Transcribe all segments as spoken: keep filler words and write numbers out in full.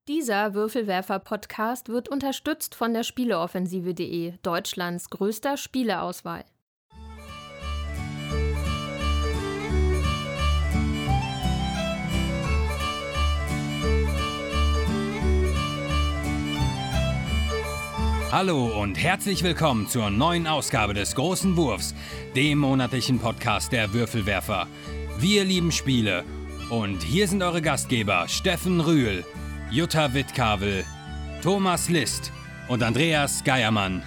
Dieser Würfelwerfer-Podcast wird unterstützt von der Spieleoffensive punkt de, Deutschlands größter Spieleauswahl. Hallo und herzlich willkommen zur neuen Ausgabe des Großen Wurfs, dem monatlichen Podcast der Würfelwerfer. Wir lieben Spiele und hier sind eure Gastgeber Steffen Rühl, Jutta Wittkavel, Thomas List und Andreas Geiermann.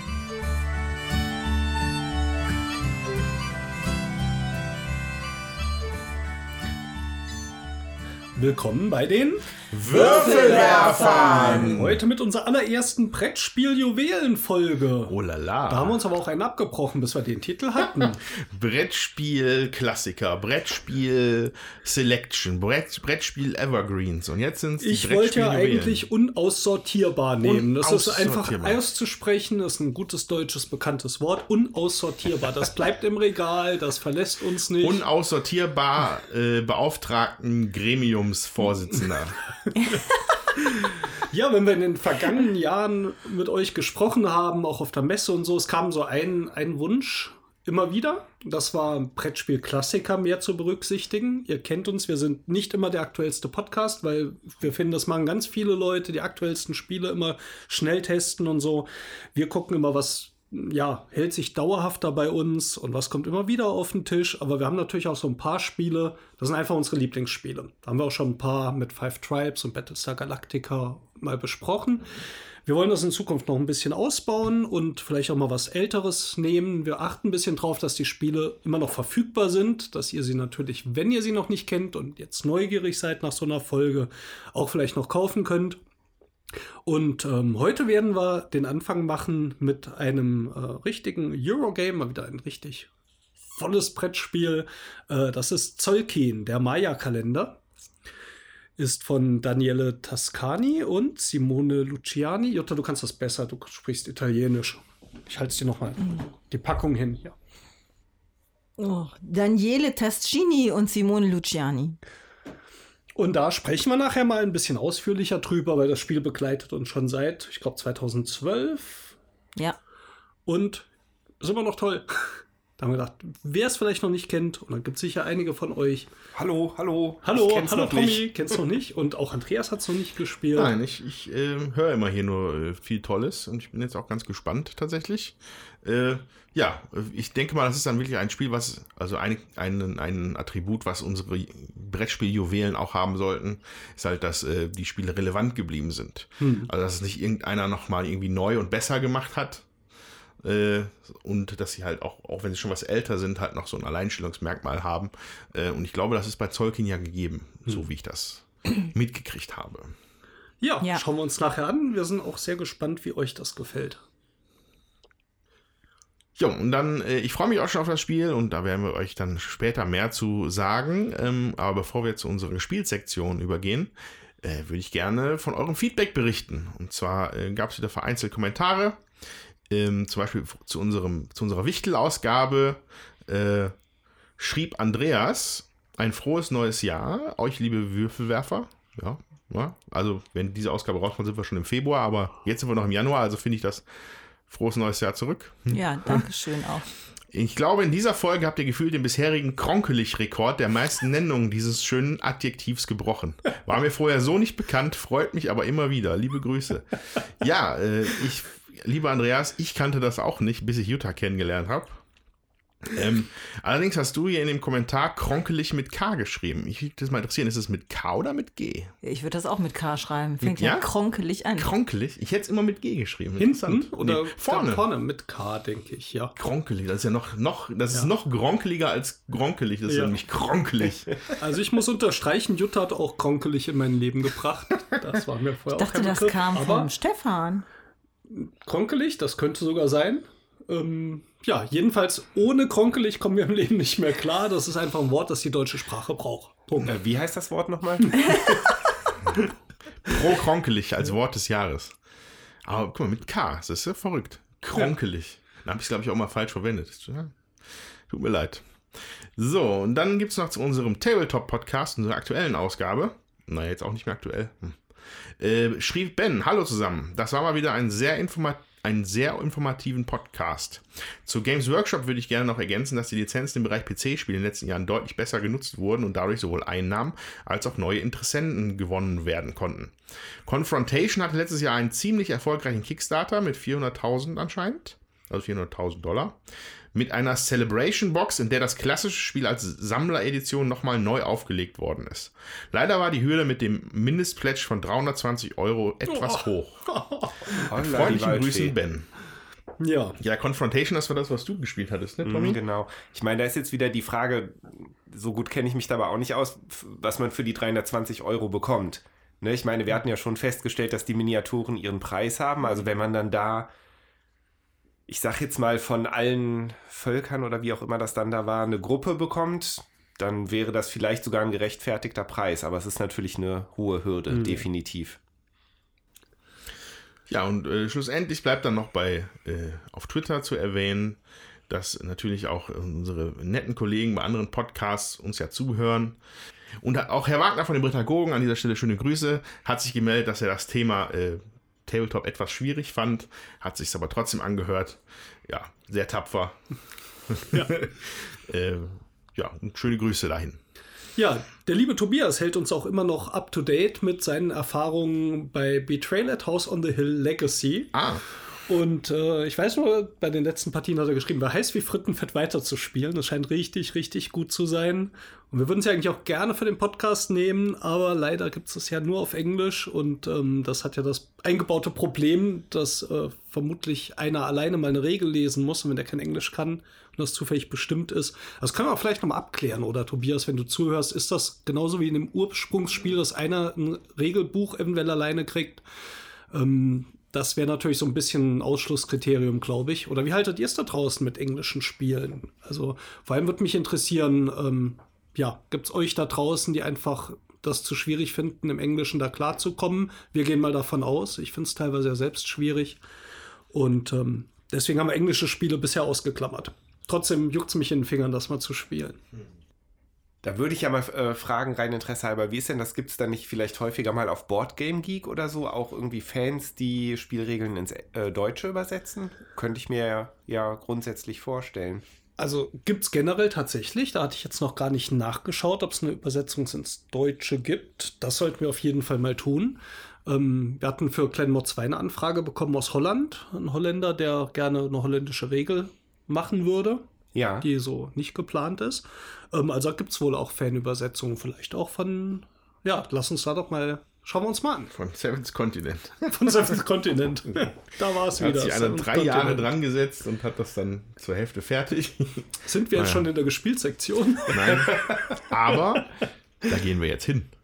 Willkommen bei den Würfelwerfern! Heute mit unserer allerersten Brettspiel-Juwelen-Folge. Oh la la. Da haben wir uns aber auch einen abgebrochen, bis wir den Titel hatten. Brettspiel-Klassiker, Brettspiel-Selection, Brett, Brettspiel-Evergreens. Und jetzt sind es die Ich wollte ja Brettspiel-Juwelen. eigentlich unaussortierbar nehmen. Das ist einfach Unaussortierbar. auszusprechen, das ist ein gutes deutsches, bekanntes Wort. Unaussortierbar. Das bleibt im Regal, das verlässt uns nicht. Unaussortierbar äh, beauftragten Gremiumsvorsitzender. Ja, wenn wir in den vergangenen Jahren mit euch gesprochen haben, auch auf der Messe und so, es kam so ein, ein Wunsch immer wieder. Das war Brettspiel-Klassiker mehr zu berücksichtigen. Ihr kennt uns, wir sind nicht immer der aktuellste Podcast, weil wir finden, das machen ganz viele Leute, die aktuellsten Spiele immer schnell testen und so. Wir gucken immer, was ja, hält sich dauerhafter bei uns und was kommt immer wieder auf den Tisch. Aber wir haben natürlich auch so ein paar Spiele, das sind einfach unsere Lieblingsspiele. Da haben wir auch schon ein paar mit Five Tribes und Battlestar Galactica mal besprochen. Wir wollen das in Zukunft noch ein bisschen ausbauen und vielleicht auch mal was Älteres nehmen. Wir achten ein bisschen drauf, dass die Spiele immer noch verfügbar sind, dass ihr sie natürlich, wenn ihr sie noch nicht kennt und jetzt neugierig seid nach so einer Folge, auch vielleicht noch kaufen könnt. Und ähm, heute werden wir den Anfang machen mit einem äh, richtigen Eurogame, mal wieder ein richtig volles Brettspiel. Äh, das ist Tzolk'in, der Maya-Kalender. Ist von Daniele Tascani und Simone Luciani. Jutta, du kannst das besser, du sprichst Italienisch. Ich halte dir nochmal die Packung hin hier. Oh, Daniele Tascini und Simone Luciani. Und da sprechen wir nachher mal ein bisschen ausführlicher drüber, weil das Spiel begleitet uns schon seit, ich glaube, zweitausendzwölf. Ja. Und ist immer noch toll. Da haben wir gedacht, wer es vielleicht noch nicht kennt, und dann gibt es sicher einige von euch. Hallo, hallo. Hallo, Ich kenn's hallo noch Tommy, nicht. kennst du noch nicht? Und auch Andreas hat es noch nicht gespielt. Nein, ich, ich äh, höre immer hier nur äh, viel Tolles und ich bin jetzt auch ganz gespannt tatsächlich. Äh, ja, ich denke mal, das ist dann wirklich ein Spiel, was, also ein, ein, ein Attribut, was unsere Brettspiel-Juwelen auch haben sollten, ist halt, dass äh, die Spiele relevant geblieben sind. Hm. Also, dass es nicht irgendeiner nochmal irgendwie neu und besser gemacht hat. Äh, und dass sie halt auch, auch wenn sie schon was älter sind, halt noch so ein Alleinstellungsmerkmal haben. Äh, und ich glaube, das ist bei Tzolk'in ja gegeben, hm. so wie ich das mitgekriegt habe. Ja, Ja, schauen wir uns nachher an. Wir sind auch sehr gespannt, wie euch das gefällt. Ja, und dann, äh, ich freue mich auch schon auf das Spiel und da werden wir euch dann später mehr zu sagen. Ähm, aber bevor wir zu unserer Spielsektion übergehen, äh, würde ich gerne von eurem Feedback berichten. Und zwar äh, gab es wieder vereinzelt Kommentare. Ähm, zum Beispiel zu, unserem, zu unserer Wichtel-Ausgabe äh, schrieb Andreas: Ein frohes neues Jahr, euch liebe Würfelwerfer. Ja, ja, also wenn diese Ausgabe rauskommt, sind wir schon im Februar, aber jetzt sind wir noch im Januar, also finde ich das frohes neues Jahr zurück. Ja, danke schön auch. Ich glaube, in dieser Folge habt ihr gefühlt den bisherigen Kronkelig-Rekord der meisten Nennungen dieses schönen Adjektivs gebrochen. War mir vorher so nicht bekannt, freut mich aber immer wieder. Liebe Grüße. Ja, äh, ich, lieber Andreas, ich kannte das auch nicht, bis ich Jutta kennengelernt habe. Ähm, allerdings hast du hier in dem Kommentar kronkelig mit K geschrieben. Ich würde das mal interessieren, ist es mit K oder mit G? Ich würde das auch mit K schreiben. Fängt Ja? ja kronkelig an. Kronkelig? Ich hätte es immer mit G geschrieben. Hinten Interessant. oder Nee, vorne? vorne mit K, denke ich, ja. Kronkelig, das ist ja noch, noch, das Ja. ist noch gronkeliger als gronkelig. Das ist Ja. ja nämlich kronkelig. Also ich muss unterstreichen, Jutta hat auch kronkelig in mein Leben gebracht. Das war mir vorher Ich auch dachte, kein das Begriff. kam Aber vom Stefan. kronkelig, das könnte sogar sein. Ähm, ja, jedenfalls ohne kronkelig kommen wir im Leben nicht mehr klar. Das ist einfach ein Wort, das die deutsche Sprache braucht. Punkt. Äh, wie heißt das Wort nochmal? Pro kronkelig als Wort des Jahres. Aber guck mal, mit K, das ist ja verrückt. Kronkelig. Da habe ich es, glaube ich, auch mal falsch verwendet. Ja, tut mir leid. So, und dann gibt es noch zu unserem Tabletop-Podcast, unserer aktuellen Ausgabe. Na, jetzt auch nicht mehr aktuell. Hm. Äh, schrieb Ben, hallo zusammen. Das war mal wieder ein sehr informa- einen sehr informativen Podcast. Zu Games Workshop würde ich gerne noch ergänzen, dass die Lizenzen im Bereich P C-Spiele in den letzten Jahren deutlich besser genutzt wurden und dadurch sowohl Einnahmen als auch neue Interessenten gewonnen werden konnten. Confrontation hatte letztes Jahr einen ziemlich erfolgreichen Kickstarter mit vierhunderttausend anscheinend, also vierhunderttausend Dollar, mit einer Celebration Box, in der das klassische Spiel als Sammleredition nochmal neu aufgelegt worden ist. Leider war die Hürde mit dem Mindestpledge von dreihundertzwanzig Euro etwas Oh. hoch. Mit freundlichen Grüßen, Ben. Ja. Ja, Confrontation, das war das, was du gespielt hattest, ne, Tommy? Mm, genau. Ich meine, da ist jetzt wieder die Frage, so gut kenne ich mich dabei auch nicht aus, was man für die dreihundertzwanzig Euro bekommt. Ne, ich meine, wir hatten ja schon festgestellt, dass die Miniaturen ihren Preis haben. Also wenn man dann da, ich sag jetzt mal, von allen Völkern oder wie auch immer das dann da war, eine Gruppe bekommt, dann wäre das vielleicht sogar ein gerechtfertigter Preis. Aber es ist natürlich eine hohe Hürde, mhm. definitiv. Ja, und äh, schlussendlich bleibt dann noch bei äh, auf Twitter zu erwähnen, dass natürlich auch unsere netten Kollegen bei anderen Podcasts uns ja zuhören. Und auch Herr Wagner von den Britagogen, an dieser Stelle schöne Grüße, hat sich gemeldet, dass er das Thema äh, Tabletop etwas schwierig fand, hat sich aber trotzdem angehört. Ja, sehr tapfer. Ja, äh, ja, und schöne Grüße dahin. Ja, der liebe Tobias hält uns auch immer noch up to date mit seinen Erfahrungen bei Betrayal at House on the Hill Legacy. Ah. Und äh, ich weiß nur, bei den letzten Partien hat er geschrieben, war heiß wie Frittenfett weiterzuspielen. Das scheint richtig, richtig gut zu sein. Und wir würden es ja eigentlich auch gerne für den Podcast nehmen, aber leider gibt es das ja nur auf Englisch. Und ähm, das hat ja das eingebaute Problem, dass äh, vermutlich einer alleine mal eine Regel lesen muss, und wenn der kein Englisch kann und das zufällig bestimmt ist. Das können wir vielleicht nochmal abklären, oder Tobias, wenn du zuhörst, ist das genauso wie in dem Ursprungsspiel, dass einer ein Regelbuch eventuell alleine kriegt? Ähm, Das wäre natürlich so ein bisschen ein Ausschlusskriterium, glaube ich. Oder wie haltet ihr es da draußen mit englischen Spielen? Also vor allem würde mich interessieren, ähm, ja, gibt es euch da draußen, die einfach das zu schwierig finden, im Englischen da klarzukommen? Wir gehen mal davon aus. Ich finde es teilweise ja selbst schwierig. Und ähm, deswegen haben wir englische Spiele bisher ausgeklammert. Trotzdem juckt es mich in den Fingern, das mal zu spielen. Da würde ich ja mal äh, fragen, rein Interesse halber, wie ist denn das? Gibt es da nicht vielleicht häufiger mal auf Boardgame Geek oder so auch irgendwie Fans, die Spielregeln ins äh, Deutsche übersetzen? Könnte ich mir ja, ja grundsätzlich vorstellen. Also gibt es generell tatsächlich. Da hatte ich jetzt noch gar nicht nachgeschaut, ob es eine Übersetzung ins Deutsche gibt. Das sollten wir auf jeden Fall mal tun. Ähm, wir hatten für Clan Mod zwei eine Anfrage bekommen aus Holland. Ein Holländer, der gerne eine holländische Regel machen würde. Ja. Die so nicht geplant ist. Ähm, also gibt es wohl auch Fanübersetzungen, vielleicht auch von, ja, lass uns da doch mal, schauen wir uns mal an. Von Seventh Continent. Von Seventh Continent. Da war es wieder. Hat sich einer drei Continent. Jahre dran gesetzt und hat das dann zur Hälfte fertig. Sind wir jetzt naja. schon in der Gespielsektion? Nein, aber da gehen wir jetzt hin.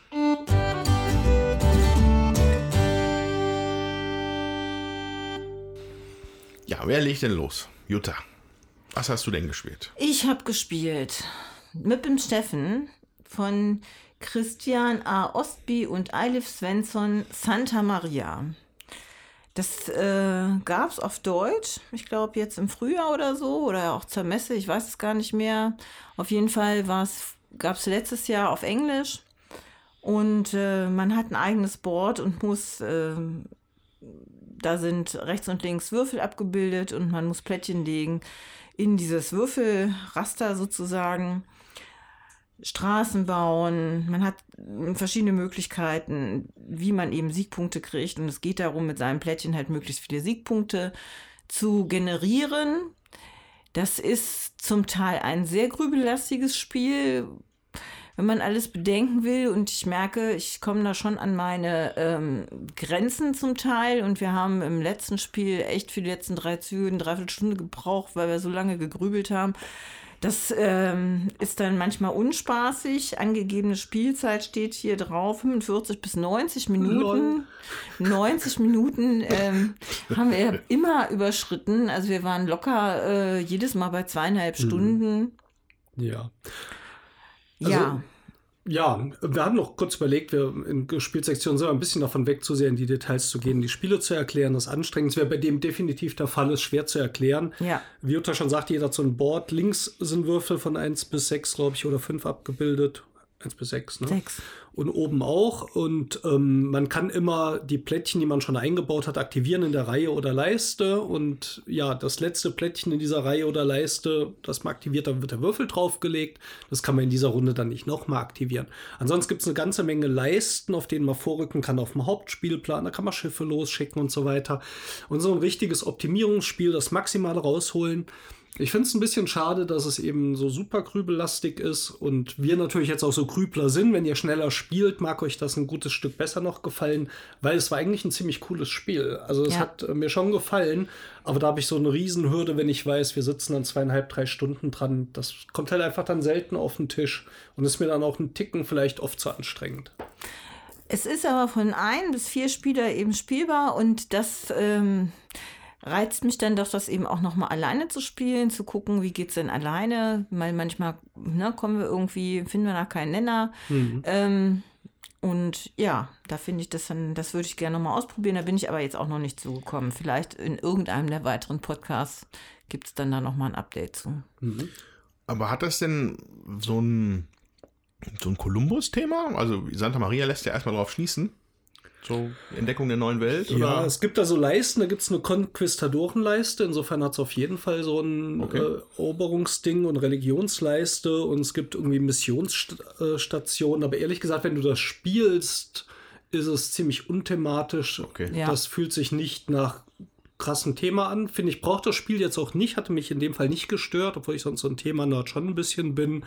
Ja, wer legt denn los? Jutta. Was hast du denn gespielt? Ich habe gespielt mit dem Steffen von Christian A. Ostby und Eilif Svensson Santa Maria. Das äh, gab es auf Deutsch, ich glaube jetzt im Frühjahr oder so, oder auch zur Messe, ich weiß es gar nicht mehr. Auf jeden Fall gab es letztes Jahr auf Englisch und äh, man hat ein eigenes Board und muss... Äh, da sind rechts und links Würfel abgebildet und man muss Plättchen legen in dieses Würfelraster sozusagen, Straßen bauen. Man hat verschiedene Möglichkeiten, wie man eben Siegpunkte kriegt. Und es geht darum, mit seinem Plättchen halt möglichst viele Siegpunkte zu generieren. Das ist zum Teil ein sehr grübellastiges Spiel, wenn man alles bedenken will. Und ich merke, ich komme da schon an meine ähm, Grenzen zum Teil. Und wir haben im letzten Spiel echt für die letzten drei Züge eine Dreiviertelstunde gebraucht, weil wir so lange gegrübelt haben. Das ähm, ist dann manchmal unspaßig. Angegebene Spielzeit steht hier drauf, fünfundvierzig bis neunzig Minuten. neunzig Minuten ähm, haben wir immer überschritten. Also wir waren locker äh, jedes Mal bei zweieinhalb Stunden. Ja. Also, ja. Ja, wir haben noch kurz überlegt, wir in Spielsektionen sind wir ein bisschen davon weg, zu sehr in die Details zu gehen, die Spiele zu erklären. Das ist anstrengend. Das wäre bei dem definitiv der Fall, ist schwer zu erklären. Ja. Wie Jutta schon sagt, jeder hat so ein Board. Links sind Würfel von eins bis sechs, glaube ich, oder fünf abgebildet. eins bis sechs, ne? Sechs. Und oben auch. Und ähm, man kann immer die Plättchen, die man schon eingebaut hat, aktivieren in der Reihe oder Leiste. Und ja, das letzte Plättchen in dieser Reihe oder Leiste, das man aktiviert, dann wird der Würfel draufgelegt. Das kann man in dieser Runde dann nicht nochmal aktivieren. Ansonsten gibt es eine ganze Menge Leisten, auf denen man vorrücken kann auf dem Hauptspielplan. Da kann man Schiffe losschicken und so weiter. Und so ein richtiges Optimierungsspiel, das Maximale rausholen. Ich finde es ein bisschen schade, dass es eben so super grübellastig ist und wir natürlich jetzt auch so Grübler sind. Wenn ihr schneller spielt, mag euch das ein gutes Stück besser noch gefallen, weil es war eigentlich ein ziemlich cooles Spiel. Also es Ja. hat äh, mir schon gefallen, aber da habe ich so eine Riesenhürde, wenn ich weiß, wir sitzen dann zweieinhalb, drei Stunden dran. Das kommt halt einfach dann selten auf den Tisch und ist mir dann auch ein Ticken vielleicht oft zu anstrengend. Es ist aber von ein bis vier Spieler eben spielbar und das ähm, reizt mich dann doch, das eben auch nochmal alleine zu spielen, zu gucken, wie geht's denn alleine, weil manchmal ne, kommen wir irgendwie, finden wir da keinen Nenner. Mhm. Ähm, und ja, da finde ich das dann, das würde ich gerne nochmal ausprobieren, da bin ich aber jetzt auch noch nicht zugekommen. Vielleicht in irgendeinem der weiteren Podcasts gibt es dann da nochmal ein Update zu. Mhm. Aber hat das denn so ein, so ein Kolumbus-Thema? Also Santa Maria lässt ja erstmal drauf schließen. So Entdeckung der neuen Welt? Ja, oder? es gibt da so Leisten, da gibt es eine Konquistadorenleiste, insofern hat es auf jeden Fall so ein Okay. äh, Eroberungsding und Religionsleiste und es gibt irgendwie Missionsstationen, aber ehrlich gesagt, wenn du das spielst, ist es ziemlich unthematisch. Okay. Ja. Das fühlt sich nicht nach krassem Thema an. Finde ich, braucht das Spiel jetzt auch nicht, hatte mich in dem Fall nicht gestört, obwohl ich sonst so ein Thema-Nerd schon ein bisschen bin.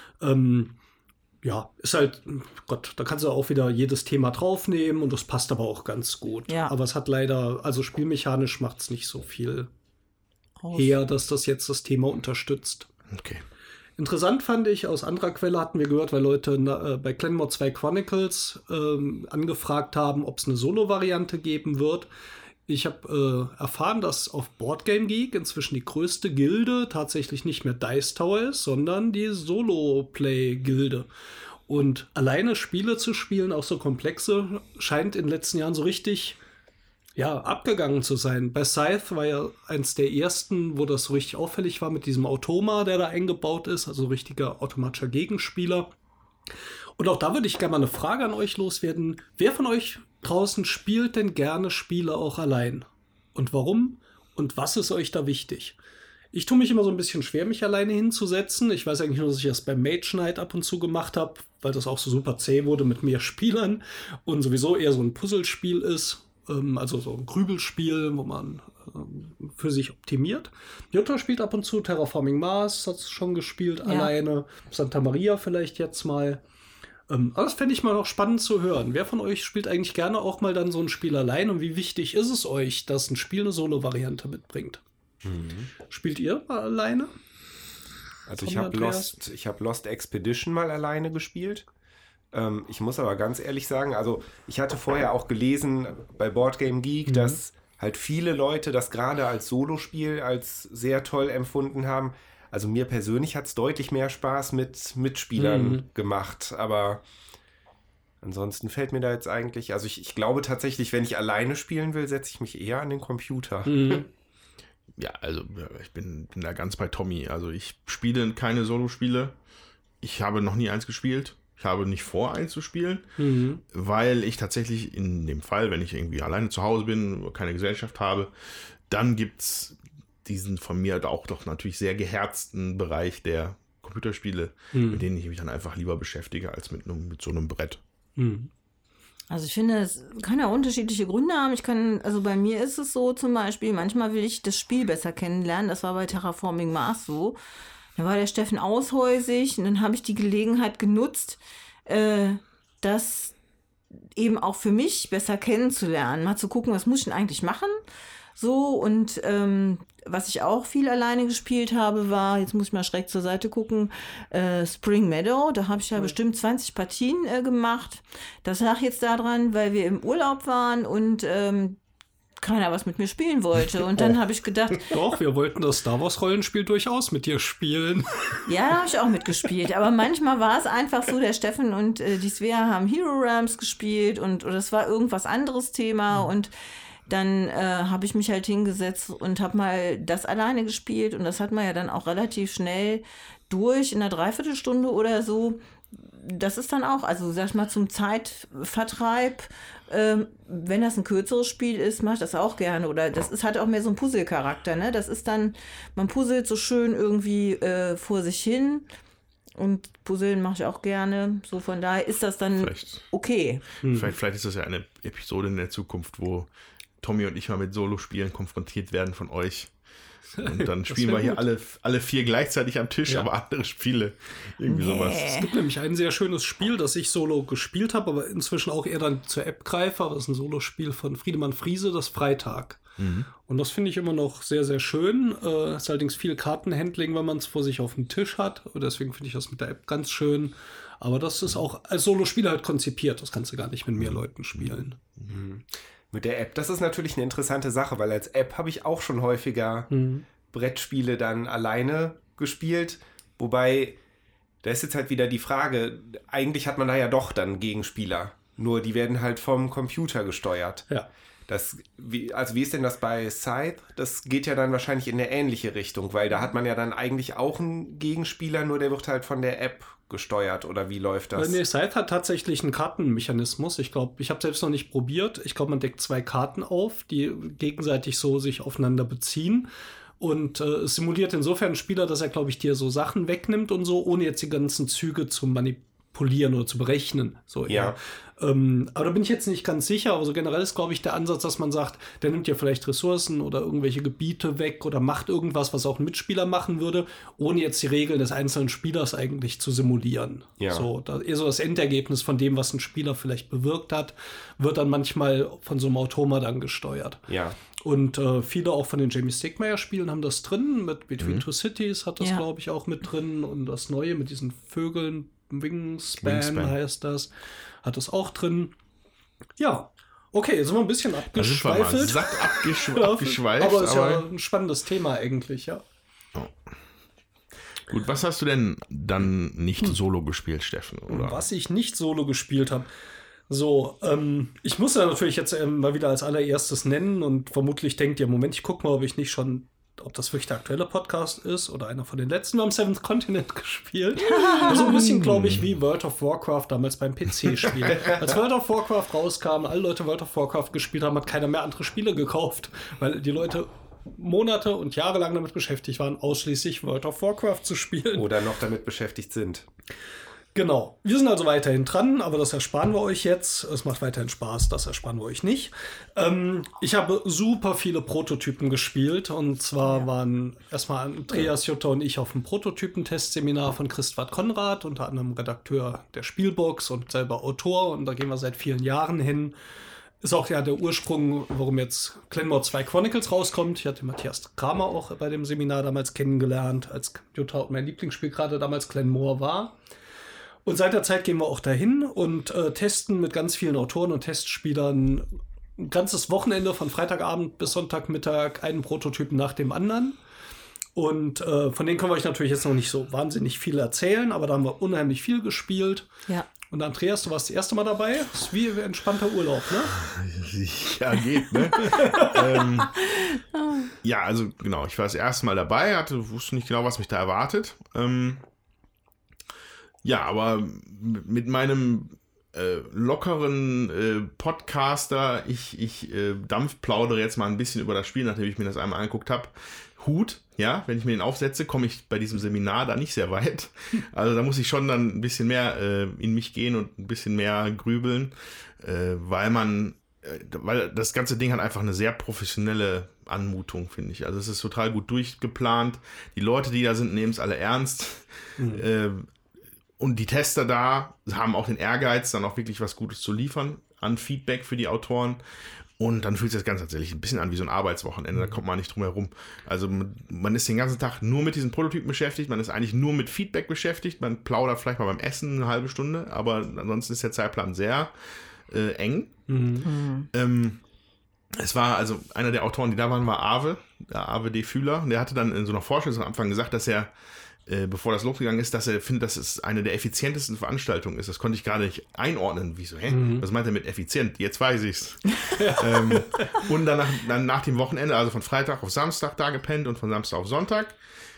Ähm, Ja, ist halt, Gott, da kannst du auch wieder jedes Thema draufnehmen und das passt aber auch ganz gut. Ja. Aber es hat leider, also spielmechanisch macht es nicht so viel Aus. her, dass das jetzt das Thema unterstützt. Okay. Interessant fand ich, aus anderer Quelle hatten wir gehört, weil Leute na, äh, bei Clanmore zwei Chronicles ähm, angefragt haben, ob es eine Solo-Variante geben wird. Ich habe äh, erfahren, dass auf Boardgame Geek inzwischen die größte Gilde tatsächlich nicht mehr Dice Tower ist, sondern die Solo-Play-Gilde. Und alleine Spiele zu spielen, auch so komplexe, scheint in den letzten Jahren so richtig ja, abgegangen zu sein. Bei Scythe war ja eins der ersten, wo das so richtig auffällig war mit diesem Automa, der da eingebaut ist, also richtiger automatischer Gegenspieler. Und auch da würde ich gerne mal eine Frage an euch loswerden. Wer von euch draußen spielt denn gerne Spiele auch allein? Und warum? Und was ist euch da wichtig? Ich tue mich immer so ein bisschen schwer, mich alleine hinzusetzen. Ich weiß eigentlich nur, dass ich das beim Mage Knight ab und zu gemacht habe, weil das auch so super zäh wurde mit mehr Spielern und sowieso eher so ein Puzzlespiel ist. Ähm, also so ein Grübelspiel, wo man ähm, für sich optimiert. Jutta spielt ab und zu Terraforming Mars, hat es schon gespielt Ja. alleine. Santa Maria vielleicht jetzt mal. Ähm, aber das fände ich mal noch spannend zu hören. Wer von euch spielt eigentlich gerne auch mal dann so ein Spiel allein und wie wichtig ist es euch, dass ein Spiel eine Solo-Variante mitbringt? Spielt ihr mal alleine? Also ich Tommy, habe Andreas? Lost, ich hab Lost Expedition mal alleine gespielt. Ähm, ich muss aber ganz ehrlich sagen, also ich hatte vorher auch gelesen bei Boardgame Geek, dass halt viele Leute das gerade als Solospiel als sehr toll empfunden haben. Also mir persönlich hat es deutlich mehr Spaß mit Mitspielern Mhm. gemacht, aber ansonsten fällt mir da jetzt eigentlich, also ich, ich glaube tatsächlich, wenn ich alleine spielen will, setze ich mich eher an den Computer. Mhm. Ja, also ja, ich bin, bin da ganz bei Tommy. Also ich spiele keine Solospiele. Ich habe noch nie eins gespielt. Ich habe nicht vor, eins zu spielen, Mhm. weil ich tatsächlich in dem Fall, wenn ich irgendwie alleine zu Hause bin, keine Gesellschaft habe, dann gibt es diesen von mir auch doch natürlich sehr geherzten Bereich der Computerspiele, Mhm. mit denen ich mich dann einfach lieber beschäftige, als mit, einem, mit so einem Brett. Mhm. Also ich finde, es kann ja unterschiedliche Gründe haben. Ich kann, also bei mir ist es so zum Beispiel, manchmal will ich das Spiel besser kennenlernen. Das war bei Terraforming Mars so. Da war der Steffen aushäusig und dann habe ich die Gelegenheit genutzt, äh, das eben auch für mich besser kennenzulernen. Mal zu gucken, was muss ich denn eigentlich machen? So, und ähm, was ich auch viel alleine gespielt habe, war, jetzt muss ich mal schräg zur Seite gucken, äh, Spring Meadow. Da habe ich ja bestimmt zwanzig Partien äh, gemacht. Das lag jetzt daran, weil wir im Urlaub waren und ähm, keiner was mit mir spielen wollte. Und dann habe ich gedacht, Doch, wir wollten das Star Wars Rollenspiel durchaus mit dir spielen. ja, da habe ich auch mitgespielt. Aber manchmal war es einfach so, der Steffen und äh, die Svea haben Hero Realms gespielt und oder es war irgendwas anderes Thema und dann äh, habe ich mich halt hingesetzt und habe mal das alleine gespielt und das hat man ja dann auch relativ schnell durch, in einer Dreiviertelstunde oder so das ist dann auch, also sag ich mal, zum Zeitvertreib, ähm, wenn das ein kürzeres Spiel ist, mache ich das auch gerne. Oder das ist, hat auch mehr so einen Puzzle-Charakter, ne? Das ist dann, man puzzelt so schön irgendwie äh, vor sich hin. Und Puzzeln mache ich auch gerne. So von daher ist das dann Vielleicht. okay. Vielleicht, vielleicht ist das ja eine Episode in der Zukunft, wo Tommy und ich mal mit Solo-Spielen konfrontiert werden von euch. Und dann spielen wir hier alle, alle vier gleichzeitig am Tisch, Ja. aber andere Spiele. Irgendwie sowas. Es gibt nämlich ein sehr schönes Spiel, das ich solo gespielt habe, aber inzwischen auch eher dann zur App greife. Das ist ein Solospiel von Friedemann Friese, das Freitag. Mhm. Und das finde ich immer noch sehr, sehr schön. Äh, ist allerdings viel Kartenhandling, wenn man es vor sich auf dem Tisch hat. Und deswegen finde ich das mit der App ganz schön. Aber das ist auch als Solospiel halt konzipiert. Das kannst du gar nicht mit mehr Leuten spielen. Mhm. Mit der App, das ist natürlich eine interessante Sache, weil als App habe ich auch schon häufiger mhm. Brettspiele dann alleine gespielt. Wobei, da ist jetzt halt wieder die Frage, eigentlich hat man da ja doch dann Gegenspieler. Nur die werden halt vom Computer gesteuert. Ja. Das, wie, also wie ist denn das bei Scythe? Das geht ja dann wahrscheinlich in eine ähnliche Richtung, weil da hat man ja dann eigentlich auch einen Gegenspieler, nur der wird halt von der App gesteuert, oder wie läuft das? Nee, Scythe hat tatsächlich einen Kartenmechanismus. Ich glaube, ich habe selbst noch nicht probiert. Ich glaube, man deckt zwei Karten auf, die gegenseitig so sich aufeinander beziehen. Und äh, es simuliert insofern einen Spieler, dass er, glaube ich, dir so Sachen wegnimmt und so, ohne jetzt die ganzen Züge zu manipulieren oder zu berechnen. So, ja. Ähm, aber da bin ich jetzt nicht ganz sicher. Aber so generell ist, glaube ich, der Ansatz, dass man sagt, der nimmt ja vielleicht Ressourcen oder irgendwelche Gebiete weg oder macht irgendwas, was auch ein Mitspieler machen würde, ohne jetzt die Regeln des einzelnen Spielers eigentlich zu simulieren. Ja. So, da, eher so das Endergebnis von dem, was ein Spieler vielleicht bewirkt hat, wird dann manchmal von so einem Automa dann gesteuert. Ja. Und äh, viele auch von den Jamie Stegmaier-Spielen haben das drin. Mit Between Mhm. Two Cities hat das, Ja. glaube ich, auch mit drin. Und das Neue mit diesen Vögeln, Wingspan, Wingspan. heißt das, hat das auch drin. Ja, okay, jetzt sind wir ein bisschen Da sind wir mal abgeschweifelt. satt abgesch Ja, abgeschweift. aber ist aber ja ein spannendes Thema eigentlich, ja. gut, was hast du denn dann nicht solo gespielt, Steffen? Oder? Was ich nicht solo gespielt habe. So, ähm, ich muss ja natürlich jetzt ähm, mal wieder als allererstes nennen und vermutlich denkt ihr, Moment, ich gucke mal, ob ich nicht schon, ob das wirklich der aktuelle Podcast ist oder einer von den letzten. Wir haben Seventh Continent gespielt. So ein bisschen, glaube ich, wie World of Warcraft damals beim P C-Spiel. Als World of Warcraft rauskam, alle Leute World of Warcraft gespielt haben, hat keiner mehr andere Spiele gekauft, weil die Leute Monate und Jahre lang damit beschäftigt waren, ausschließlich World of Warcraft zu spielen. Oder noch damit beschäftigt sind. Genau. Wir sind also weiterhin dran, aber das ersparen wir euch jetzt. Es macht weiterhin Spaß, das ersparen wir euch nicht. Ähm, ich habe super viele Prototypen gespielt. Und zwar waren erstmal Andreas Jutta und ich auf dem Prototypentestseminar von Christwart Konrad, unter anderem Redakteur der Spielbox und selber Autor. Und da gehen wir seit vielen Jahren hin. Ist auch ja der Ursprung, warum jetzt Glenmore zwei Chronicles rauskommt. Ich hatte Matthias Kramer auch bei dem Seminar damals kennengelernt, als Jutta und mein Lieblingsspiel gerade damals Glenmore war. Und seit der Zeit gehen wir auch dahin und äh, testen mit ganz vielen Autoren und Testspielern ein ganzes Wochenende von Freitagabend bis Sonntagmittag einen Prototypen nach dem anderen. Und äh, von denen können wir euch natürlich jetzt noch nicht so wahnsinnig viel erzählen, aber da haben wir unheimlich viel gespielt. Ja. Und Andreas, du warst das erste Mal dabei. Das ist wie entspannter Urlaub, ne? Ja, geht, ne? ähm, ja, also genau, ich war das erste Mal dabei, hatte, wusste nicht genau, was mich da erwartet. Ähm, ja, aber mit meinem äh, lockeren äh, Podcaster, ich, ich äh, dampfplaudere jetzt mal ein bisschen über das Spiel, nachdem ich mir das einmal angeguckt habe. Hut, ja, wenn ich mir den aufsetze, komme ich bei diesem Seminar da nicht sehr weit. Also da muss ich schon dann ein bisschen mehr äh, in mich gehen und ein bisschen mehr grübeln, äh, weil man, äh, weil das ganze Ding hat einfach eine sehr professionelle Anmutung, finde ich. Also es ist total gut durchgeplant. Die Leute, die da sind, nehmen es alle ernst. Mhm. Äh, und die Tester da haben auch den Ehrgeiz, dann auch wirklich was Gutes zu liefern an Feedback für die Autoren. Und dann fühlt sich das Ganze tatsächlich ein bisschen an wie so ein Arbeitswochenende, da kommt man nicht drum herum. Also man ist den ganzen Tag nur mit diesen Prototypen beschäftigt, man ist eigentlich nur mit Feedback beschäftigt, man plaudert vielleicht mal beim Essen eine halbe Stunde, aber ansonsten ist der Zeitplan sehr äh, eng. Mhm. Ähm, es war also einer der Autoren, die da waren, war Ave, der Ave D. Fühler, der hatte dann in so einer Vorstellung am Anfang gesagt, dass er bevor das losgegangen ist, dass er findet, dass es eine der effizientesten Veranstaltungen ist. Das konnte ich gerade nicht einordnen. Wie so, hä? Mhm. Was meint er mit effizient? Jetzt weiß ich's. ähm, und danach, dann nach dem Wochenende, also von Freitag auf Samstag da gepennt und von Samstag auf Sonntag.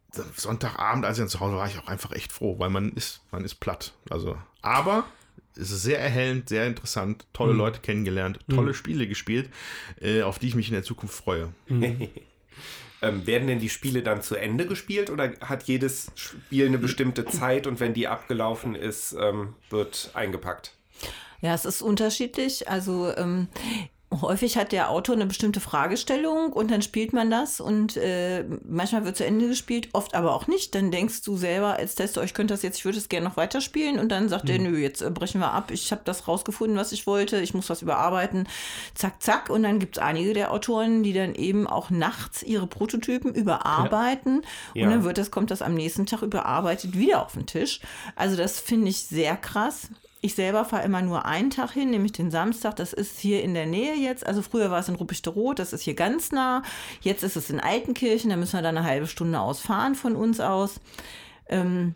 Sonntagabend, als ich dann zu Hause war, war ich auch einfach echt froh, weil man ist, man ist platt. Also, aber es ist sehr erhellend, sehr interessant, tolle mhm. Leute kennengelernt, tolle mhm. Spiele gespielt, äh, auf die ich mich in der Zukunft freue. Mhm. ähm, werden denn die Spiele dann zu Ende gespielt oder hat jedes Spiel eine bestimmte Zeit und wenn die abgelaufen ist, ähm, wird eingepackt? Ja, es ist unterschiedlich. Also ähm, häufig hat der Autor eine bestimmte Fragestellung und dann spielt man das und äh, manchmal wird zu Ende gespielt, oft aber auch nicht. Dann denkst du selber als Tester, ich könnte das jetzt, ich würde es gerne noch weiterspielen und dann sagt mhm. er, nö, jetzt äh, brechen wir ab, ich habe das rausgefunden, was ich wollte, ich muss was überarbeiten, zack, zack. Und dann gibt es einige der Autoren, die dann eben auch nachts ihre Prototypen überarbeiten ja. und Ja. dann wird das, kommt das am nächsten Tag überarbeitet wieder auf den Tisch. Also das finde ich sehr krass. Ich selber fahre immer nur einen Tag hin, nämlich den Samstag. Das ist hier in der Nähe jetzt. Also früher war es in Ruppichteroth, das ist hier ganz nah. Jetzt ist es in Altenkirchen, da müssen wir dann eine halbe Stunde ausfahren von uns aus. Ähm,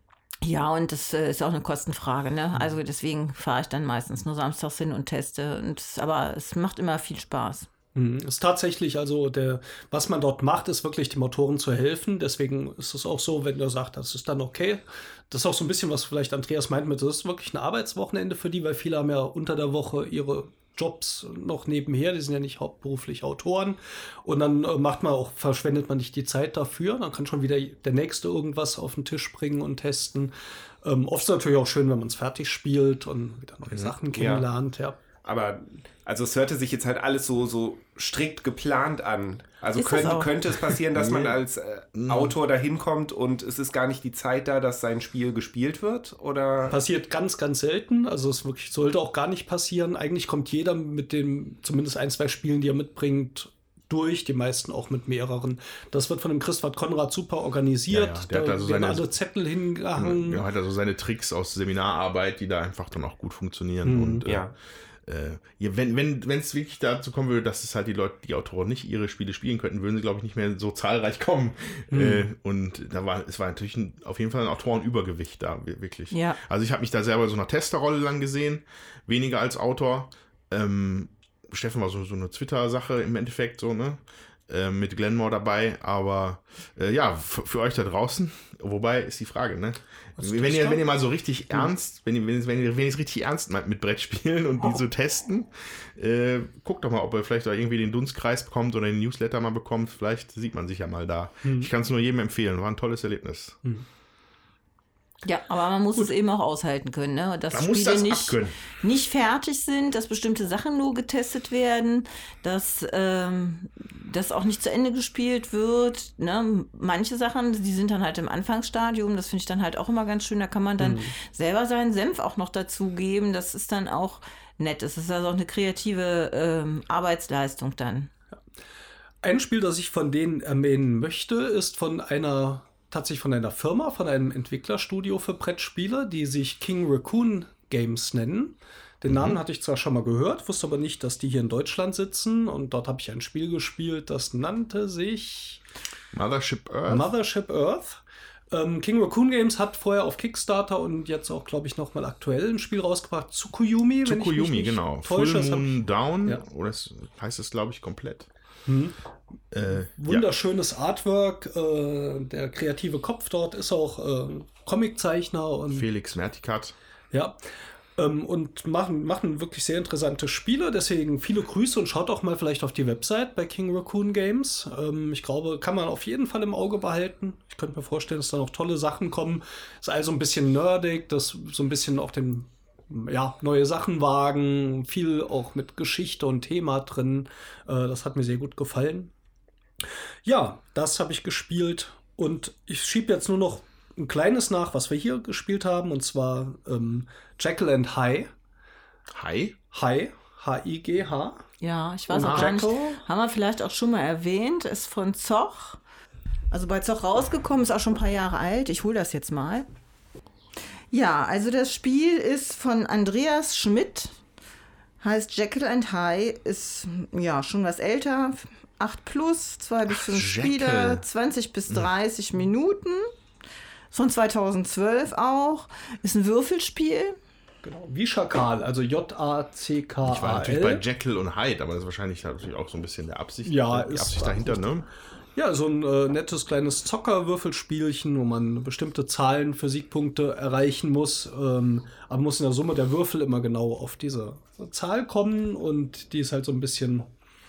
ja, und das äh, ist auch eine Kostenfrage, ne? Also deswegen fahre ich dann meistens nur samstags hin und teste. Und, aber es macht immer viel Spaß. Ist tatsächlich, also der, was man dort macht, ist wirklich dem Autoren zu helfen. Deswegen ist es auch so, wenn er sagt, das ist dann okay. Das ist auch so ein bisschen, was vielleicht Andreas meint mit, das ist wirklich ein Arbeitswochenende für die, weil viele haben ja unter der Woche ihre Jobs noch nebenher, die sind ja nicht hauptberuflich Autoren. Und dann äh, macht man auch, verschwendet man nicht die Zeit dafür. Dann kann schon wieder der Nächste irgendwas auf den Tisch bringen und testen. Ähm, oft ist es natürlich auch schön, wenn man es fertig spielt und wieder neue mhm. Sachen kennenlernt, ja. Aber also es hörte sich jetzt halt alles so, so strikt geplant an. Also Ist könnte, das auch? könnte es passieren, dass man als äh, Autor dahin kommt und es ist gar nicht die Zeit da, dass sein Spiel gespielt wird? Oder? Passiert ganz, ganz selten. Also es wirklich sollte auch gar nicht passieren. Eigentlich kommt jeder mit dem, zumindest ein, zwei Spielen, die er mitbringt, durch, die meisten auch mit mehreren. Das wird von dem Christoph Konrad super organisiert. Ja, ja. Der da hat also werden seine, alle Zettel hingehangen. Ja, hat also seine Tricks aus Seminararbeit, die da einfach dann auch gut funktionieren. Mhm. Und, äh, Ja. Äh, wenn wenn wenn es wirklich dazu kommen würde, dass es halt die Leute, die Autoren nicht ihre Spiele spielen könnten, würden sie, glaube ich, nicht mehr so zahlreich kommen. Mhm. Äh, und da war es war natürlich ein, auf jeden Fall ein Autorenübergewicht da, wirklich. Ja. Also ich habe mich da selber in so einer Testerrolle lang gesehen, weniger als Autor. Ähm, Steffen war so, so eine Twitter-Sache im Endeffekt, so, ne? Äh, mit Glenmore dabei, aber äh, ja, f- für euch da draußen, wobei ist die Frage, ne? Wenn ihr, wenn ihr mal so richtig mhm. ernst, wenn ihr, wenn ihr, wenn ihr, wenn ihr es richtig ernst meint mit Brettspielen und die oh. so testen, äh, guckt doch mal, ob ihr vielleicht auch irgendwie den Dunstkreis bekommt oder den Newsletter mal bekommt, vielleicht sieht man sich ja mal da. Mhm. Ich kann es nur jedem empfehlen, war ein tolles Erlebnis. Mhm. Ja, aber man muss Gut. es eben auch aushalten können, ne? Dass man Spiele muss das nicht, abkönnen. nicht fertig sind, dass bestimmte Sachen nur getestet werden, dass ähm, das auch nicht zu Ende gespielt wird. Ne? Manche Sachen, die sind dann halt im Anfangsstadium, das finde ich dann halt auch immer ganz schön. Da kann man dann mhm. selber seinen Senf auch noch dazugeben. Das ist dann auch nett. Es ist also auch eine kreative ähm, Arbeitsleistung dann. Ein Spiel, das ich von denen erwähnen möchte, ist von einer tatsächlich von einer Firma, von einem Entwicklerstudio für Brettspiele, die sich King Raccoon Games nennen. Den Namen mhm. hatte ich zwar schon mal gehört, wusste aber nicht, dass die hier in Deutschland sitzen. Und dort habe ich ein Spiel gespielt, das nannte sich Mothership Earth. Mothership Earth. Ähm, King Raccoon Games hat vorher auf Kickstarter und jetzt auch, glaube ich, noch mal aktuell ein Spiel rausgebracht. Tsukuyomi, wenn Tsukuyomi, ich mich nicht genau. täusche. Full Moon hab... Down, ja. oder das heißt es, glaube ich, komplett. Hm. Äh, Wunderschönes ja. Artwork. Äh, der kreative Kopf dort ist auch äh, Comiczeichner. Und, Felix Mertikat. Ja. Ähm, und machen, machen wirklich sehr interessante Spiele. Deswegen viele Grüße und schaut auch mal vielleicht auf die Website bei King Raccoon Games. Ähm, ich glaube, kann man auf jeden Fall im Auge behalten. Ich könnte mir vorstellen, dass da noch tolle Sachen kommen. Ist also ein bisschen nerdig, das so ein bisschen auch den ja, neue Sachen wagen, viel auch mit Geschichte und Thema drin. Äh, das hat mir sehr gut gefallen. Ja, das habe ich gespielt und ich schiebe jetzt nur noch ein kleines nach, was wir hier gespielt haben, und zwar ähm, Jekyll and Hyde. Hyde? Hyde, H I G H. Ja, ich weiß Und auch gar nicht, Jekyll? haben wir vielleicht auch schon mal erwähnt, ist von Zoch. Also bei Zoch rausgekommen, ist auch schon ein paar Jahre alt. Ich hole das jetzt mal. Ja, also das Spiel ist von Andreas Schmidt, heißt Jekyll and Hyde, ist ja schon was älter, acht plus, zwei bis fünf Spieler, zwanzig bis dreißig mhm. Minuten, von zweitausendzwölf auch, ist ein Würfelspiel. Genau, wie Schakal, also J A C K A L. Ich war natürlich bei Jekyll und Hyde, aber das ist wahrscheinlich natürlich auch so ein bisschen der Absicht, ja, die ist Absicht dahinter, ne? Ja, so ein äh, nettes kleines Zockerwürfelspielchen, wo man bestimmte Zahlen für Siegpunkte erreichen muss. Ähm, aber muss in der Summe der Würfel immer genau auf diese Zahl kommen und die ist halt so ein bisschen,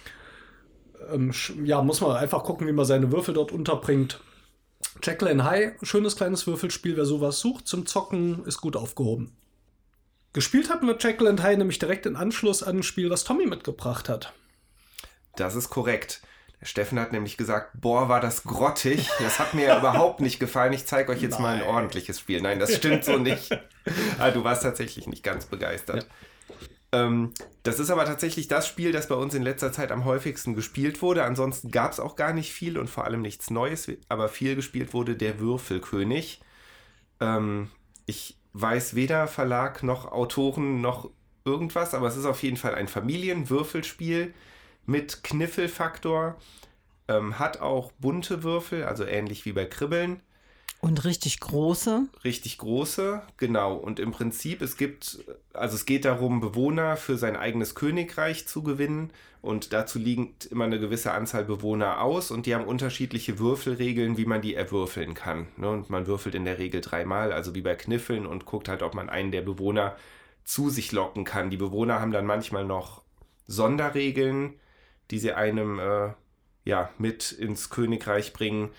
ähm, ja, muss man einfach gucken, wie man seine Würfel dort unterbringt. Jekyll and Hyde, schönes kleines Würfelspiel, wer sowas sucht zum Zocken, ist gut aufgehoben. Gespielt hatten wir Jekyll and Hyde nämlich direkt in Anschluss an ein Spiel, das Tommy mitgebracht hat. Das ist korrekt. Der Steffen hat nämlich gesagt, boah, war das grottig. Das hat mir überhaupt nicht gefallen. Ich zeige euch jetzt Nein. mal ein ordentliches Spiel. Nein, das stimmt so nicht. Aber du warst tatsächlich nicht ganz begeistert. Ja. Ähm, das ist aber tatsächlich das Spiel, das bei uns in letzter Zeit am häufigsten gespielt wurde. Ansonsten gab es auch gar nicht viel und vor allem nichts Neues. Aber viel gespielt wurde der Würfelkönig. Ähm, ich weiß weder Verlag noch Autoren noch irgendwas, aber es ist auf jeden Fall ein Familienwürfelspiel mit Kniffelfaktor, ähm, hat auch bunte Würfel, also ähnlich wie bei Kribbeln. Und richtig große. Richtig große, genau. Und im Prinzip, es gibt, also es geht darum, Bewohner für sein eigenes Königreich zu gewinnen. Und dazu liegt immer eine gewisse Anzahl Bewohner aus und die haben unterschiedliche Würfelregeln, wie man die erwürfeln kann. Ne? Und man würfelt in der Regel dreimal, also wie bei Kniffeln und guckt halt, ob man einen der Bewohner zu sich locken kann. Die Bewohner haben dann manchmal noch Sonderregeln, die sie einem äh, ja, mit ins Königreich bringen.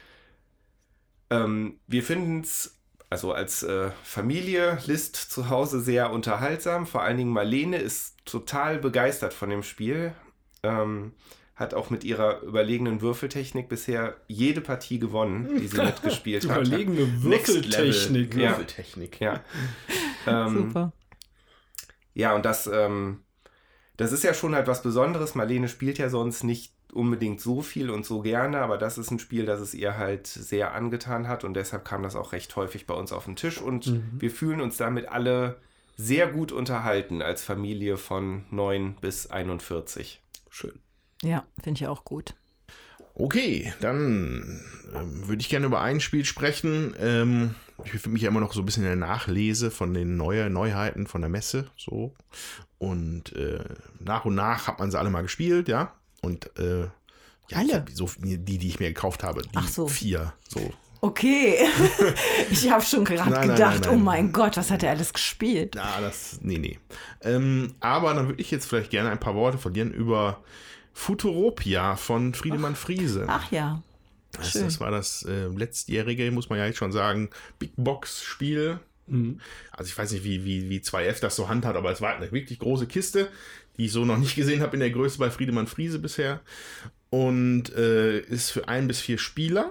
Ähm, wir finden es also als äh, Familie, List zu Hause sehr unterhaltsam. Vor allen Dingen Marlene ist total begeistert von dem Spiel. Ähm, hat auch mit ihrer überlegenen Würfeltechnik bisher jede Partie gewonnen, die sie mitgespielt hat. Überlegene Würfeltechnik. Ja. Würfeltechnik. Ja. ähm, Super. Ja, und das... Ähm, Das ist ja schon halt was Besonderes. Marlene spielt ja sonst nicht unbedingt so viel und so gerne, aber das ist ein Spiel, das es ihr halt sehr angetan hat und deshalb kam das auch recht häufig bei uns auf den Tisch und mhm. wir fühlen uns damit alle sehr gut unterhalten als Familie von neun bis einundvierzig. Schön. Ja, finde ich auch gut. Okay, dann ähm, würde ich gerne über ein Spiel sprechen. Ähm, ich befinde mich ja immer noch so ein bisschen in der Nachlese von den neuen Neuheiten von der Messe. So. Und äh, nach und nach hat man sie alle mal gespielt, ja. Und äh, ja, alle? So, die, die ich mir gekauft habe, die Ach so. vier. So. Okay, ich habe schon gerade gedacht, nein, nein, nein. oh mein Gott, was hat er alles gespielt? Na, das, nee, nee. Ähm, aber dann würde ich jetzt vielleicht gerne ein paar Worte verlieren über Futuropia von Friedemann ach, Friese. Ach ja. Das, das war das äh, letztjährige, muss man ja jetzt schon sagen, Big Box Spiel. Mhm. Also ich weiß nicht, wie, wie, wie zwei F das so handhabt, aber es war eine wirklich große Kiste, die ich so noch nicht gesehen habe in der Größe bei Friedemann Friese bisher. Und äh, ist für ein bis vier Spieler.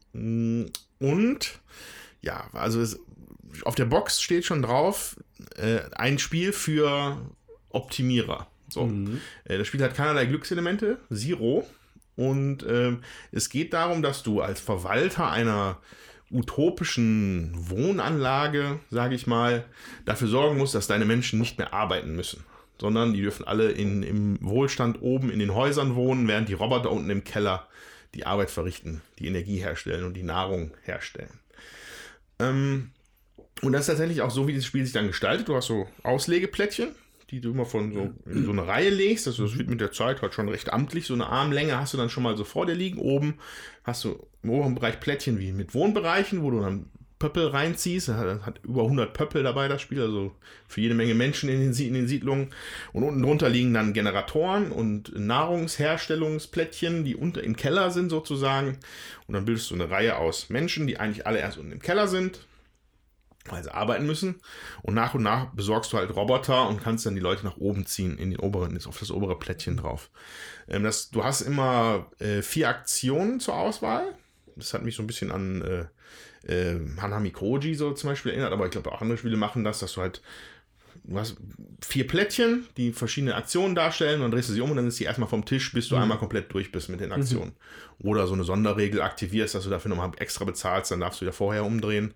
Und ja, also es, auf der Box steht schon drauf, äh, ein Spiel für Optimierer. So. Mhm. Äh, das Spiel hat keinerlei Glückselemente, Zero. Und äh, es geht darum, dass du als Verwalter einer utopischen Wohnanlage, sage ich mal, dafür sorgen musst, dass deine Menschen nicht mehr arbeiten müssen, sondern die dürfen alle in, im Wohlstand oben in den Häusern wohnen, während die Roboter unten im Keller die Arbeit verrichten, die Energie herstellen und die Nahrung herstellen. Ähm, und das ist tatsächlich auch so, wie das Spiel sich dann gestaltet. Du hast so Auslegeplättchen, die du immer von so in so eine Reihe legst. Also das wird mit der Zeit halt schon recht amtlich. So eine Armlänge hast du dann schon mal so vor dir liegen. Oben hast du im oberen Bereich Plättchen wie mit Wohnbereichen, wo du dann Pöppel reinziehst. Das hat, hat über hundert Pöppel dabei, das Spiel. Also für jede Menge Menschen in den, in den Siedlungen. Und unten drunter liegen dann Generatoren und Nahrungsherstellungsplättchen, die unter im Keller sind sozusagen. Und dann bildest du eine Reihe aus Menschen, die eigentlich alle erst unten im Keller sind, weil sie arbeiten müssen. Und nach und nach besorgst du halt Roboter und kannst dann die Leute nach oben ziehen, in den oberen, auf das obere Plättchen drauf. Ähm, das, du hast immer äh, vier Aktionen zur Auswahl. Das hat mich so ein bisschen an äh, äh, Hanami Koji so zum Beispiel erinnert, aber ich glaube auch andere Spiele machen das, dass du halt, du hast vier Plättchen, die verschiedene Aktionen darstellen und dann drehst du sie um und dann ist sie erstmal vom Tisch, bis du mhm. einmal komplett durch bist mit den Aktionen. Mhm. Oder so eine Sonderregel aktivierst, dass du dafür nochmal extra bezahlst, dann darfst du wieder vorher umdrehen.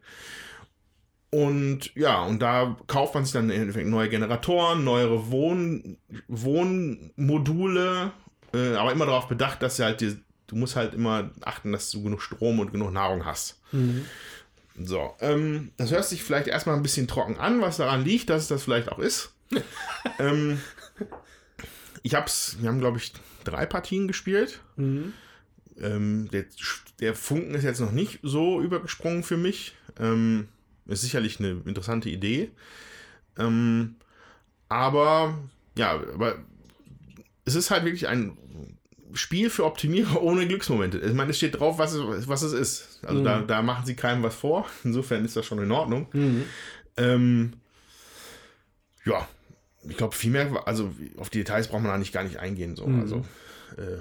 Und ja, und da kauft man sich dann im Endeffekt neue Generatoren, neuere Wohn Wohnmodule, äh, aber immer darauf bedacht, dass du halt, die, du musst halt immer achten, dass du genug Strom und genug Nahrung hast. Mhm. So, ähm, das hört sich vielleicht erstmal ein bisschen trocken an, was daran liegt, dass es das vielleicht auch ist. ähm, ich hab's, wir haben glaube ich drei Partien gespielt. Mhm. Ähm, der, der Funken ist jetzt noch nicht so übergesprungen für mich. Ähm, ist sicherlich eine interessante Idee. Ähm, aber, ja, aber es ist halt wirklich ein Spiel für Optimierer ohne Glücksmomente. Ich meine, es steht drauf, was es, was es ist. Also mhm. da, da machen sie keinem was vor. Insofern ist das schon in Ordnung. Mhm. Ähm, ja, ich glaube, viel mehr, also auf die Details braucht man eigentlich gar nicht eingehen. So. Mhm. Also, äh,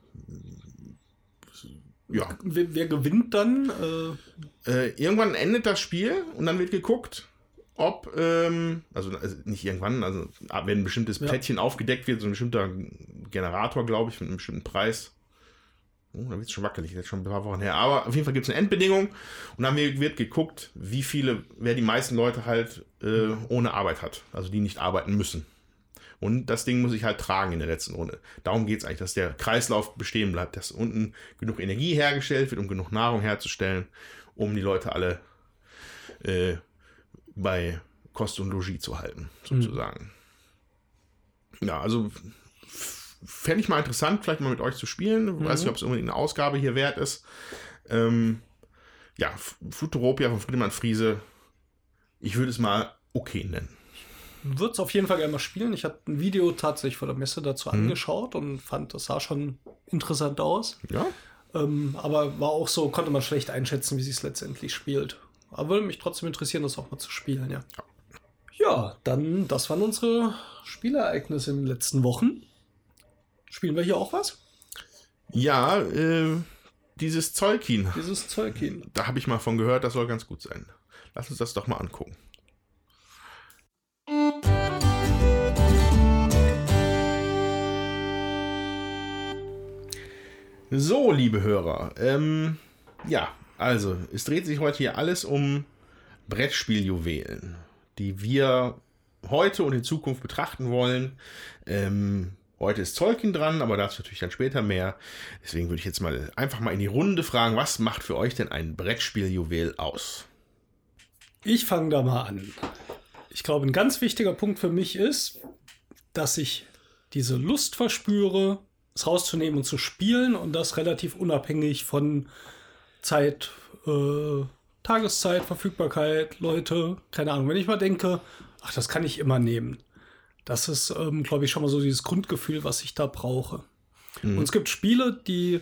ja. Wer, wer gewinnt dann? Äh, äh, irgendwann endet das Spiel und dann wird geguckt, ob, ähm, also, also nicht irgendwann, also wenn ein bestimmtes ja. Plättchen aufgedeckt wird, so ein bestimmter Generator, glaube ich, mit einem bestimmten Preis. Oh, da wird es schon wackelig, das ist schon ein paar Wochen her. Aber auf jeden Fall gibt es eine Endbedingung und dann wird geguckt, wie viele, wer die meisten Leute halt äh, ohne Arbeit hat, also die nicht arbeiten müssen. Und das Ding muss ich halt tragen in der letzten Runde. Darum geht es eigentlich, dass der Kreislauf bestehen bleibt, dass unten genug Energie hergestellt wird, um genug Nahrung herzustellen, um die Leute alle äh, bei Kost und Logis zu halten, sozusagen. Mhm. Ja, also fände ich mal interessant, vielleicht mal mit euch zu spielen. Mhm. Weiß nicht, ob es unbedingt eine Ausgabe hier wert ist. Ähm, ja, Futuropia von Friedemann Friese, ich würde es mal okay nennen. Würde es auf jeden Fall gerne mal spielen. Ich habe ein Video tatsächlich vor der Messe dazu mhm. angeschaut und fand, das sah schon interessant aus. Ja. Ähm, aber war auch so, konnte man schlecht einschätzen, wie sie es letztendlich spielt. Aber würde mich trotzdem interessieren, das auch mal zu spielen, ja. Ja, ja dann, das waren unsere Spielereignisse in den letzten Wochen. Spielen wir hier auch was? Ja, äh, dieses Zolkin. Dieses Zolkin. Da habe ich mal von gehört, das soll ganz gut sein. Lass uns das doch mal angucken. So, liebe Hörer, ähm, ja, also, es dreht sich heute hier alles um Brettspieljuwelen, die wir heute und in Zukunft betrachten wollen. Ähm, heute ist Zolkin dran, aber dazu natürlich dann später mehr. Deswegen würde ich jetzt mal einfach mal in die Runde fragen, was macht für euch denn ein Brettspieljuwel aus? Ich fange da mal an. Ich glaube, ein ganz wichtiger Punkt für mich ist, dass ich diese Lust verspüre, es rauszunehmen und zu spielen und das relativ unabhängig von Zeit, äh, Tageszeit, Verfügbarkeit, Leute, keine Ahnung. Wenn ich mal denke, ach, das kann ich immer nehmen. Das ist, ähm, glaube ich, schon mal so dieses Grundgefühl, was ich da brauche. Mhm. Und es gibt Spiele, die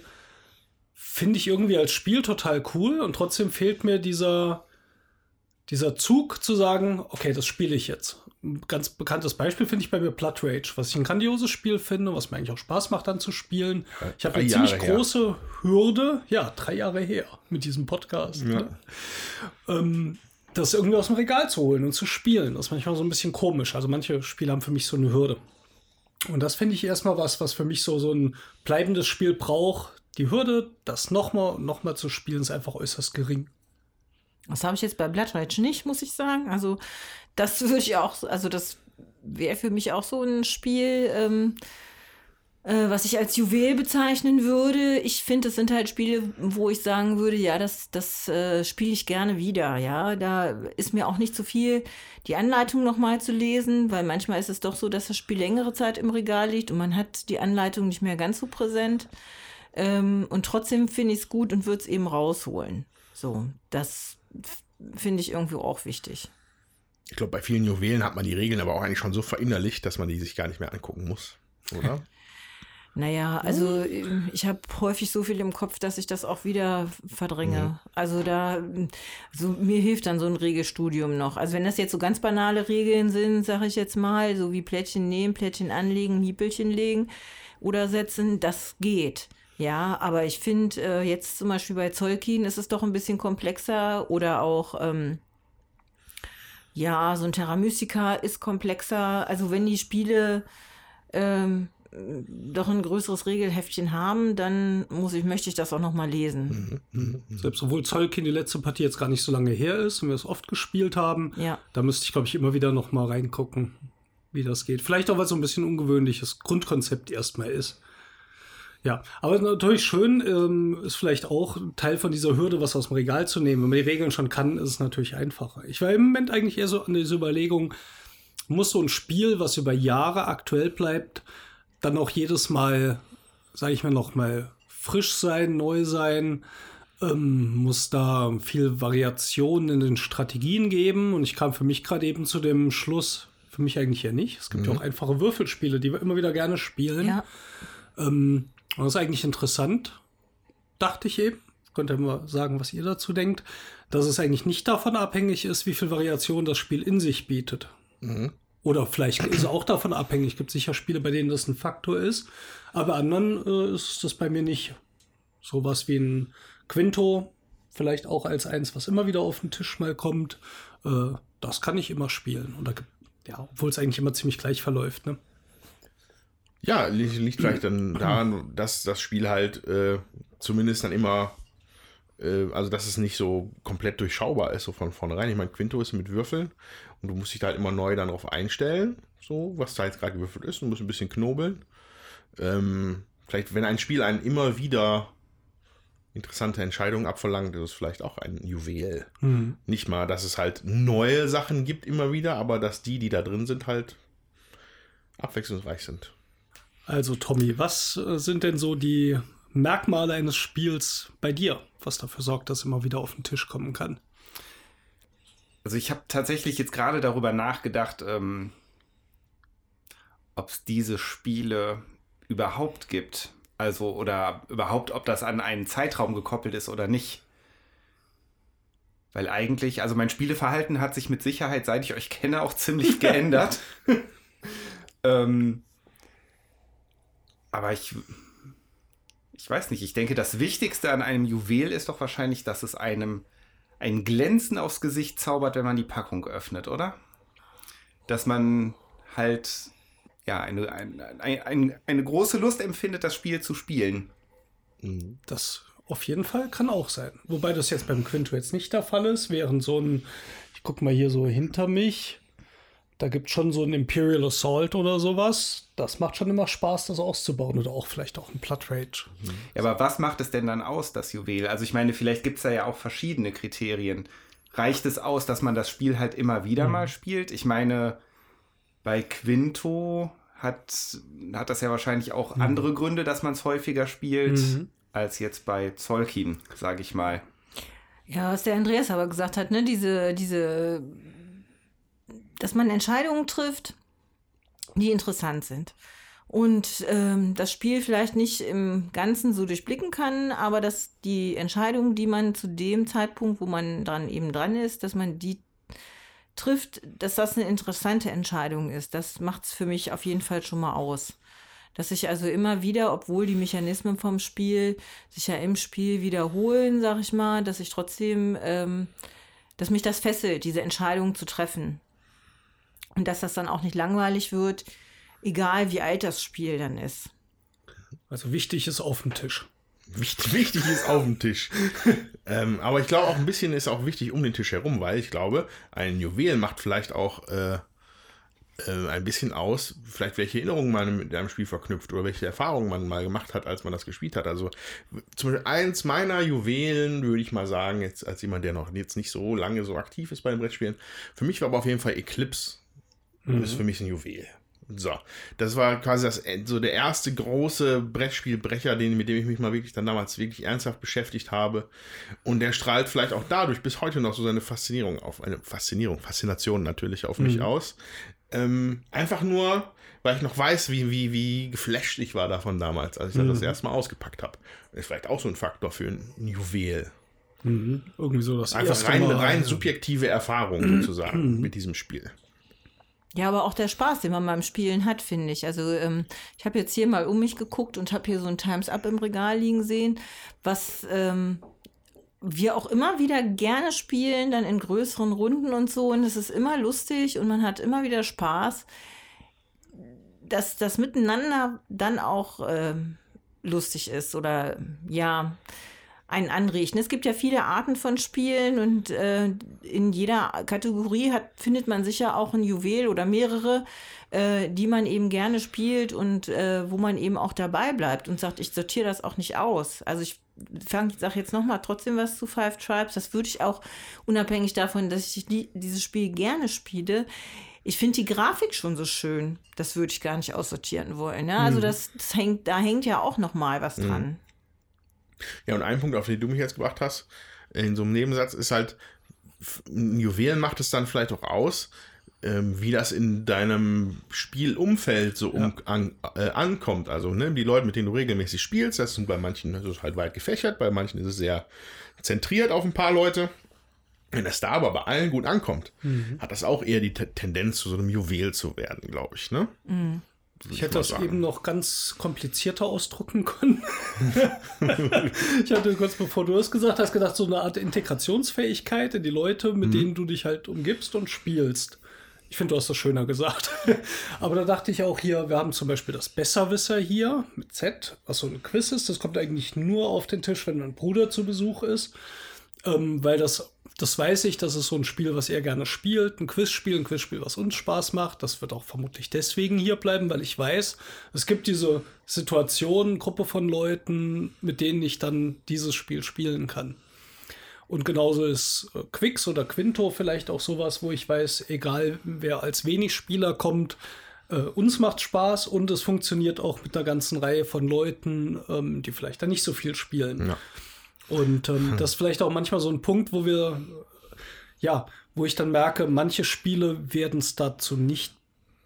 finde ich irgendwie als Spiel total cool und trotzdem fehlt mir dieser, dieser Zug zu sagen, okay, das spiele ich jetzt. Ein ganz bekanntes Beispiel finde ich bei mir Blood Rage, was ich ein grandioses Spiel finde, was mir eigentlich auch Spaß macht, dann zu spielen. Ich habe eine ziemlich Jahre große her. Hürde, ja, drei Jahre her mit diesem Podcast, ja. ne? ähm, das irgendwie aus dem Regal zu holen und zu spielen. Das ist manchmal so ein bisschen komisch. Also manche Spiele haben für mich so eine Hürde. Und das finde ich erstmal was, was für mich so, so ein bleibendes Spiel braucht. Die Hürde, das nochmal noch mal zu spielen, ist einfach äußerst gering. Das habe ich jetzt bei Blood Rage nicht, muss ich sagen. Also das würde ich auch, also das wäre für mich auch so ein Spiel, ähm, äh, was ich als Juwel bezeichnen würde. Ich finde, es sind halt Spiele, wo ich sagen würde, ja, das, das äh, spiele ich gerne wieder. Ja, da ist mir auch nicht zu viel, die Anleitung nochmal zu lesen, weil manchmal ist es doch so, dass das Spiel längere Zeit im Regal liegt und man hat die Anleitung nicht mehr ganz so präsent. Ähm, und trotzdem finde ich es gut und würde es eben rausholen. So, das finde ich irgendwie auch wichtig. Ich glaube, bei vielen Juwelen hat man die Regeln aber auch eigentlich schon so verinnerlicht, dass man die sich gar nicht mehr angucken muss, oder? Naja, also ich habe häufig so viel im Kopf, dass ich das auch wieder verdränge. Mhm. Also da, so mir hilft dann so ein Regelstudium noch. Also wenn das jetzt so ganz banale Regeln sind, sage ich jetzt mal, so wie Plättchen nehmen, Plättchen anlegen, Miepelchen legen oder setzen, das geht. Ja, aber ich finde äh, jetzt zum Beispiel bei Zolkin ist es doch ein bisschen komplexer oder auch, ähm, ja, so ein Terra Mystica ist komplexer. Also wenn die Spiele ähm, doch ein größeres Regelheftchen haben, dann muss ich, möchte ich das auch noch mal lesen. Mhm. Selbst obwohl Zolkin die letzte Partie jetzt gar nicht so lange her ist und wir es oft gespielt haben, ja. Da müsste ich, glaube ich, immer wieder noch mal reingucken, wie das geht. Vielleicht auch, weil es so ein bisschen ungewöhnliches Grundkonzept erstmal ist. Ja, aber natürlich schön ähm, ist vielleicht auch Teil von dieser Hürde, was aus dem Regal zu nehmen. Wenn man die Regeln schon kann, ist es natürlich einfacher. Ich war im Moment eigentlich eher so an dieser Überlegung, muss so ein Spiel, was über Jahre aktuell bleibt, dann auch jedes Mal, sage ich mal, noch mal frisch sein, neu sein, ähm, muss da viel Variation in den Strategien geben. Und ich kam für mich gerade eben zu dem Schluss, für mich eigentlich ja nicht. Es gibt mhm. ja auch einfache Würfelspiele, die wir immer wieder gerne spielen. Ja. Ähm, und das ist eigentlich interessant, dachte ich eben. Könnt ihr mal sagen, was ihr dazu denkt, dass es eigentlich nicht davon abhängig ist, wie viel Variation das Spiel in sich bietet. Mhm. Oder vielleicht ist es auch davon abhängig. Es gibt sicher Spiele, bei denen das ein Faktor ist. Aber bei anderen äh, ist das bei mir nicht. Sowas wie ein Quinto, vielleicht auch als eins, was immer wieder auf den Tisch mal kommt. Äh, das kann ich immer spielen. Und da gibt, ja, obwohl es eigentlich immer ziemlich gleich verläuft, ne? Ja, liegt, liegt vielleicht dann daran, dass das Spiel halt äh, zumindest dann immer, äh, also dass es nicht so komplett durchschaubar ist, so von vornherein. Ich meine, Quinto ist mit Würfeln und du musst dich da halt immer neu dann drauf einstellen, so, was da jetzt gerade gewürfelt ist, und musst ein bisschen knobeln. Ähm, vielleicht, wenn ein Spiel einen immer wieder interessante Entscheidungen abverlangt, ist es vielleicht auch ein Juwel. Mhm. Nicht mal, dass es halt neue Sachen gibt immer wieder, aber dass die, die da drin sind, halt abwechslungsreich sind. Also Tommy, was sind denn so die Merkmale eines Spiels bei dir, was dafür sorgt, dass immer wieder auf den Tisch kommen kann? Also ich habe tatsächlich jetzt gerade darüber nachgedacht, ähm, ob es diese Spiele überhaupt gibt. Also oder überhaupt, ob das an einen Zeitraum gekoppelt ist oder nicht. Weil eigentlich, also mein Spieleverhalten hat sich mit Sicherheit, seit ich euch kenne, auch ziemlich geändert. ähm, aber ich, ich weiß nicht, ich denke, das Wichtigste an einem Juwel ist doch wahrscheinlich, dass es einem ein Glänzen aufs Gesicht zaubert, wenn man die Packung öffnet, oder? Dass man halt ja eine, ein, ein, ein, eine große Lust empfindet, das Spiel zu spielen. Das auf jeden Fall kann auch sein. Wobei das jetzt beim Quinto jetzt nicht der Fall ist, während so ein, ich guck mal hier so hinter mich, da gibt es schon so ein Imperial Assault oder sowas. Das macht schon immer Spaß, das auszubauen. Oder auch vielleicht auch ein Blood Rage. Ja, aber was macht es denn dann aus, das Juwel? Also ich meine, vielleicht gibt es da ja auch verschiedene Kriterien. Reicht es aus, dass man das Spiel halt immer wieder mhm. mal spielt? Ich meine, bei Quinto hat, hat das ja wahrscheinlich auch mhm. andere Gründe, dass man es häufiger spielt, mhm. als jetzt bei Tzolk'in, sage ich mal. Ja, was der Andreas aber gesagt hat, ne, diese, diese, dass man Entscheidungen trifft, die interessant sind. Und ähm, das Spiel vielleicht nicht im Ganzen so durchblicken kann, aber dass die Entscheidung, die man zu dem Zeitpunkt, wo man dran eben dran ist, dass man die trifft, dass das eine interessante Entscheidung ist. Das macht es für mich auf jeden Fall schon mal aus. Dass ich also immer wieder, obwohl die Mechanismen vom Spiel sich ja im Spiel wiederholen, sag ich mal, dass ich trotzdem, ähm, dass mich das fesselt, diese Entscheidung zu treffen. Und dass das dann auch nicht langweilig wird, egal wie alt das Spiel dann ist. Also wichtig ist auf dem Tisch. Wichtig, wichtig ist auf dem Tisch. ähm, aber ich glaube auch ein bisschen ist auch wichtig um den Tisch herum, weil ich glaube, ein Juwel macht vielleicht auch äh, äh, ein bisschen aus, vielleicht welche Erinnerungen man mit einem Spiel verknüpft oder welche Erfahrungen man mal gemacht hat, als man das gespielt hat. Also zum Beispiel eins meiner Juwelen, würde ich mal sagen, jetzt als jemand, der noch jetzt nicht so lange so aktiv ist bei den Brettspielen, für mich war aber auf jeden Fall Eclipse. Das ist für mich ein Juwel. So, das war quasi das, so der erste große Brettspielbrecher, den, mit dem ich mich mal wirklich dann damals wirklich ernsthaft beschäftigt habe. Und der strahlt vielleicht auch dadurch bis heute noch so seine Faszinierung auf, eine Faszinierung, Faszination natürlich auf mich mhm. aus. Ähm, einfach nur, weil ich noch weiß, wie, wie, wie geflasht ich war davon damals, als ich mhm. das, das erste Mal ausgepackt habe. Das ist vielleicht auch so ein Faktor für ein Juwel. Mhm. Irgendwie so das einfach rein, rein subjektive Erfahrung sozusagen mhm. mit diesem Spiel. Ja, aber auch der Spaß, den man beim Spielen hat, finde ich. Also ähm, ich habe jetzt hier mal um mich geguckt und habe hier so ein Time's Up im Regal liegen sehen, was ähm, wir auch immer wieder gerne spielen, dann in größeren Runden und so. Und es ist immer lustig und man hat immer wieder Spaß. Dass das Miteinander dann auch ähm, lustig ist oder ja, einen anregt. Es gibt ja viele Arten von Spielen und äh, in jeder Kategorie hat, findet man sicher auch ein Juwel oder mehrere, äh, die man eben gerne spielt und äh, wo man eben auch dabei bleibt und sagt, ich sortiere das auch nicht aus. Also ich sage jetzt nochmal trotzdem was zu Five Tribes. Das würde ich auch, unabhängig davon, dass ich die, dieses Spiel gerne spiele, ich finde die Grafik schon so schön. Das würde ich gar nicht aussortieren wollen. Ne? Also das, das hängt, da hängt ja auch nochmal was dran. Ja, und ein Punkt, auf den du mich jetzt gebracht hast, in so einem Nebensatz, ist halt, ein Juwelen macht es dann vielleicht auch aus, ähm, wie das in deinem Spielumfeld so um, ja. an, äh, ankommt. Also ne, die Leute, mit denen du regelmäßig spielst, das sind bei manchen das ist halt weit gefächert, bei manchen ist es sehr zentriert auf ein paar Leute. Wenn das da aber bei allen gut ankommt, mhm. hat das auch eher die T- Tendenz, zu so einem Juwel zu werden, glaube ich. Ne? Mhm. Ich hätte das sagen. eben noch ganz komplizierter ausdrucken können. Ich hatte kurz bevor du es gesagt hast, gedacht, so eine Art Integrationsfähigkeit in die Leute, mit mhm. denen du dich halt umgibst und spielst. Ich finde, du hast das schöner gesagt. Aber da dachte ich auch hier, wir haben zum Beispiel das Besserwisser hier mit Z, was so ein Quiz ist. Das kommt eigentlich nur auf den Tisch, wenn mein Bruder zu Besuch ist. Ähm, weil das, das weiß ich, das ist so ein Spiel, was er gerne spielt. Ein Quizspiel, ein Quizspiel, was uns Spaß macht. Das wird auch vermutlich deswegen hier bleiben, weil ich weiß, es gibt diese Situation, Gruppe von Leuten, mit denen ich dann dieses Spiel spielen kann. Und genauso ist äh, Quix oder Quinto vielleicht auch sowas, wo ich weiß, egal wer als wenig Spieler kommt, äh, uns macht Spaß und es funktioniert auch mit einer ganzen Reihe von Leuten, ähm, die vielleicht da nicht so viel spielen. Ja. Und ähm, hm. das ist vielleicht auch manchmal so ein Punkt, wo wir, ja, wo ich dann merke, manche Spiele werden es dazu nicht,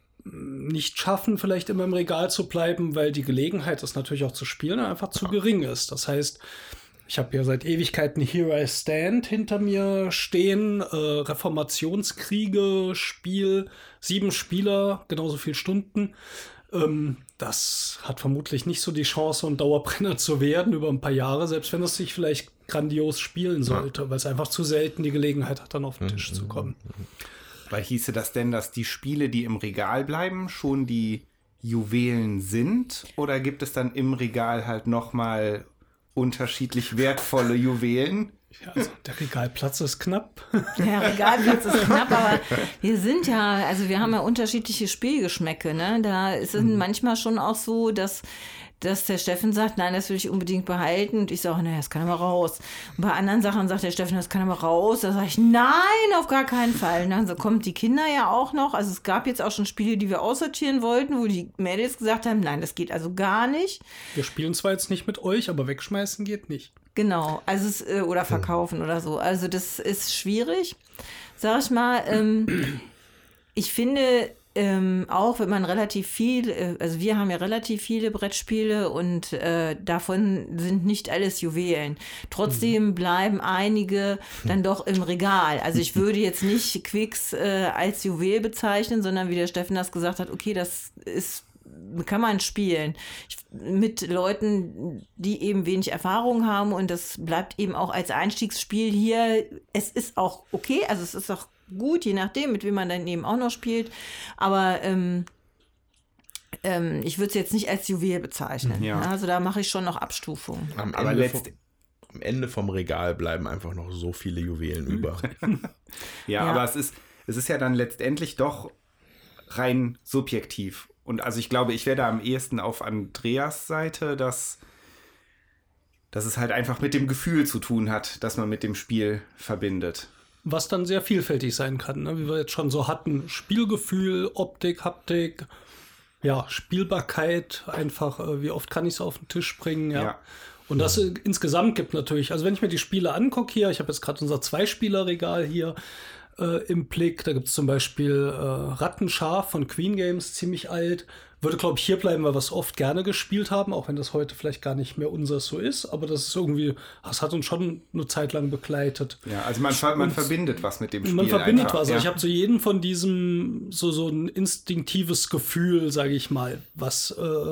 nicht schaffen, vielleicht immer im Regal zu bleiben, weil die Gelegenheit, das natürlich auch zu spielen, einfach zu ja. gering ist. Das heißt, ich habe ja seit Ewigkeiten Here I Stand hinter mir stehen, äh, Reformationskriege, Spiel, sieben Spieler, genauso viele Stunden. Ähm, das hat vermutlich nicht so die Chance, ein Dauerbrenner zu werden über ein paar Jahre, selbst wenn es sich vielleicht grandios spielen sollte, ja. weil es einfach zu selten die Gelegenheit hat, dann auf den Tisch mhm. zu kommen. Weil hieße das denn, dass die Spiele, die im Regal bleiben, schon die Juwelen sind? Oder gibt es dann im Regal halt nochmal unterschiedlich wertvolle Juwelen? Ja, also der Regalplatz ist knapp. Der Regalplatz ist knapp, aber wir sind ja, also wir haben ja unterschiedliche Spielgeschmäcke, ne? Da ist es mhm. manchmal schon auch so, dass, dass der Steffen sagt, nein, das will ich unbedingt behalten. Und ich sage, naja, das kann aber raus. Und bei anderen Sachen sagt der Steffen, das kann aber raus. Da sage ich, nein, auf gar keinen Fall. Und dann so kommen die Kinder ja auch noch. Also es gab jetzt auch schon Spiele, die wir aussortieren wollten, wo die Mädels gesagt haben, nein, das geht also gar nicht. Wir spielen zwar jetzt nicht mit euch, aber wegschmeißen geht nicht. Genau, also es, äh, oder verkaufen oder so. Also das ist schwierig, sag ich mal. Ähm, ich finde ähm, auch, wenn man relativ viel, äh, also wir haben ja relativ viele Brettspiele und äh, davon sind nicht alles Juwelen. Trotzdem bleiben einige dann doch im Regal. Also ich würde jetzt nicht Quix äh, als Juwel bezeichnen, sondern wie der Steffen das gesagt hat, okay, das ist kann man spielen ich, mit Leuten, die eben wenig Erfahrung haben und das bleibt eben auch als Einstiegsspiel hier. Es ist auch okay, also es ist auch gut, je nachdem, mit wem man dann eben auch noch spielt, aber ähm, ähm, ich würde es jetzt nicht als Juwel bezeichnen. Ja. Also da mache ich schon noch Abstufungen. Am aber Ende, letzt- vom, am Ende vom Regal bleiben einfach noch so viele Juwelen über. ja, ja, aber es ist, es ist ja dann letztendlich doch rein subjektiv. Und also ich glaube, ich wäre da am ehesten auf Andreas Seite, dass, dass es halt einfach mit dem Gefühl zu tun hat, das man mit dem Spiel verbindet. Was dann sehr vielfältig sein kann, ne? Wie wir jetzt schon so hatten. Spielgefühl, Optik, Haptik, ja, Spielbarkeit, einfach, äh, wie oft kann ich es auf den Tisch bringen, ja. ja. Und das äh, insgesamt gibt natürlich, also wenn ich mir die Spiele angucke hier, ich habe jetzt gerade unser Zwei-Spieler-Regal hier, Äh, im Blick. Da gibt es zum Beispiel äh, Rattenschaf von Queen Games, ziemlich alt. Würde, glaube ich, hier bleiben, weil wir es oft gerne gespielt haben, auch wenn das heute vielleicht gar nicht mehr unseres so ist. Aber das ist irgendwie, das hat uns schon eine Zeit lang begleitet. Ja, also man, man Und verbindet was mit dem Spiel. Man verbindet einfach. was. Ja. Also ich habe zu jedem von diesem so, so ein instinktives Gefühl, sage ich mal, was, äh,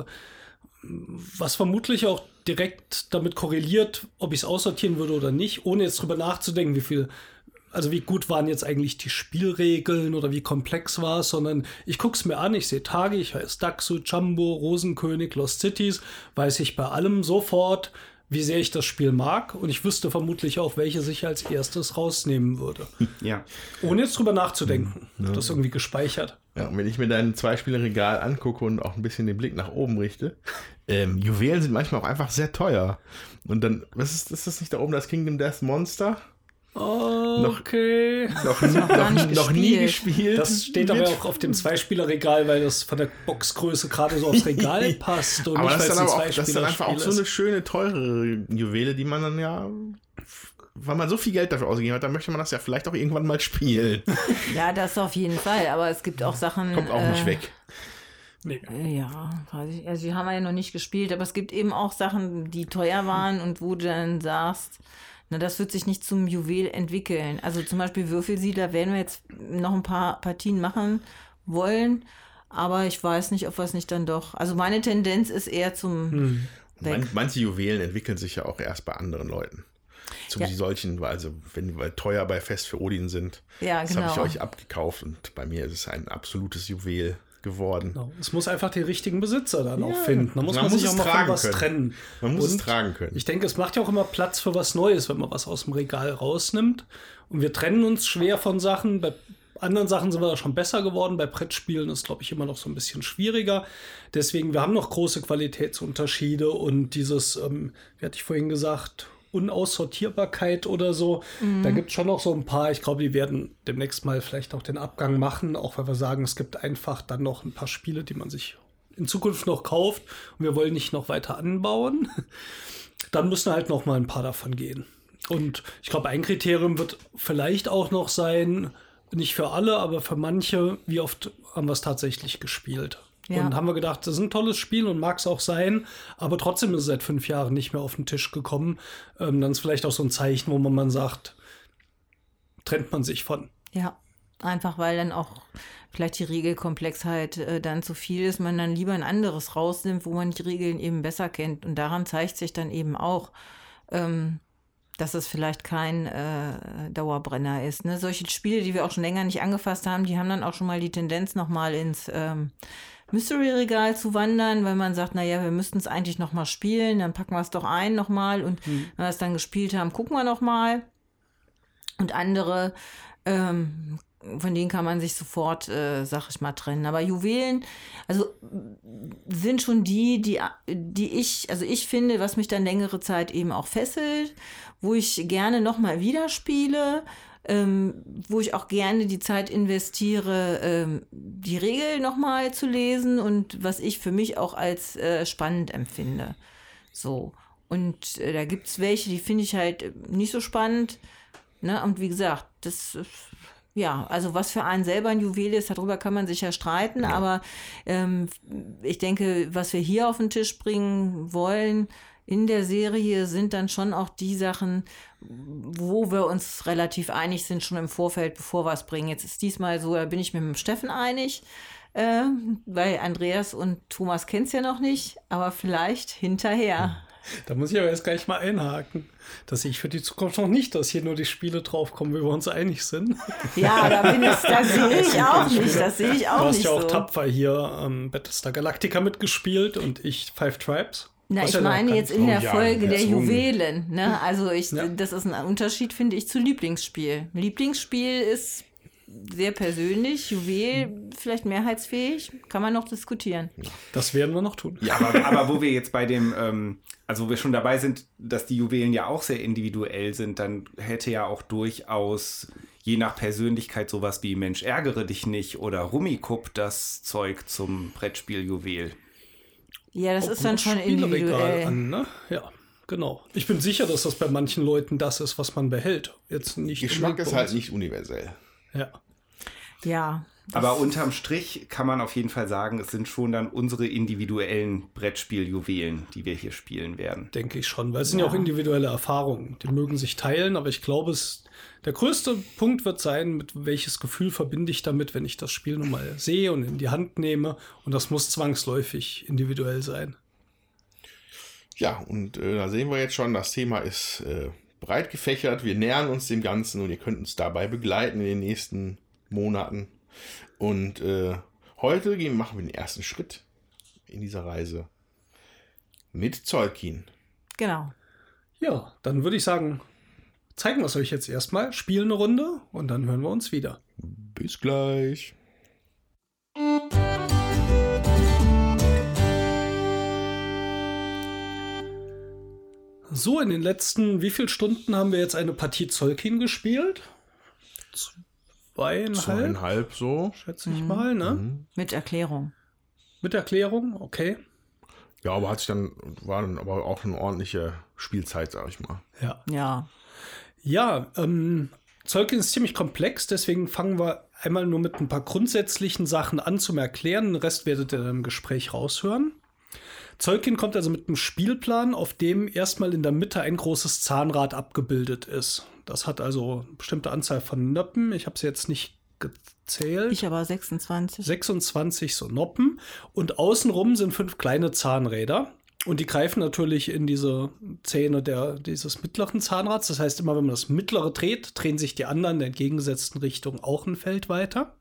was vermutlich auch direkt damit korreliert, ob ich es aussortieren würde oder nicht, ohne jetzt drüber nachzudenken, wie viel Also wie gut waren jetzt eigentlich die Spielregeln oder wie komplex war es, sondern ich gucke es mir an, ich sehe Tage, ich weiß Daxu, Jumbo, Rosenkönig, Lost Cities, weiß ich bei allem sofort, wie sehr ich das Spiel mag und ich wüsste vermutlich auch, welche ich als erstes rausnehmen würde. Ja. Ohne jetzt drüber nachzudenken. Ja. Das irgendwie gespeichert. Ja, und wenn ich mir dein Zwei-Spieler-Regal angucke und auch ein bisschen den Blick nach oben richte, ähm, Juwelen sind manchmal auch einfach sehr teuer. Und dann, was ist, ist das nicht da oben das Kingdom Death Monster? Oh, Okay. Noch, noch gar nicht noch nie gespielt. gespielt. Das steht aber auch auf dem Zweispielerregal, weil das von der Boxgröße gerade so aufs Regal passt. Und aber nicht, das, ist weil dann es aber ein auch, das ist dann einfach auch so Zweispielerspiel eine schöne, teure Juwele, die man dann ja, weil man so viel Geld dafür ausgegeben hat, dann möchte man das ja vielleicht auch irgendwann mal spielen. Ja, das auf jeden Fall. Aber es gibt auch Sachen. Kommt auch äh, nicht weg. Nee. Ja, weiß ich. Also die haben wir ja noch nicht gespielt, aber es gibt eben auch Sachen, die teuer waren und wo du dann sagst, na, das wird sich nicht zum Juwel entwickeln. Also zum Beispiel Würfelsiedler werden wir jetzt noch ein paar Partien machen wollen, aber ich weiß nicht, ob wir es nicht dann doch. Also meine Tendenz ist eher zum Hm. Weg. Man, manche Juwelen entwickeln sich ja auch erst bei anderen Leuten. Zu Ja. solchen, also wenn die teuer bei Fest für Odin sind, Ja, das genau. habe ich euch abgekauft und bei mir ist es ein absolutes Juwel geworden. Genau. Es muss einfach den richtigen Besitzer dann Ja, auch finden. Da muss man man, muss sich es auch mal tragen von was können. trennen. Man muss es Und tragen können. Ich denke, es macht ja auch immer Platz für was Neues, wenn man was aus dem Regal rausnimmt. Und wir trennen uns schwer von Sachen. Bei anderen Sachen sind wir da schon besser geworden. Bei Brettspielen ist, glaube ich, immer noch so ein bisschen schwieriger. Deswegen, wir haben noch große Qualitätsunterschiede und dieses, ähm, wie hatte ich vorhin gesagt, Unaussortierbarkeit oder so. Mhm. Da gibt es schon noch so ein paar. Ich glaube, die werden demnächst mal vielleicht auch den Abgang machen, auch weil wir sagen, es gibt einfach dann noch ein paar Spiele, die man sich in Zukunft noch kauft und wir wollen nicht noch weiter anbauen. Dann müssen halt noch mal ein paar davon gehen. Und ich glaube, ein Kriterium wird vielleicht auch noch sein, nicht für alle, aber für manche, wie oft haben wir es tatsächlich gespielt. Ja. Und haben wir gedacht, das ist ein tolles Spiel und mag es auch sein, aber trotzdem ist es seit fünf Jahren nicht mehr auf den Tisch gekommen. Ähm, dann ist vielleicht auch so ein Zeichen, wo man, man sagt, trennt man sich von. Ja, einfach weil dann auch vielleicht die Regelkomplexheit äh, dann zu viel ist, man dann lieber ein anderes rausnimmt, wo man die Regeln eben besser kennt. Und daran zeigt sich dann eben auch, ähm, dass es vielleicht kein äh, Dauerbrenner ist. Ne? Solche Spiele, die wir auch schon länger nicht angefasst haben, die haben dann auch schon mal die Tendenz, nochmal ins ähm, Mystery-Regal zu wandern, weil man sagt, naja, wir müssten es eigentlich nochmal spielen, dann packen wir es doch ein nochmal und mhm. wenn wir es dann gespielt haben, gucken wir nochmal. Und andere, ähm, von denen kann man sich sofort, äh, sag ich mal, trennen. Aber Juwelen, also sind schon die, die, die ich, also ich finde, was mich dann längere Zeit eben auch fesselt, wo ich gerne nochmal wieder spiele, ähm, wo ich auch gerne die Zeit investiere, ähm, die Regeln nochmal zu lesen und was ich für mich auch als äh, spannend empfinde. So. Und äh, da gibt es welche, die finde ich halt nicht so spannend. Ne? Und wie gesagt, das ja, also was für einen selber ein Juwel ist, darüber kann man sich ja streiten, ja. aber ähm, ich denke, was wir hier auf den Tisch bringen wollen in der Serie, sind dann schon auch die Sachen, wo wir uns relativ einig sind, schon im Vorfeld, bevor wir es bringen. Jetzt ist diesmal so, da bin ich mit dem Steffen einig, äh, weil Andreas und Thomas kennt es ja noch nicht, aber vielleicht hinterher. Da muss ich aber erst gleich mal einhaken, dass ich für die Zukunft noch nicht, dass hier nur die Spiele draufkommen, wie wir uns einig sind. Ja, da bin ich, das sehe ich auch nicht, das sehe ich auch nicht so. Du hast ja auch so tapfer hier ähm, Battlestar Galactica mitgespielt und ich Five Tribes. Na, Was ich ja meine jetzt in der Oh ja, Folge der so. Juwelen. Ne? Also ich, Ja. das ist ein Unterschied, finde ich, zu Lieblingsspiel. Lieblingsspiel ist sehr persönlich, Juwel vielleicht mehrheitsfähig, kann man noch diskutieren. Das werden wir noch tun. Ja, aber, aber wo wir jetzt bei dem, ähm, also wo wir schon dabei sind, dass die Juwelen ja auch sehr individuell sind, dann hätte ja auch durchaus je nach Persönlichkeit sowas wie Mensch, ärgere dich nicht oder Rummikub das Zeug zum Brettspiel-Juwel. Ja, das ist dann schon Spielregal individuell. an, ne? Ja, genau. Ich bin sicher, dass das bei manchen Leuten das ist, was man behält. Jetzt nicht Geschmack unbedingt ist bei halt uns. nicht universell. Ja. Ja. Aber unterm Strich kann man auf jeden Fall sagen, es sind schon dann unsere individuellen Brettspiel-Juwelen, die wir hier spielen werden. Denke ich schon, weil es sind ja auch individuelle Erfahrungen. Die mögen sich teilen, aber ich glaube, es, der größte Punkt wird sein, mit welches Gefühl verbinde ich damit, wenn ich das Spiel nun mal sehe und in die Hand nehme. Und das muss zwangsläufig individuell sein. Ja, und äh, da sehen wir jetzt schon, das Thema ist äh, breit gefächert. Wir nähern uns dem Ganzen und ihr könnt uns dabei begleiten in den nächsten Monaten. Und äh, heute gehen, machen wir den ersten Schritt in dieser Reise mit Zolkin. Genau. Ja, dann würde ich sagen, zeigen wir es euch jetzt erstmal, spielen eine Runde und dann hören wir uns wieder. Bis gleich. So, in den letzten, wie viele Stunden haben wir jetzt eine Partie Zolkin gespielt? zweieinhalb, Zweieinhalb so. schätze ich mal, ne? Mhm. Mit Erklärung. Mit Erklärung, okay. Ja, aber hat sich dann, war dann aber auch eine ordentliche Spielzeit, sag ich mal. Ja. Ja. Ja, ähm, Tzolk'in ist ziemlich komplex, deswegen fangen wir einmal nur mit ein paar grundsätzlichen Sachen an zum Erklären. Den Rest werdet ihr dann im Gespräch raushören. Tzolk'in kommt also mit einem Spielplan, auf dem erstmal in der Mitte ein großes Zahnrad abgebildet ist. Das hat also eine bestimmte Anzahl von Noppen. Ich habe es jetzt nicht gezählt. Ich aber sechsundzwanzig. sechsundzwanzig so Noppen. Und außenrum sind fünf kleine Zahnräder. Und die greifen natürlich in diese Zähne der, dieses mittleren Zahnrads. Das heißt, immer wenn man das mittlere dreht, drehen sich die anderen in der entgegengesetzten Richtung auch ein Feld weiter.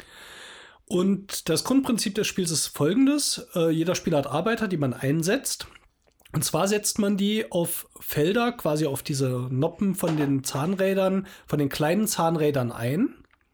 Und das Grundprinzip des Spiels ist folgendes. Äh, jeder Spieler hat Arbeiter, die man einsetzt. Und zwar setzt man die auf Felder, quasi auf diese Noppen von den Zahnrädern, von den kleinen Zahnrädern ein.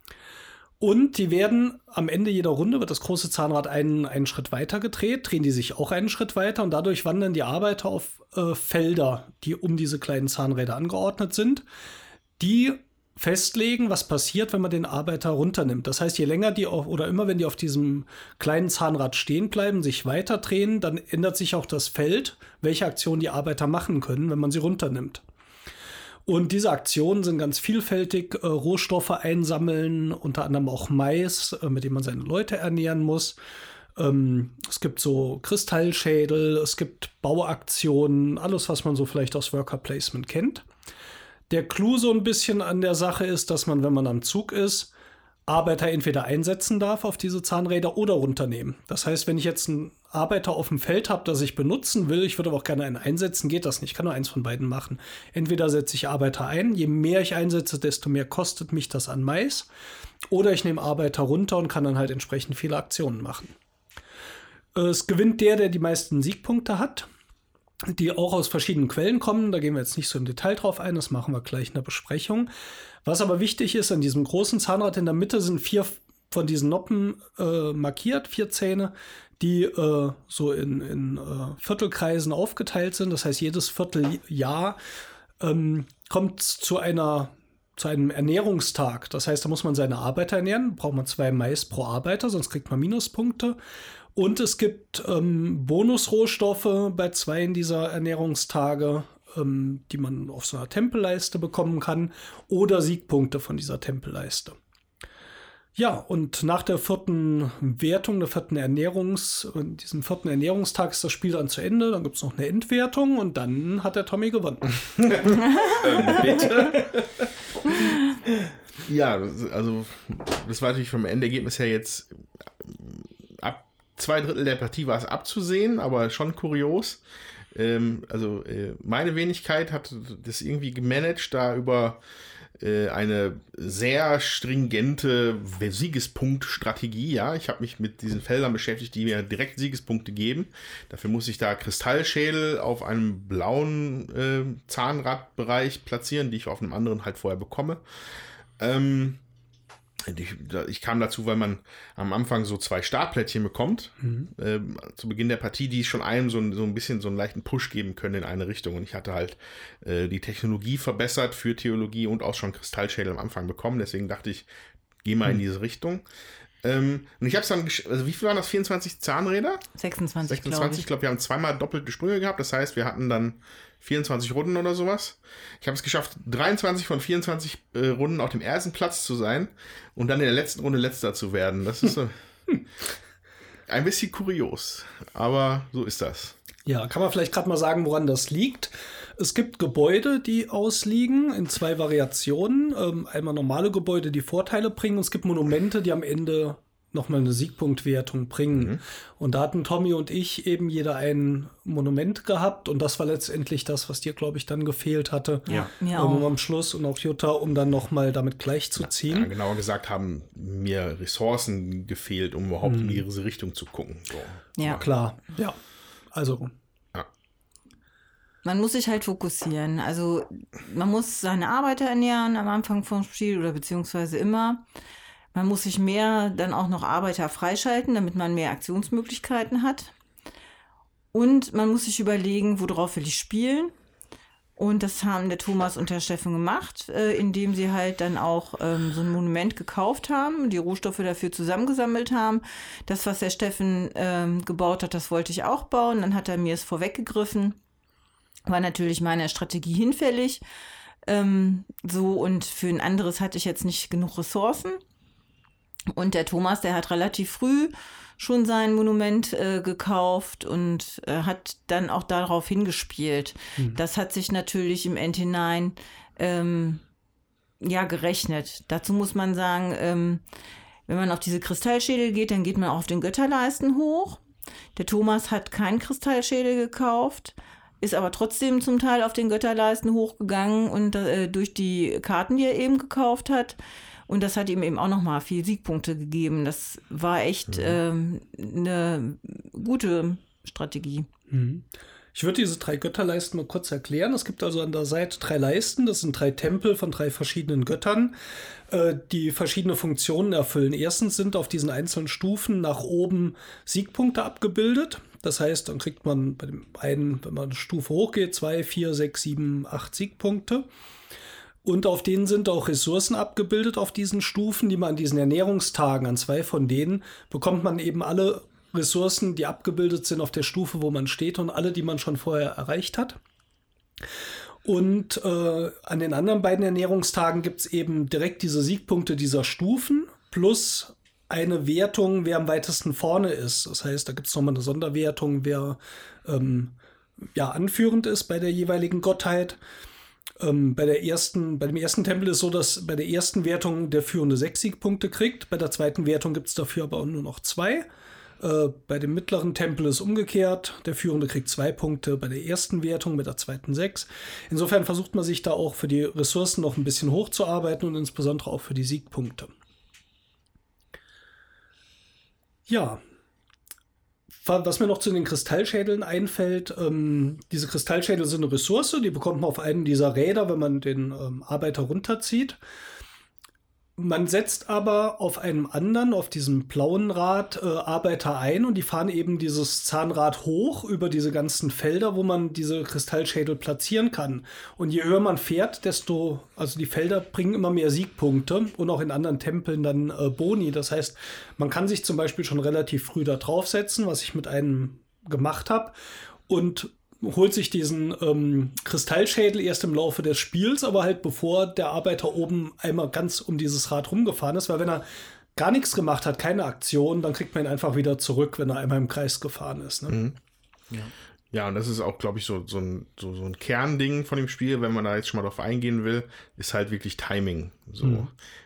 Und die werden am Ende jeder Runde, wird das große Zahnrad einen, einen Schritt weiter gedreht, drehen die sich auch einen Schritt weiter und dadurch wandern die Arbeiter auf äh, Felder, die um diese kleinen Zahnräder angeordnet sind, die festlegen, was passiert, wenn man den Arbeiter runternimmt. Das heißt, je länger die auf, oder immer wenn die auf diesem kleinen Zahnrad stehen bleiben, sich weiter drehen, dann ändert sich auch das Feld, welche Aktion die Arbeiter machen können, wenn man sie runternimmt. Und diese Aktionen sind ganz vielfältig. Äh, Rohstoffe einsammeln, unter anderem auch Mais, äh, mit dem man seine Leute ernähren muss. Ähm, es gibt so Kristallschädel, es gibt Bauaktionen, alles, was man so vielleicht aus Worker Placement kennt. Der Clou so ein bisschen an der Sache ist, dass man, wenn man am Zug ist, Arbeiter entweder einsetzen darf auf diese Zahnräder oder runternehmen. Das heißt, wenn ich jetzt einen Arbeiter auf dem Feld habe, das ich benutzen will, ich würde aber auch gerne einen einsetzen, geht das nicht. Ich kann nur eins von beiden machen. Entweder setze ich Arbeiter ein, je mehr ich einsetze, desto mehr kostet mich das an Mais. Oder ich nehme Arbeiter runter und kann dann halt entsprechend viele Aktionen machen. Es gewinnt der, der die meisten Siegpunkte hat, die auch aus verschiedenen Quellen kommen. Da gehen wir jetzt nicht so im Detail drauf ein, das machen wir gleich in der Besprechung. Was aber wichtig ist, an diesem großen Zahnrad in der Mitte sind vier von diesen Noppen äh, markiert, vier Zähne, die äh, so in, in äh, Viertelkreisen aufgeteilt sind. Das heißt, jedes Vierteljahr ähm, kommt zu einer zu einem Ernährungstag. Das heißt, da muss man seine Arbeiter ernähren, braucht man zwei Mais pro Arbeiter, sonst kriegt man Minuspunkte. Und es gibt ähm, Bonusrohstoffe bei zwei dieser Ernährungstage, ähm, die man auf so einer Tempelleiste bekommen kann, oder Siegpunkte von dieser Tempelleiste. Ja, und nach der vierten Wertung, der vierten Ernährungs, diesem vierten Ernährungstag ist das Spiel dann zu Ende. Dann gibt es noch eine Endwertung und dann hat der Tommy gewonnen. ähm, bitte? Ja, also das war natürlich vom Endergebnis her jetzt ab zwei Drittel der Partie war es abzusehen, aber schon kurios. Ähm, also äh, meine Wenigkeit hat das irgendwie gemanagt, da über äh, eine sehr stringente Siegespunktstrategie. Ja, ich habe mich mit diesen Feldern beschäftigt, die mir direkt Siegespunkte geben. Dafür muss ich da Kristallschädel auf einem blauen äh, Zahnradbereich platzieren, die ich auf einem anderen halt vorher bekomme. Ähm, Ich, ich kam dazu, weil man am Anfang so zwei Startplättchen bekommt, mhm. äh, zu Beginn der Partie, die schon einem so, so ein bisschen so einen leichten Push geben können in eine Richtung. Und ich hatte halt äh, die Technologie verbessert für Theologie und auch schon Kristallschädel am Anfang bekommen. Deswegen dachte ich, geh mal mhm. in diese Richtung. Ähm, und ich habe es dann, also wie viel waren das? vierundzwanzig Zahnräder? sechsundzwanzig, sechsundzwanzig, glaube ich. Ich glaube, wir haben zweimal doppelte Sprünge gehabt. Das heißt, wir hatten dann vierundzwanzig Runden oder sowas. Ich habe es geschafft, dreiundzwanzig von vierundzwanzig äh, Runden auf dem ersten Platz zu sein und dann in der letzten Runde letzter zu werden. Das ist so ein bisschen kurios, aber so ist das. Ja, kann man vielleicht gerade mal sagen, woran das liegt. Es gibt Gebäude, die ausliegen in zwei Variationen. Ähm, einmal normale Gebäude, die Vorteile bringen. Und es gibt Monumente, die am Ende nochmal eine Siegpunktwertung bringen. Mhm. Und da hatten Tommy und ich eben jeder ein Monument gehabt. Und das war letztendlich das, was dir, glaube ich, dann gefehlt hatte. Ja, mir auch. Auch. Am Schluss und auch Jutta, um dann nochmal damit gleichzuziehen. Ja, genauer gesagt haben mir Ressourcen gefehlt, um überhaupt mhm. in diese Richtung zu gucken. So. Ja, klar. Ja, also man muss sich halt fokussieren. Also man muss seine Arbeiter ernähren am Anfang vom Spiel oder beziehungsweise immer. Man muss sich mehr dann auch noch Arbeiter freischalten, damit man mehr Aktionsmöglichkeiten hat. Und man muss sich überlegen, worauf will ich spielen. Und das haben der Thomas und der Steffen gemacht, äh, indem sie halt dann auch ähm, so ein Monument gekauft haben, die Rohstoffe dafür zusammengesammelt haben. Das, was der Steffen ähm, gebaut hat, das wollte ich auch bauen. Dann hat er mir es vorweggegriffen. War natürlich meine Strategie hinfällig. Ähm, so, und für ein anderes hatte ich jetzt nicht genug Ressourcen. Und der Thomas, der hat relativ früh schon sein Monument äh, gekauft und äh, hat dann auch darauf hingespielt. Mhm. Das hat sich natürlich im Endhinein ähm, ja gerechnet. Dazu muss man sagen, ähm, wenn man auf diese Kristallschädel geht, dann geht man auch auf den Götterleisten hoch. Der Thomas hat keinen Kristallschädel gekauft, ist aber trotzdem zum Teil auf den Götterleisten hochgegangen und äh, durch die Karten, die er eben gekauft hat. Und das hat ihm eben auch nochmal viel Siegpunkte gegeben. Das war echt ähm, eine gute Strategie. Ich würde diese drei Götterleisten mal kurz erklären. Es gibt also an der Seite drei Leisten. Das sind drei Tempel von drei verschiedenen Göttern, äh, die verschiedene Funktionen erfüllen. Erstens sind auf diesen einzelnen Stufen nach oben Siegpunkte abgebildet. Das heißt, dann kriegt man bei dem einen, wenn man eine Stufe hochgeht, zwei, vier, sechs, sieben, acht Siegpunkte. Und auf denen sind auch Ressourcen abgebildet auf diesen Stufen, die man an diesen Ernährungstagen, an zwei von denen, bekommt man eben alle Ressourcen, die abgebildet sind auf der Stufe, wo man steht und alle, die man schon vorher erreicht hat. Und äh, an den anderen beiden Ernährungstagen gibt es eben direkt diese Siegpunkte dieser Stufen plus eine Wertung, wer am weitesten vorne ist. Das heißt, da gibt es nochmal eine Sonderwertung, wer ähm, ja, anführend ist bei der jeweiligen Gottheit. Ähm, bei der ersten, bei dem ersten Tempel ist es so, dass bei der ersten Wertung der Führende sechs Siegpunkte kriegt. Bei der zweiten Wertung gibt es dafür aber nur noch zwei. Äh, bei dem mittleren Tempel ist umgekehrt. Der Führende kriegt zwei Punkte bei der ersten Wertung, bei der zweiten sechs. Insofern versucht man sich da auch für die Ressourcen noch ein bisschen hochzuarbeiten und insbesondere auch für die Siegpunkte. Ja. Was mir noch zu den Kristallschädeln einfällt, ähm, diese Kristallschädel sind eine Ressource, die bekommt man auf einen dieser Räder, wenn man den ähm, Arbeiter runterzieht. Man setzt aber auf einem anderen, auf diesem blauen Rad, äh, Arbeiter ein und die fahren eben dieses Zahnrad hoch über diese ganzen Felder, wo man diese Kristallschädel platzieren kann. Und je höher man fährt, desto, also die Felder bringen immer mehr Siegpunkte und auch in anderen Tempeln dann äh, Boni. Das heißt, man kann sich zum Beispiel schon relativ früh da draufsetzen, was ich mit einem gemacht habe, und holt sich diesen ähm, Kristallschädel erst im Laufe des Spiels, aber halt bevor der Arbeiter oben einmal ganz um dieses Rad rumgefahren ist, weil wenn er gar nichts gemacht hat, keine Aktion, dann kriegt man ihn einfach wieder zurück, wenn er einmal im Kreis gefahren ist. Ne? Mhm. Ja. Ja, und das ist auch, glaube ich, so, so, ein, so, so ein Kernding von dem Spiel, wenn man da jetzt schon mal drauf eingehen will, ist halt wirklich Timing. So. Mhm.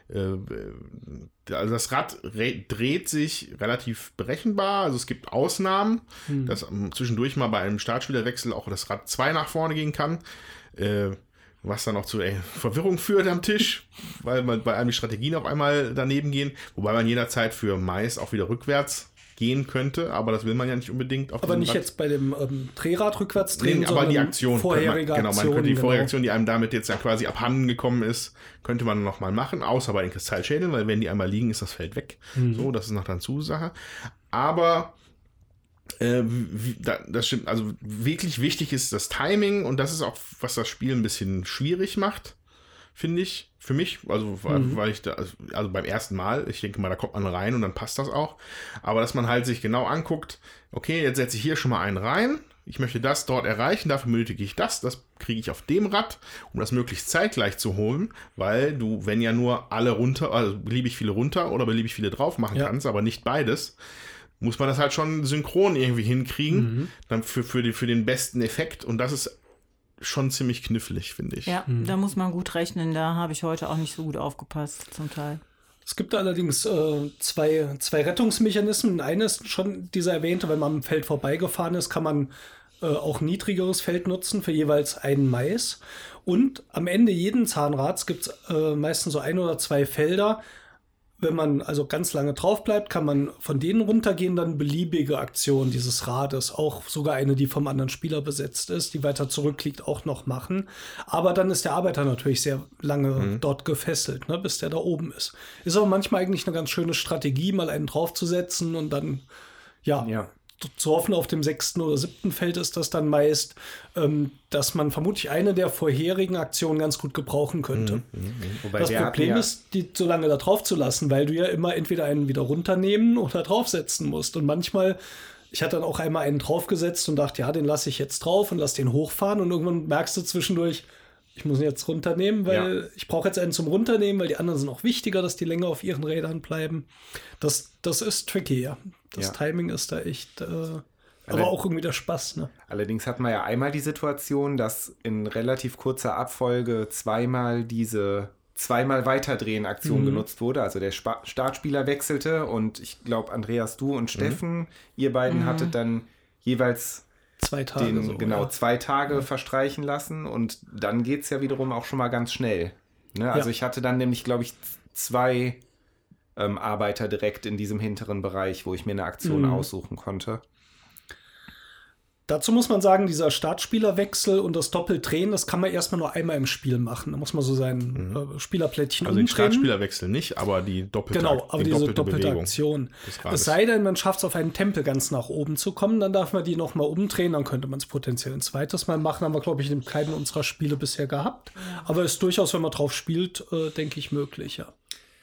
Äh, also das Rad re- dreht sich relativ berechenbar, also es gibt Ausnahmen, mhm. dass um, zwischendurch mal bei einem Startspielerwechsel auch das Rad zwei nach vorne gehen kann, äh, was dann auch zu ey, Verwirrung führt am Tisch, weil man bei einem die Strategien auf einmal daneben gehen, wobei man jederzeit für Mais auch wieder rückwärts gehen könnte, aber das will man ja nicht unbedingt. Auf aber nicht Rad. Jetzt bei dem ähm, Drehrad rückwärts drehen, nee, aber die Aktion, vorherige man, genau, man Aktion, könnte die genau. vorherige Aktion, die einem damit jetzt ja quasi abhanden gekommen ist, könnte man noch mal machen, außer bei den Kristallschädeln, weil wenn die einmal liegen, ist das Feld weg. Mhm. So, das ist noch dann Zusache. Aber äh, wie, da, das stimmt, also wirklich wichtig ist das Timing und das ist auch, was das Spiel ein bisschen schwierig macht, finde ich. Für mich, also mhm. weil ich da, also beim ersten Mal, ich denke mal, da kommt man rein und dann passt das auch. Aber dass man halt sich genau anguckt, okay, jetzt setze ich hier schon mal einen rein, ich möchte das dort erreichen, dafür benötige ich das, das kriege ich auf dem Rad, um das möglichst zeitgleich zu holen, weil du, wenn ja nur alle runter, also beliebig viele runter oder beliebig viele drauf machen ja. kannst, aber nicht beides, muss man das halt schon synchron irgendwie hinkriegen, mhm. dann für, für, die, für den besten Effekt und das ist schon ziemlich knifflig, finde ich. Ja, mhm. da muss man gut rechnen. Da habe ich heute auch nicht so gut aufgepasst, zum Teil. Es gibt allerdings äh, zwei, zwei Rettungsmechanismen. Eines ist schon dieser erwähnte, wenn man am Feld vorbeigefahren ist, kann man äh, auch niedrigeres Feld nutzen für jeweils einen Mais. Und am Ende jeden Zahnrads gibt es äh, meistens so ein oder zwei Felder. Wenn man also ganz lange drauf bleibt, kann man von denen runtergehen, dann beliebige Aktionen dieses Rades, auch sogar eine, die vom anderen Spieler besetzt ist, die weiter zurück liegt, auch noch machen. Aber dann ist der Arbeiter natürlich sehr lange mhm. dort gefesselt, ne, bis der da oben ist. Ist aber manchmal eigentlich eine ganz schöne Strategie, mal einen draufzusetzen und dann, ja, ja. zu hoffen, auf dem sechsten oder siebten Feld ist das dann meist, ähm, dass man vermutlich eine der vorherigen Aktionen ganz gut gebrauchen könnte. Mhm, mhm. Wobei das wir Problem hatten ja- ist, die so lange da drauf zu lassen, weil du ja immer entweder einen wieder runternehmen oder draufsetzen musst. Und manchmal, ich hatte dann auch einmal einen draufgesetzt und dachte, ja, den lasse ich jetzt drauf und lass den hochfahren. Und irgendwann merkst du zwischendurch, ich muss ihn jetzt runternehmen, weil Ja. ich brauche jetzt einen zum Runternehmen, weil die anderen sind auch wichtiger, dass die länger auf ihren Rädern bleiben. Das, das ist tricky, ja. Das Ja. Timing ist da echt, äh, Alle- aber auch irgendwie der Spaß, ne? Allerdings hatten wir ja einmal die Situation, dass in relativ kurzer Abfolge zweimal diese zweimal Weiterdrehen-Aktion Mhm. genutzt wurde. Also der Spa- Startspieler wechselte und ich glaube, Andreas, du und Steffen, ihr beiden hattet dann jeweils Zwei Tage den so. genau ja. zwei Tage verstreichen lassen und dann geht es ja wiederum auch schon mal ganz schnell. Ne? Also Ja. ich hatte dann nämlich, glaube ich, zwei ähm, Arbeiter direkt in diesem hinteren Bereich, wo ich mir eine Aktion Mhm. aussuchen konnte. Dazu muss man sagen, dieser Startspielerwechsel und das Doppeldrehen, das kann man erstmal nur einmal im Spiel machen. Da muss man so sein äh, Spielerplättchen Also den umdrehen. Startspielerwechsel nicht, aber die doppelte, Genau, aber die diese doppelte, doppelte Bewegung Aktion. des Rades. Es sei denn, man schafft es auf einen Tempel ganz nach oben zu kommen, dann darf man die nochmal umdrehen, dann könnte man es potenziell ein zweites Mal machen. Haben wir, glaube ich, in keinem unserer Spiele bisher gehabt. Aber ist durchaus, wenn man drauf spielt, äh, denke ich, möglich, ja.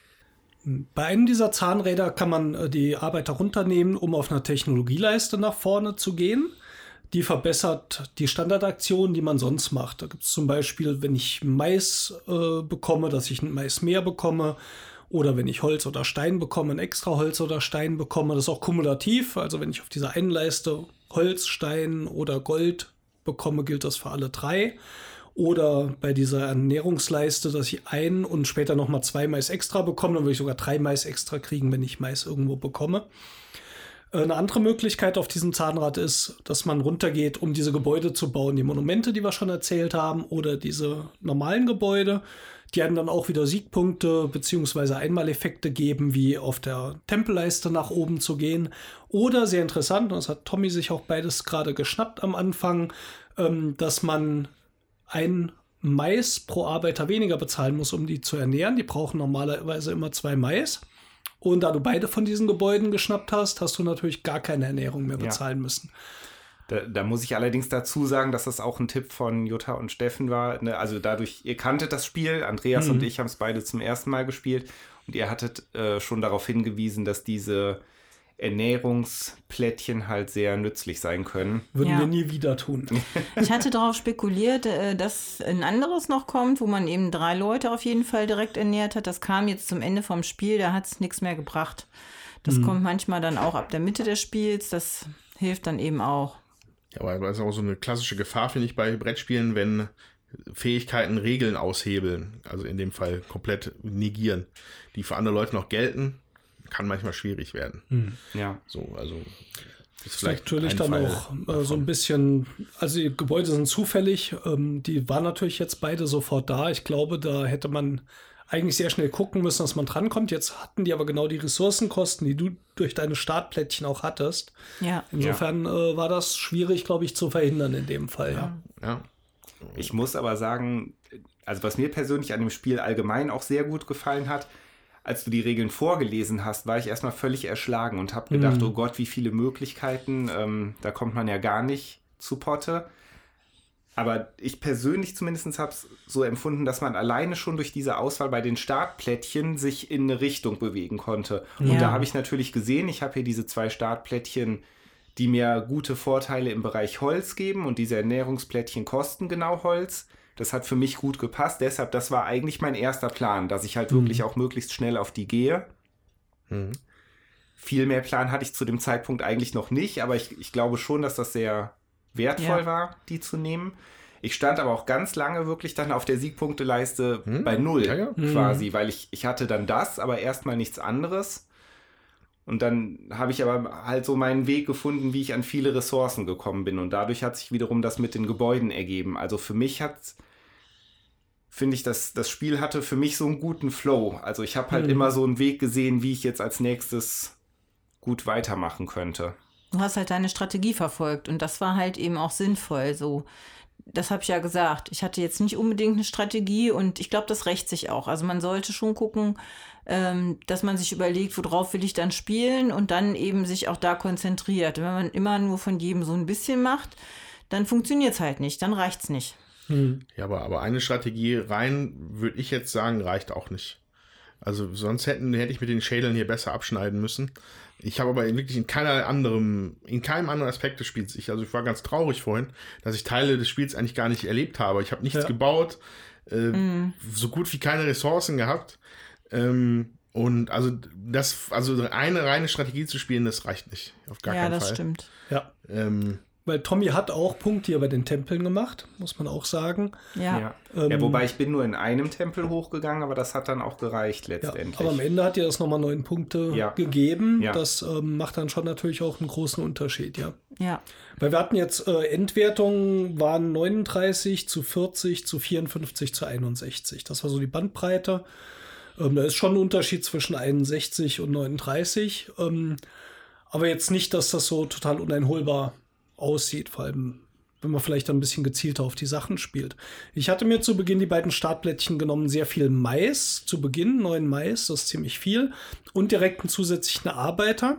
Bei einem dieser Zahnräder kann man äh, die Arbeiter runternehmen, um auf einer Technologieleiste nach vorne zu gehen. Die verbessert die Standardaktionen, die man sonst macht. Da gibt es zum Beispiel, wenn ich Mais äh, bekomme, dass ich ein Mais mehr bekomme. Oder wenn ich Holz oder Stein bekomme, ein extra Holz oder Stein bekomme. Das ist auch kumulativ. Also wenn ich auf dieser einen Leiste Holz, Stein oder Gold bekomme, gilt das für alle drei. Oder bei dieser Ernährungsleiste, dass ich ein und später nochmal zwei Mais extra bekomme. Dann würde ich sogar drei Mais extra kriegen, wenn ich Mais irgendwo bekomme. Eine andere Möglichkeit auf diesem Zahnrad ist, dass man runtergeht, um diese Gebäude zu bauen, die Monumente, die wir schon erzählt haben, oder diese normalen Gebäude, die einem dann auch wieder Siegpunkte bzw. Einmaleffekte geben, wie auf der Tempelleiste nach oben zu gehen. Oder sehr interessant, und das hat Tommy sich auch beides gerade geschnappt am Anfang, ähm, dass man ein Mais pro Arbeiter weniger bezahlen muss, um die zu ernähren. Die brauchen normalerweise immer zwei Mais. Und da du beide von diesen Gebäuden geschnappt hast, hast du natürlich gar keine Ernährung mehr bezahlen Ja. müssen. Da, da muss ich allerdings dazu sagen, dass das auch ein Tipp von Jutta und Steffen war. Ne? Also dadurch, ihr kanntet das Spiel, Andreas Mhm. und ich haben es beide zum ersten Mal gespielt und ihr hattet äh, schon darauf hingewiesen, dass diese Ernährungsplättchen halt sehr nützlich sein können. Würden Ja. wir nie wieder tun. Ich hatte darauf spekuliert, äh, dass ein anderes noch kommt, wo man eben drei Leute auf jeden Fall direkt ernährt hat. Das kam jetzt zum Ende vom Spiel, da hat es nichts mehr gebracht. Das kommt manchmal dann auch ab der Mitte des Spiels, das hilft dann eben auch. Ja, aber das ist auch so eine klassische Gefahr, finde ich, bei Brettspielen, wenn Fähigkeiten Regeln aushebeln, also in dem Fall komplett negieren, die für andere Leute noch gelten, kann manchmal schwierig werden. Ja. So, also ist Ist vielleicht natürlich ein dann Fall auch äh, so davon. ein bisschen, also die Gebäude sind zufällig, ähm, die waren natürlich jetzt beide sofort da. Ich glaube, da hätte man eigentlich sehr schnell gucken müssen, dass man drankommt. Jetzt hatten die aber genau die Ressourcenkosten, die du durch deine Startplättchen auch hattest. Ja. Insofern äh, war das schwierig, glaube ich, zu verhindern in dem Fall. Ja. Ja. Ich muss aber sagen, also was mir persönlich an dem Spiel allgemein auch sehr gut gefallen hat, als du die Regeln vorgelesen hast, war ich erstmal völlig erschlagen und habe gedacht, Mhm. oh Gott, wie viele Möglichkeiten, ähm, da kommt man ja gar nicht zu Potte. Aber ich persönlich zumindest habe es so empfunden, dass man alleine schon durch diese Auswahl bei den Startplättchen sich in eine Richtung bewegen konnte. Und Ja. da habe ich natürlich gesehen, ich habe hier diese zwei Startplättchen, die mir gute Vorteile im Bereich Holz geben und diese Ernährungsplättchen kosten genau Holz. Das hat für mich gut gepasst, deshalb, das war eigentlich mein erster Plan, dass ich halt wirklich auch möglichst schnell auf die gehe. Mhm. Viel mehr Plan hatte ich zu dem Zeitpunkt eigentlich noch nicht, aber ich, ich glaube schon, dass das sehr wertvoll Ja. war, die zu nehmen. Ich stand aber auch ganz lange wirklich dann auf der Siegpunkteleiste Hm? bei Null Ja, ja. quasi, weil ich, ich hatte dann das, aber erstmal nichts anderes. Und dann habe ich aber halt so meinen Weg gefunden, wie ich an viele Ressourcen gekommen bin. Und dadurch hat sich wiederum das mit den Gebäuden ergeben. Also für mich hat, finde ich, dass das Spiel hatte für mich so einen guten Flow. Also ich habe halt Mhm. immer so einen Weg gesehen, wie ich jetzt als nächstes gut weitermachen könnte. Du hast halt deine Strategie verfolgt und das war halt eben auch sinnvoll so. Das habe ich ja gesagt. Ich hatte jetzt nicht unbedingt eine Strategie und ich glaube, das rächt sich auch. Also man sollte schon gucken, ähm, dass man sich überlegt, worauf will ich dann spielen und dann eben sich auch da konzentriert. Wenn man immer nur von jedem so ein bisschen macht, dann funktioniert es halt nicht, dann reicht es nicht. Hm. Ja, aber, aber eine Strategie rein, würde ich jetzt sagen, reicht auch nicht. Also sonst hätten, hätte ich mit den Schädeln hier besser abschneiden müssen. Ich habe aber wirklich in keiner anderem, in keinem anderen Aspekt des Spiels, ich, also ich war ganz traurig vorhin, dass ich Teile des Spiels eigentlich gar nicht erlebt habe. Ich habe nichts ja. gebaut, äh, mm. so gut wie keine Ressourcen gehabt. Ähm, und also das, also eine reine Strategie zu spielen, das reicht nicht. Auf gar ja, keinen Fall. Ja, das stimmt. Ja. Ähm, Weil Tommy hat auch Punkte hier bei den Tempeln gemacht, muss man auch sagen. Ja. Ja. Ähm, ja, wobei ich bin nur in einem Tempel hochgegangen, aber das hat dann auch gereicht letztendlich. Ja, aber am Ende hat dir das nochmal neun Punkte ja. gegeben. Ja. Das ähm, macht dann schon natürlich auch einen großen Unterschied, ja. Ja. Weil wir hatten jetzt äh, Endwertungen waren neununddreißig zu vierzig zu vierundfünfzig zu einundsechzig. Das war so die Bandbreite. Ähm, da ist schon ein Unterschied zwischen einundsechzig und neununddreißig. Ähm, aber jetzt nicht, dass das so total uneinholbar aussieht, vor allem wenn man vielleicht ein bisschen gezielter auf die Sachen spielt. Ich hatte mir zu Beginn die beiden Startblättchen genommen, sehr viel Mais zu Beginn, neun Mais, das ist ziemlich viel, und direkt einen zusätzlichen Arbeiter.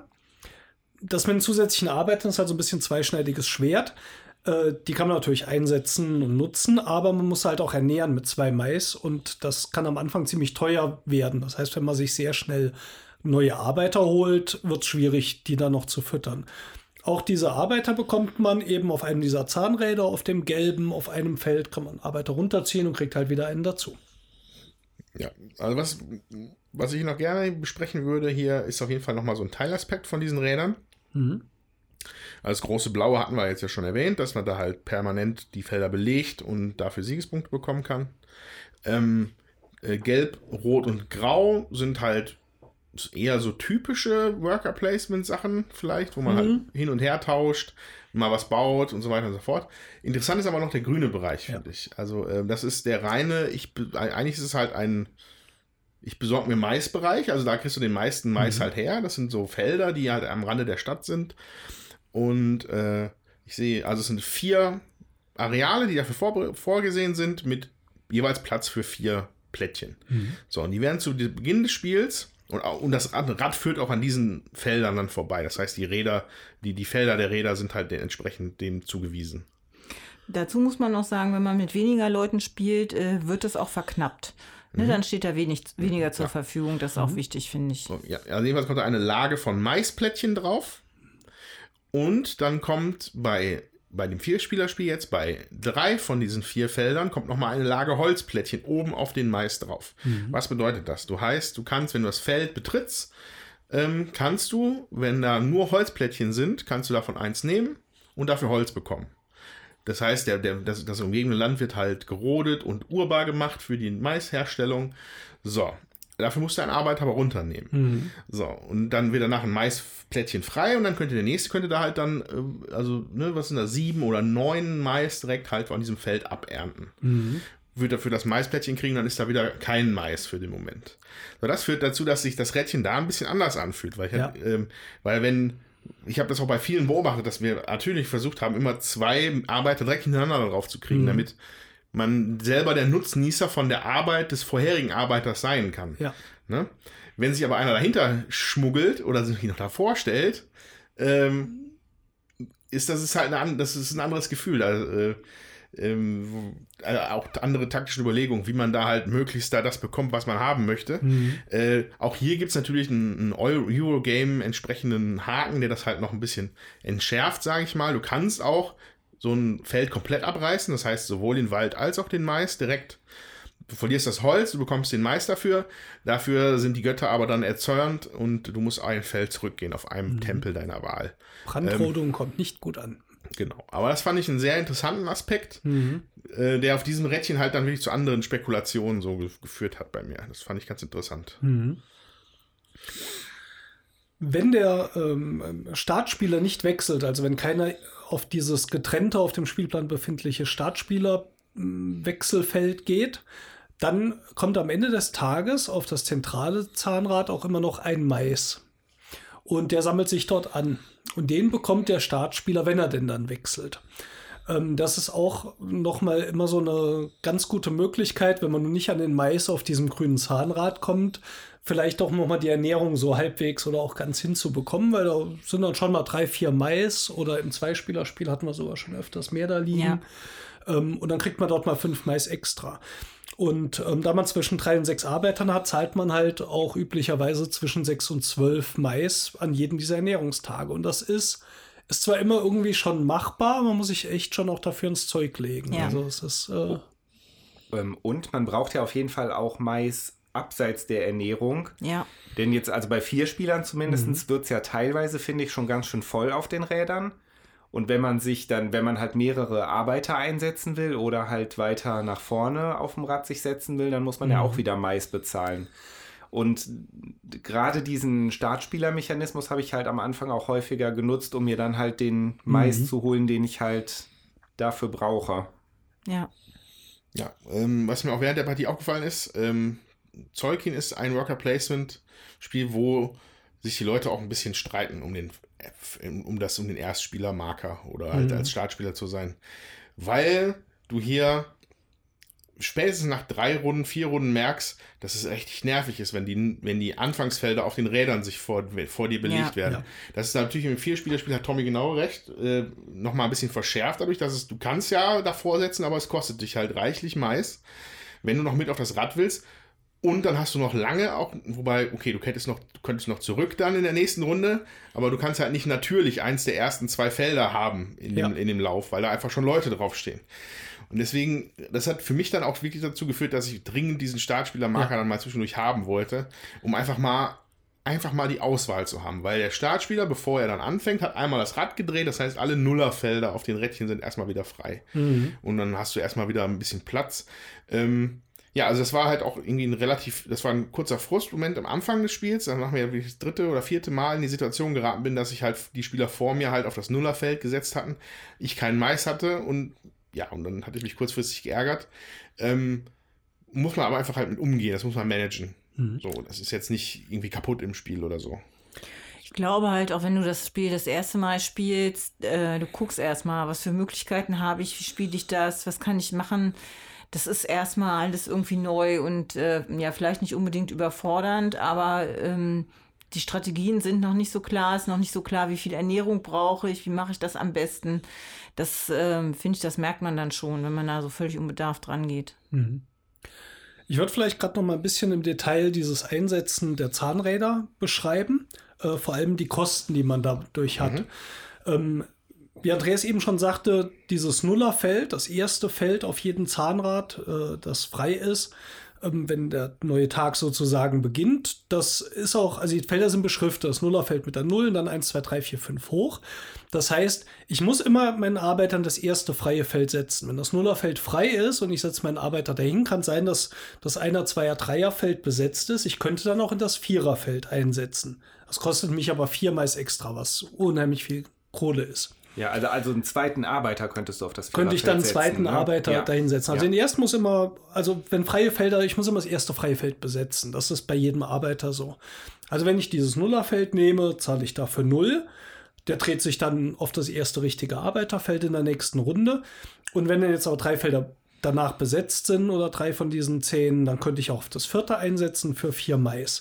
Das mit den zusätzlichen Arbeitern ist halt so ein bisschen zweischneidiges Schwert. Äh, die kann man natürlich einsetzen und nutzen, aber man muss halt auch ernähren mit zwei Mais und das kann am Anfang ziemlich teuer werden. Das heißt, wenn man sich sehr schnell neue Arbeiter holt, wird es schwierig, die dann noch zu füttern. Auch diese Arbeiter bekommt man eben auf einem dieser Zahnräder, auf dem gelben, auf einem Feld kann man Arbeiter runterziehen und kriegt halt wieder einen dazu. Ja, also was, was ich noch gerne besprechen würde hier, ist auf jeden Fall nochmal so ein Teilaspekt von diesen Rädern. Mhm. Also das große Blaue hatten wir jetzt ja schon erwähnt, dass man da halt permanent die Felder belegt und dafür Siegespunkte bekommen kann. Ähm, äh, Gelb, Rot und Grau sind halt eher so typische Worker-Placement-Sachen vielleicht, wo man mhm. halt hin und her tauscht, mal was baut und so weiter und so fort. Interessant ist aber noch der grüne Bereich, finde ja. ich. Also äh, das ist der reine, ich eigentlich ist es halt ein, ich besorge mir Mais-Bereich, also da kriegst du den meisten Mais mhm. halt her. Das sind so Felder, die halt am Rande der Stadt sind. Und äh, ich sehe, also es sind vier Areale, die dafür vor, vorgesehen sind, mit jeweils Platz für vier Plättchen. Mhm. So, und die werden zu Beginn des Spiels Und, und das Rad führt auch an diesen Feldern dann vorbei. Das heißt, die Räder, die, die Felder der Räder sind halt entsprechend dem zugewiesen. Dazu muss man noch sagen, wenn man mit weniger Leuten spielt, äh, wird es auch verknappt. Ne, mhm. Dann steht da wenig, weniger zur ja. Verfügung. Das ist mhm. auch wichtig, finde ich. So, ja, also jedenfalls kommt da eine Lage von Maisplättchen drauf. Und dann kommt bei, bei dem Vierspielerspiel jetzt, bei drei von diesen vier Feldern, kommt nochmal eine Lage Holzplättchen oben auf den Mais drauf. Mhm. Was bedeutet das? Du heißt, du kannst, wenn du das Feld betrittst, ähm, kannst du, wenn da nur Holzplättchen sind, kannst du davon eins nehmen und dafür Holz bekommen. Das heißt, der, der, das, das umgebende Land wird halt gerodet und urbar gemacht für die Maisherstellung. So, dafür musst du einen Arbeiter aber runternehmen. Mhm. So, und dann wird danach ein Maisplättchen frei und dann könnte der nächste, könnte da halt dann, also, ne, was sind da, sieben oder neun Mais direkt halt von diesem Feld abernten. Mhm. Wird dafür das Maisplättchen kriegen, dann ist da wieder kein Mais für den Moment. So, das führt dazu, dass sich das Rädchen da ein bisschen anders anfühlt, weil, ich ja. halt, ähm, weil wenn, ich habe das auch bei vielen beobachtet, dass wir natürlich versucht haben, immer zwei Arbeiter direkt hintereinander drauf zu kriegen, mhm. damit man selber der Nutznießer von der Arbeit des vorherigen Arbeiters sein kann. Ja. Ne? Wenn sich aber einer dahinter schmuggelt oder sich noch davor stellt, ähm, ist das ist halt eine, das ist ein anderes Gefühl. Also, äh, ähm, also auch andere taktische Überlegungen, wie man da halt möglichst da das bekommt, was man haben möchte. Mhm. Äh, auch hier gibt es natürlich einen, einen Eurogame entsprechenden Haken, der das halt noch ein bisschen entschärft, sage ich mal. Du kannst auch so ein Feld komplett abreißen, das heißt sowohl den Wald als auch den Mais direkt. Du verlierst das Holz, du bekommst den Mais dafür. Dafür sind die Götter aber dann erzürnt und du musst ein Feld zurückgehen auf einem mhm. Tempel deiner Wahl. Brandrodung ähm, kommt nicht gut an. Genau, aber das fand ich einen sehr interessanten Aspekt, mhm. äh, der auf diesem Rädchen halt dann wirklich zu anderen Spekulationen so ge- geführt hat bei mir. Das fand ich ganz interessant. Mhm. Wenn der ähm, Startspieler nicht wechselt, also wenn keiner auf dieses getrennte, auf dem Spielplan befindliche Startspielerwechselfeld geht, dann kommt am Ende des Tages auf das zentrale Zahnrad auch immer noch ein Mais. Und der sammelt sich dort an. Und den bekommt der Startspieler, wenn er denn dann wechselt. Ähm, das ist auch nochmal immer so eine ganz gute Möglichkeit, wenn man nun nicht an den Mais auf diesem grünen Zahnrad kommt, vielleicht auch nochmal die Ernährung so halbwegs oder auch ganz hinzubekommen, weil da sind dann schon mal drei, vier Mais oder im Zweispielerspiel hatten wir sogar schon öfters mehr da liegen. Ja. Ähm, und dann kriegt man dort mal fünf Mais extra. Und ähm, da man zwischen drei und sechs Arbeitern hat, zahlt man halt auch üblicherweise zwischen sechs und zwölf Mais an jedem dieser Ernährungstage. Und das ist, ist zwar immer irgendwie schon machbar, man muss sich echt schon auch dafür ins Zeug legen. Ja. Also es ist äh, Ähm, und man braucht ja auf jeden Fall auch Mais abseits der Ernährung. Ja. Denn jetzt, also bei vier Spielern zumindest, mhm. wird es ja teilweise, finde ich, schon ganz schön voll auf den Rädern. Und wenn man sich dann, wenn man halt mehrere Arbeiter einsetzen will oder halt weiter nach vorne auf dem Rad sich setzen will, dann muss man mhm. ja auch wieder Mais bezahlen. Und gerade diesen Startspielermechanismus habe ich halt am Anfang auch häufiger genutzt, um mir dann halt den Mais mhm. zu holen, den ich halt dafür brauche. Ja. Ja, ähm, was mir auch während der Partie aufgefallen ist, ähm, Tzolk'in ist ein Worker-Placement-Spiel, wo sich die Leute auch ein bisschen streiten um den, um das, um den Erstspieler-Marker oder halt mhm. als Startspieler zu sein. Weil du hier spätestens nach drei Runden, vier Runden merkst, dass es richtig nervig ist, wenn die, wenn die Anfangsfelder auf den Rädern sich vor, vor dir belegt ja, werden. Ja. Das ist natürlich im Vierspielerspiel, hat Tommy genau recht, äh, nochmal ein bisschen verschärft dadurch, dass es, du kannst ja davor setzen, aber es kostet dich halt reichlich Mais, wenn du noch mit auf das Rad willst. Und dann hast du noch lange auch, wobei, okay, du könntest noch, du könntest noch zurück dann in der nächsten Runde, aber du kannst halt nicht natürlich eins der ersten zwei Felder haben in dem, ja. in dem Lauf, weil da einfach schon Leute draufstehen. Und deswegen, das hat für mich dann auch wirklich dazu geführt, dass ich dringend diesen Startspielermarker ja. dann mal zwischendurch haben wollte, um einfach mal, einfach mal die Auswahl zu haben. Weil der Startspieler, bevor er dann anfängt, hat einmal das Rad gedreht, das heißt, alle Nullerfelder auf den Rädchen sind erstmal wieder frei. Mhm. Und dann hast du erstmal wieder ein bisschen Platz. Ähm, Ja, also das war halt auch irgendwie ein relativ, das war ein kurzer Frustmoment am Anfang des Spiels, dann nachdem ich das dritte oder vierte Mal in die Situation geraten bin, dass ich halt die Spieler vor mir halt auf das Nullerfeld gesetzt hatten, ich keinen Mais hatte und ja, und dann hatte ich mich kurzfristig geärgert. Ähm, muss man aber einfach halt mit umgehen, das muss man managen. Mhm. So, das ist jetzt nicht irgendwie kaputt im Spiel oder so. Ich glaube halt, auch wenn du das Spiel das erste Mal spielst, äh, du guckst erstmal, was für Möglichkeiten habe ich, wie spiele ich das, was kann ich machen. Das ist erstmal alles irgendwie neu und äh, ja, vielleicht nicht unbedingt überfordernd, aber ähm, die Strategien sind noch nicht so klar, es ist noch nicht so klar, wie viel Ernährung brauche ich, wie mache ich das am besten. Das ähm, finde ich, das merkt man dann schon, wenn man da so völlig unbedarft dran geht. Mhm. Ich würde vielleicht gerade noch mal ein bisschen im Detail dieses Einsetzen der Zahnräder beschreiben, äh, vor allem die Kosten, die man dadurch hat. Mhm. Ähm, Wie Andreas eben schon sagte, dieses Nullerfeld, das erste Feld auf jedem Zahnrad, äh, das frei ist, ähm, wenn der neue Tag sozusagen beginnt, das ist auch, also die Felder sind beschriftet, das Nullerfeld mit der Null, dann eins, zwei, drei, vier, fünf hoch. Das heißt, ich muss immer meinen Arbeitern das erste freie Feld setzen. Wenn das Nullerfeld frei ist und ich setze meinen Arbeiter dahin, kann sein, dass das Einer-, Zweier-, Dreierfeld besetzt ist. Ich könnte dann auch in das Viererfeld einsetzen. Das kostet mich aber vier Mais extra, was unheimlich viel Kohle ist. Ja, also, also einen zweiten Arbeiter könntest du auf das Könnte ich dann einen zweiten setzen, Arbeiter ja. dahin setzen. Also ja. den ersten muss immer, also wenn freie Felder, ich muss immer das erste freie Feld besetzen. Das ist bei jedem Arbeiter so. Also wenn ich dieses Nullerfeld nehme, zahle ich dafür null. Der dreht sich dann auf das erste richtige Arbeiterfeld in der nächsten Runde. Und wenn dann jetzt aber drei Felder danach besetzt sind oder drei von diesen zehn, dann könnte ich auch auf das vierte einsetzen für vier Mais.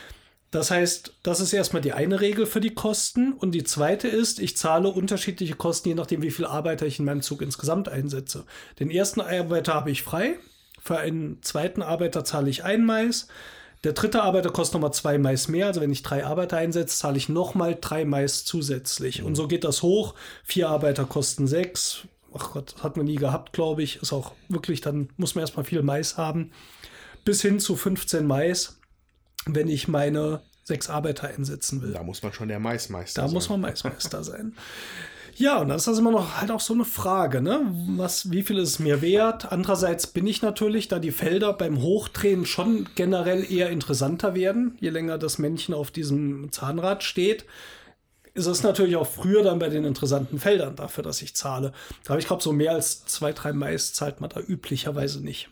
Das heißt, das ist erstmal die eine Regel für die Kosten. Und die zweite ist, ich zahle unterschiedliche Kosten, je nachdem, wie viele Arbeiter ich in meinem Zug insgesamt einsetze. Den ersten Arbeiter habe ich frei. Für einen zweiten Arbeiter zahle ich ein Mais. Der dritte Arbeiter kostet nochmal zwei Mais mehr. Also wenn ich drei Arbeiter einsetze, zahle ich nochmal drei Mais zusätzlich. Mhm. Und so geht das hoch. Vier Arbeiter kosten sechs. Ach Gott, das hat man nie gehabt, glaube ich. Ist auch wirklich, dann muss man erstmal viel Mais haben. Bis hin zu fünfzehn Mais, wenn ich meine sechs Arbeiter einsetzen will. Da muss man schon der Maismeister sein. Da muss man Maismeister sein. Ja, und das ist das immer noch halt auch so eine Frage, ne? Was, wie viel ist es mir wert? Andererseits bin ich natürlich, da die Felder beim Hochdrehen schon generell eher interessanter werden, je länger das Männchen auf diesem Zahnrad steht, ist es natürlich auch früher dann bei den interessanten Feldern dafür, dass ich zahle. Aber ich glaube, so mehr als zwei, drei Mais zahlt man da üblicherweise nicht.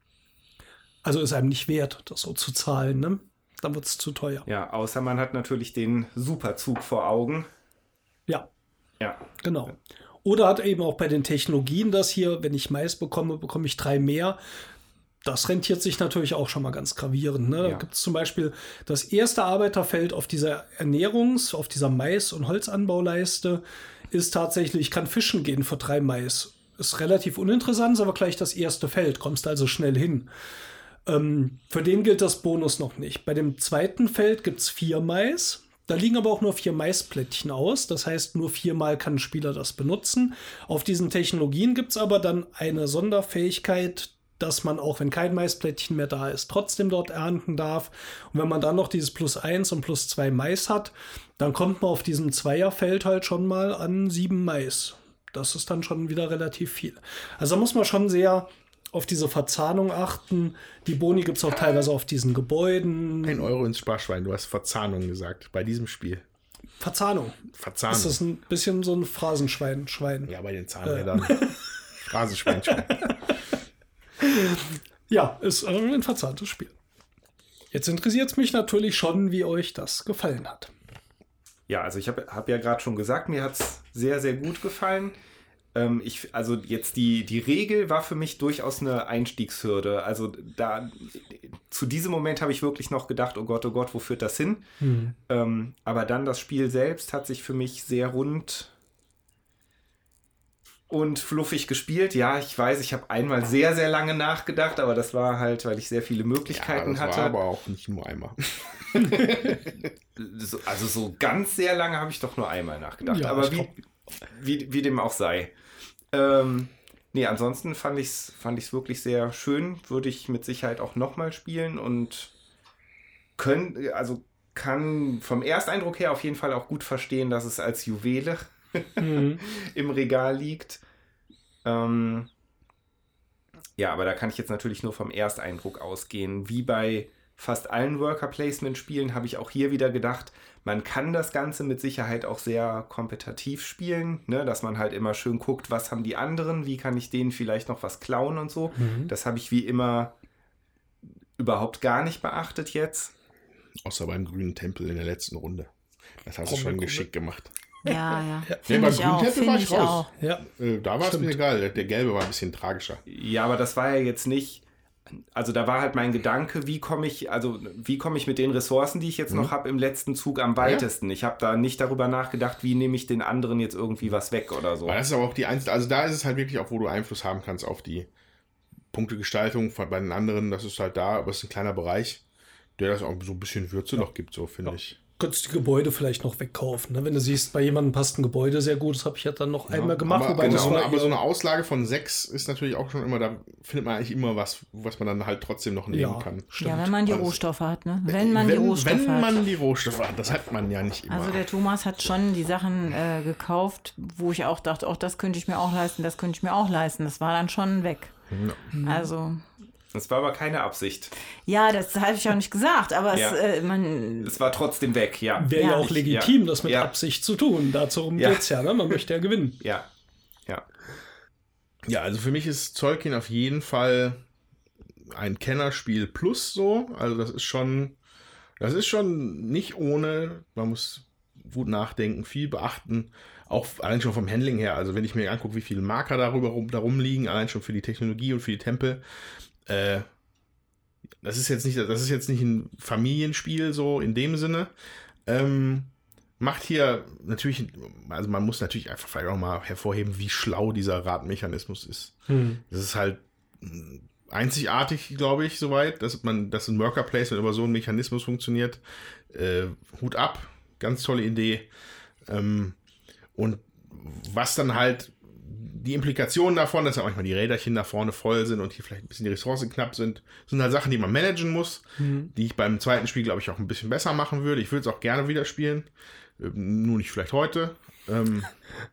Also ist einem nicht wert, das so zu zahlen, ne? Dann wird es zu teuer. Ja, außer man hat natürlich den Superzug vor Augen. Ja. Ja. Genau. Oder hat eben auch bei den Technologien das hier, wenn ich Mais bekomme, bekomme ich drei mehr. Das rentiert sich natürlich auch schon mal ganz gravierend. Ne? Da Ja. gibt es zum Beispiel das erste Arbeiterfeld auf dieser Ernährungs-, auf dieser Mais- und Holzanbauleiste ist tatsächlich, ich kann fischen gehen für drei Mais. Ist relativ uninteressant, ist aber gleich das erste Feld, kommst also schnell hin. Ähm, für den gilt das Bonus noch nicht. Bei dem zweiten Feld gibt es vier Mais. Da liegen aber auch nur vier Maisplättchen aus. Das heißt, nur viermal kann ein Spieler das benutzen. Auf diesen Technologien gibt es aber dann eine Sonderfähigkeit, dass man auch, wenn kein Maisplättchen mehr da ist, trotzdem dort ernten darf. Und wenn man dann noch dieses plus eins und plus zwei Mais hat, dann kommt man auf diesem Zweierfeld halt schon mal an sieben Mais. Das ist dann schon wieder relativ viel. Also da muss man schon sehr auf diese Verzahnung achten. Die Boni gibt es auch teilweise auf diesen Gebäuden. Ein Euro ins Sparschwein, du hast Verzahnung gesagt, bei diesem Spiel. Verzahnung. Verzahnung. Ist das ein bisschen so ein Phrasenschwein? Schwein. Ja, bei den Zahnrädern. Äh. Phrasenschweinschwein. Ja, ist ein verzahntes Spiel. Jetzt interessiert es mich natürlich schon, wie euch das gefallen hat. Ja, also ich habe hab ja gerade schon gesagt, mir hat es sehr, sehr gut gefallen. Ähm, ich, also jetzt die, die Regel war für mich durchaus eine Einstiegshürde. Also da zu diesem Moment habe ich wirklich noch gedacht, oh Gott, oh Gott, wo führt das hin? Hm. Ähm, aber dann das Spiel selbst hat sich für mich sehr rund und fluffig gespielt. Ja, ich weiß, ich habe einmal sehr, sehr lange nachgedacht, aber das war halt, weil ich sehr viele Möglichkeiten ja, das hatte. War aber auch nicht nur einmal. so, also so ganz sehr lange habe ich doch nur einmal nachgedacht. Ja, aber wie, wie, wie dem auch sei. Ähm, nee, ansonsten fand ich es fand ich's wirklich sehr schön. Würde ich mit Sicherheit auch nochmal spielen und können, also kann vom Ersteindruck her auf jeden Fall auch gut verstehen, dass es als Juwele mhm. im Regal liegt. Ähm, ja, aber da kann ich jetzt natürlich nur vom Ersteindruck ausgehen. Wie bei fast allen Worker-Placement-Spielen habe ich auch hier wieder gedacht, man kann das Ganze mit Sicherheit auch sehr kompetitiv spielen, ne? Dass man halt immer schön guckt, was haben die anderen, wie kann ich denen vielleicht noch was klauen und so. Mhm. Das habe ich wie immer überhaupt gar nicht beachtet jetzt. Außer beim grünen Tempel in der letzten Runde. Das hast du schon geschickt gemacht. Ja, ja. ja. Nee, beim grünen Tempel war ich raus. Ja. Äh, da war es mir egal. Der gelbe war ein bisschen tragischer. Ja, aber das war ja jetzt nicht... Also da war halt mein Gedanke, wie komme ich, also wie komme ich mit den Ressourcen, die ich jetzt mhm. noch habe, im letzten Zug am weitesten. Ja. Ich habe da nicht darüber nachgedacht, wie nehme ich den anderen jetzt irgendwie was weg oder so. Aber das ist aber auch die einzige, also da ist es halt wirklich auch, wo du Einfluss haben kannst auf die Punktegestaltung bei den anderen. Das ist halt da, aber es ist ein kleiner Bereich, der das auch so ein bisschen Würze ja. noch gibt, so finde ja. ich. Könntest die Gebäude vielleicht noch wegkaufen. Ne? Wenn du siehst, bei jemandem passt ein Gebäude sehr gut, das habe ich ja dann noch ja, einmal gemacht. Aber, wobei genau, das war aber so eine Auslage von sechs ist natürlich auch schon immer, da findet man eigentlich immer was, was man dann halt trotzdem noch nehmen ja, kann. Stimmt. Ja, wenn man die also, Rohstoffe hat, ne? Wenn man wenn, die Rohstoffe wenn hat. Wenn man die Rohstoffe hat, das hat man ja nicht immer. Also der Thomas hat schon die Sachen äh, gekauft, wo ich auch dachte, auch das könnte ich mir auch leisten, das könnte ich mir auch leisten. Das war dann schon weg. Ja. Also... Das war aber keine Absicht. Ja, das habe ich auch nicht gesagt, aber ja. es, äh, man... es war trotzdem weg, ja. Wäre ja. ja auch legitim, ja. das mit ja. Absicht zu tun. Darum ja. geht es ja, ne? Man möchte ja gewinnen. Ja, ja. Ja, also für mich ist Tzolk'in auf jeden Fall ein Kennerspiel plus so. Also das ist schon, das ist schon nicht ohne, man muss gut nachdenken, viel beachten. Auch allein schon vom Handling her. Also wenn ich mir angucke, wie viele Marker darüber rum, darum liegen, allein schon für die Technologie und für die Tempel. Äh, das ist jetzt nicht, das ist jetzt nicht ein Familienspiel so in dem Sinne. Ähm, macht hier natürlich, also man muss natürlich einfach vielleicht auch mal hervorheben, wie schlau dieser Ratmechanismus ist. Hm. Das ist halt einzigartig, glaube ich, soweit, dass man, dass ein Worker Placement über so einen Mechanismus funktioniert. Äh, Hut ab, ganz tolle Idee. Ähm, und was dann halt die Implikationen davon, dass ja manchmal die Räderchen da vorne voll sind und hier vielleicht ein bisschen die Ressourcen knapp sind, sind halt Sachen, die man managen muss, mhm. die ich beim zweiten Spiel, glaube ich, auch ein bisschen besser machen würde. Ich würde es auch gerne wieder spielen, äh, nur nicht vielleicht heute. Ähm,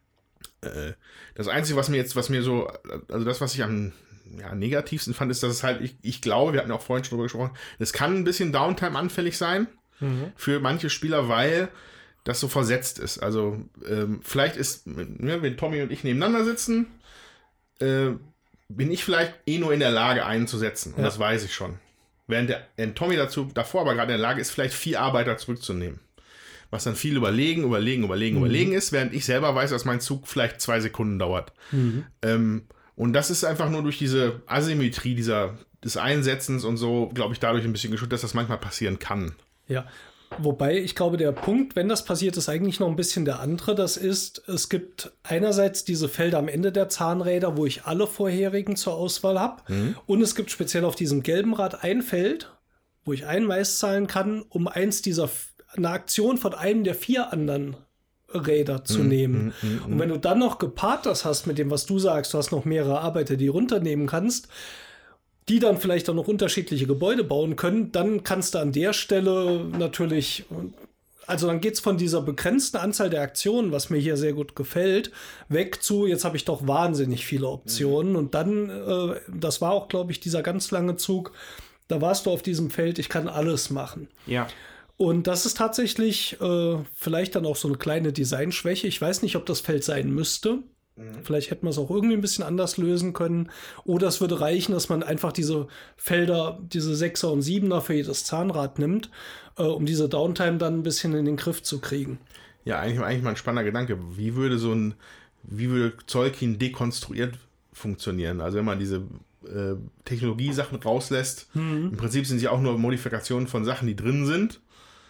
äh, das Einzige, was mir jetzt, was mir so, also das, was ich am ja, negativsten fand, ist, dass es halt, ich, ich glaube, wir hatten auch vorhin schon drüber gesprochen, es kann ein bisschen Downtime anfällig sein mhm. für manche Spieler, weil das so versetzt ist. Also ähm, vielleicht ist, ne, wenn Tommy und ich nebeneinander sitzen, äh, bin ich vielleicht eh nur in der Lage einzusetzen. Und ja. das weiß ich schon. Während der äh, Tommy dazu davor aber gerade in der Lage ist, vielleicht vier Arbeiter zurückzunehmen. Was dann viel überlegen, überlegen, überlegen, mhm. überlegen ist, während ich selber weiß, dass mein Zug vielleicht zwei Sekunden dauert. Mhm. Ähm, und das ist einfach nur durch diese Asymmetrie dieser des Einsetzens und so, glaube ich, dadurch ein bisschen geschult, dass das manchmal passieren kann. Ja, wobei ich glaube, der Punkt, wenn das passiert, ist eigentlich noch ein bisschen der andere. Das ist, es gibt einerseits diese Felder am Ende der Zahnräder, wo ich alle vorherigen zur Auswahl habe. Mhm. Und es gibt speziell auf diesem gelben Rad ein Feld, wo ich ein Mais zahlen kann, um eins dieser, eine Aktion von einem der vier anderen Räder zu mhm. nehmen. Mhm. Und wenn du dann noch gepaart das hast mit dem, was du sagst, du hast noch mehrere Arbeiter, die du runternehmen kannst, die dann vielleicht auch noch unterschiedliche Gebäude bauen können, dann kannst du an der Stelle natürlich, also dann geht es von dieser begrenzten Anzahl der Aktionen, was mir hier sehr gut gefällt, weg zu, jetzt habe ich doch wahnsinnig viele Optionen. Mhm. Und dann, äh, das war auch, glaube ich, dieser ganz lange Zug, da warst du auf diesem Feld, ich kann alles machen. Ja. Und das ist tatsächlich äh, vielleicht dann auch so eine kleine Designschwäche. Ich weiß nicht, ob das Feld sein müsste. Vielleicht hätte man es auch irgendwie ein bisschen anders lösen können. Oder es würde reichen, dass man einfach diese Felder, diese Sechser und Siebener für jedes Zahnrad nimmt, äh, um diese Downtime dann ein bisschen in den Griff zu kriegen. Ja, eigentlich, eigentlich mal ein spannender Gedanke. Wie würde so ein, wie würde Tzolk'in dekonstruiert funktionieren? Also wenn man diese äh, Technologiesachen rauslässt, mhm. im Prinzip sind sie auch nur Modifikationen von Sachen, die drin sind.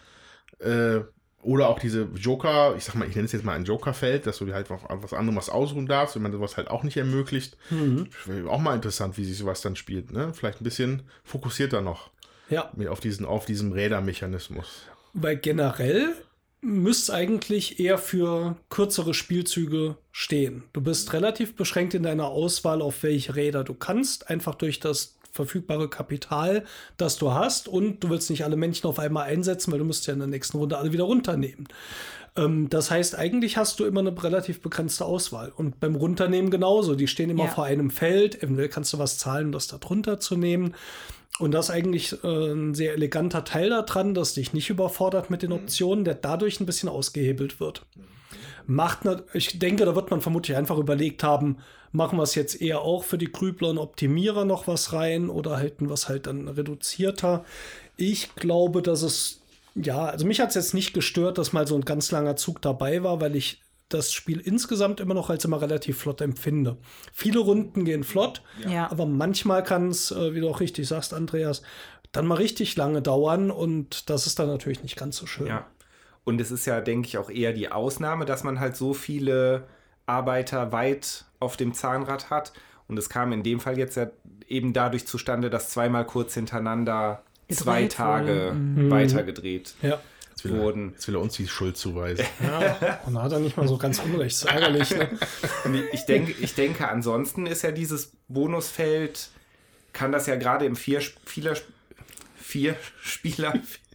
Äh, Oder auch diese Joker, ich sag mal, ich nenne es jetzt mal ein Jokerfeld, dass du dir halt was anderes was ausruhen darfst, wenn man sowas halt auch nicht ermöglicht. Mhm. Auch mal interessant, wie sich sowas dann spielt, ne? Vielleicht ein bisschen fokussierter noch. Ja. Mit auf diesen, auf diesem Rädermechanismus. Weil generell müsste es eigentlich eher für kürzere Spielzüge stehen. Du bist relativ beschränkt in deiner Auswahl, auf welche Räder du kannst, einfach durch das verfügbare Kapital, das du hast, und du willst nicht alle Männchen auf einmal einsetzen, weil du musst ja in der nächsten Runde alle wieder runternehmen. Ähm, das heißt, eigentlich hast du immer eine relativ begrenzte Auswahl. Und beim Runternehmen genauso. Die stehen immer ja. vor einem Feld. Eventuell kannst du was zahlen, um das da drunter zu nehmen. Und das ist eigentlich äh, ein sehr eleganter Teil daran, dass dich nicht überfordert mit den Optionen, der dadurch ein bisschen ausgehebelt wird. Macht, ich denke, da wird man vermutlich einfach überlegt haben, machen wir es jetzt eher auch für die Grübler und Optimierer noch was rein oder halten wir es halt dann reduzierter. Ich glaube, dass es, ja, also mich hat es jetzt nicht gestört, dass mal so ein ganz langer Zug dabei war, weil ich das Spiel insgesamt immer noch als immer relativ flott empfinde. Viele Runden gehen flott, ja. aber manchmal kann es, äh, wie du auch richtig sagst, Andreas, dann mal richtig lange dauern, und das ist dann natürlich nicht ganz so schön. Ja. Und es ist ja, denke ich, auch eher die Ausnahme, dass man halt so viele Arbeiter weit auf dem Zahnrad hat. Und es kam in dem Fall jetzt ja eben dadurch zustande, dass zweimal kurz hintereinander gedreht zwei Tage mhm. weitergedreht ja. jetzt will wurden. Er, jetzt will er uns die Schuld zuweisen. Ja, und da hat er nicht mal so ganz unrecht. Ist ärgerlich, ne? ich, denke, ich denke, ansonsten ist ja dieses Bonusfeld, kann das ja gerade im vier, vieler, vier Spieler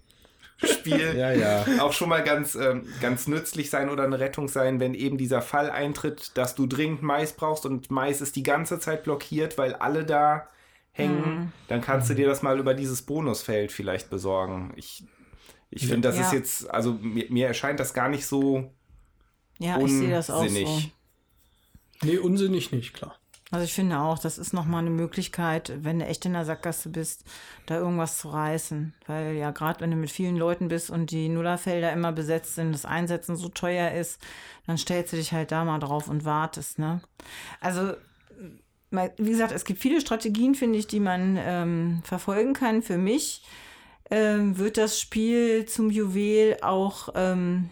Spiel ja, ja. auch schon mal ganz, ähm, ganz nützlich sein oder eine Rettung sein, wenn eben dieser Fall eintritt, dass du dringend Mais brauchst und Mais ist die ganze Zeit blockiert, weil alle da hängen, mhm. dann kannst du dir das mal über dieses Bonusfeld vielleicht besorgen. Ich, ich finde, das ja. ist jetzt, also mir, mir erscheint das gar nicht so ja, unsinnig. Ich sehe das auch so. Nee, unsinnig nicht, klar. Also ich finde auch, das ist nochmal eine Möglichkeit, wenn du echt in der Sackgasse bist, da irgendwas zu reißen. Weil ja, gerade wenn du mit vielen Leuten bist und die Nullerfelder immer besetzt sind, das Einsetzen so teuer ist, dann stellst du dich halt da mal drauf und wartest, ne? Also, wie gesagt, es gibt viele Strategien, finde ich, die man ähm, verfolgen kann. Für mich ähm, wird das Spiel zum Juwel auch... Ähm,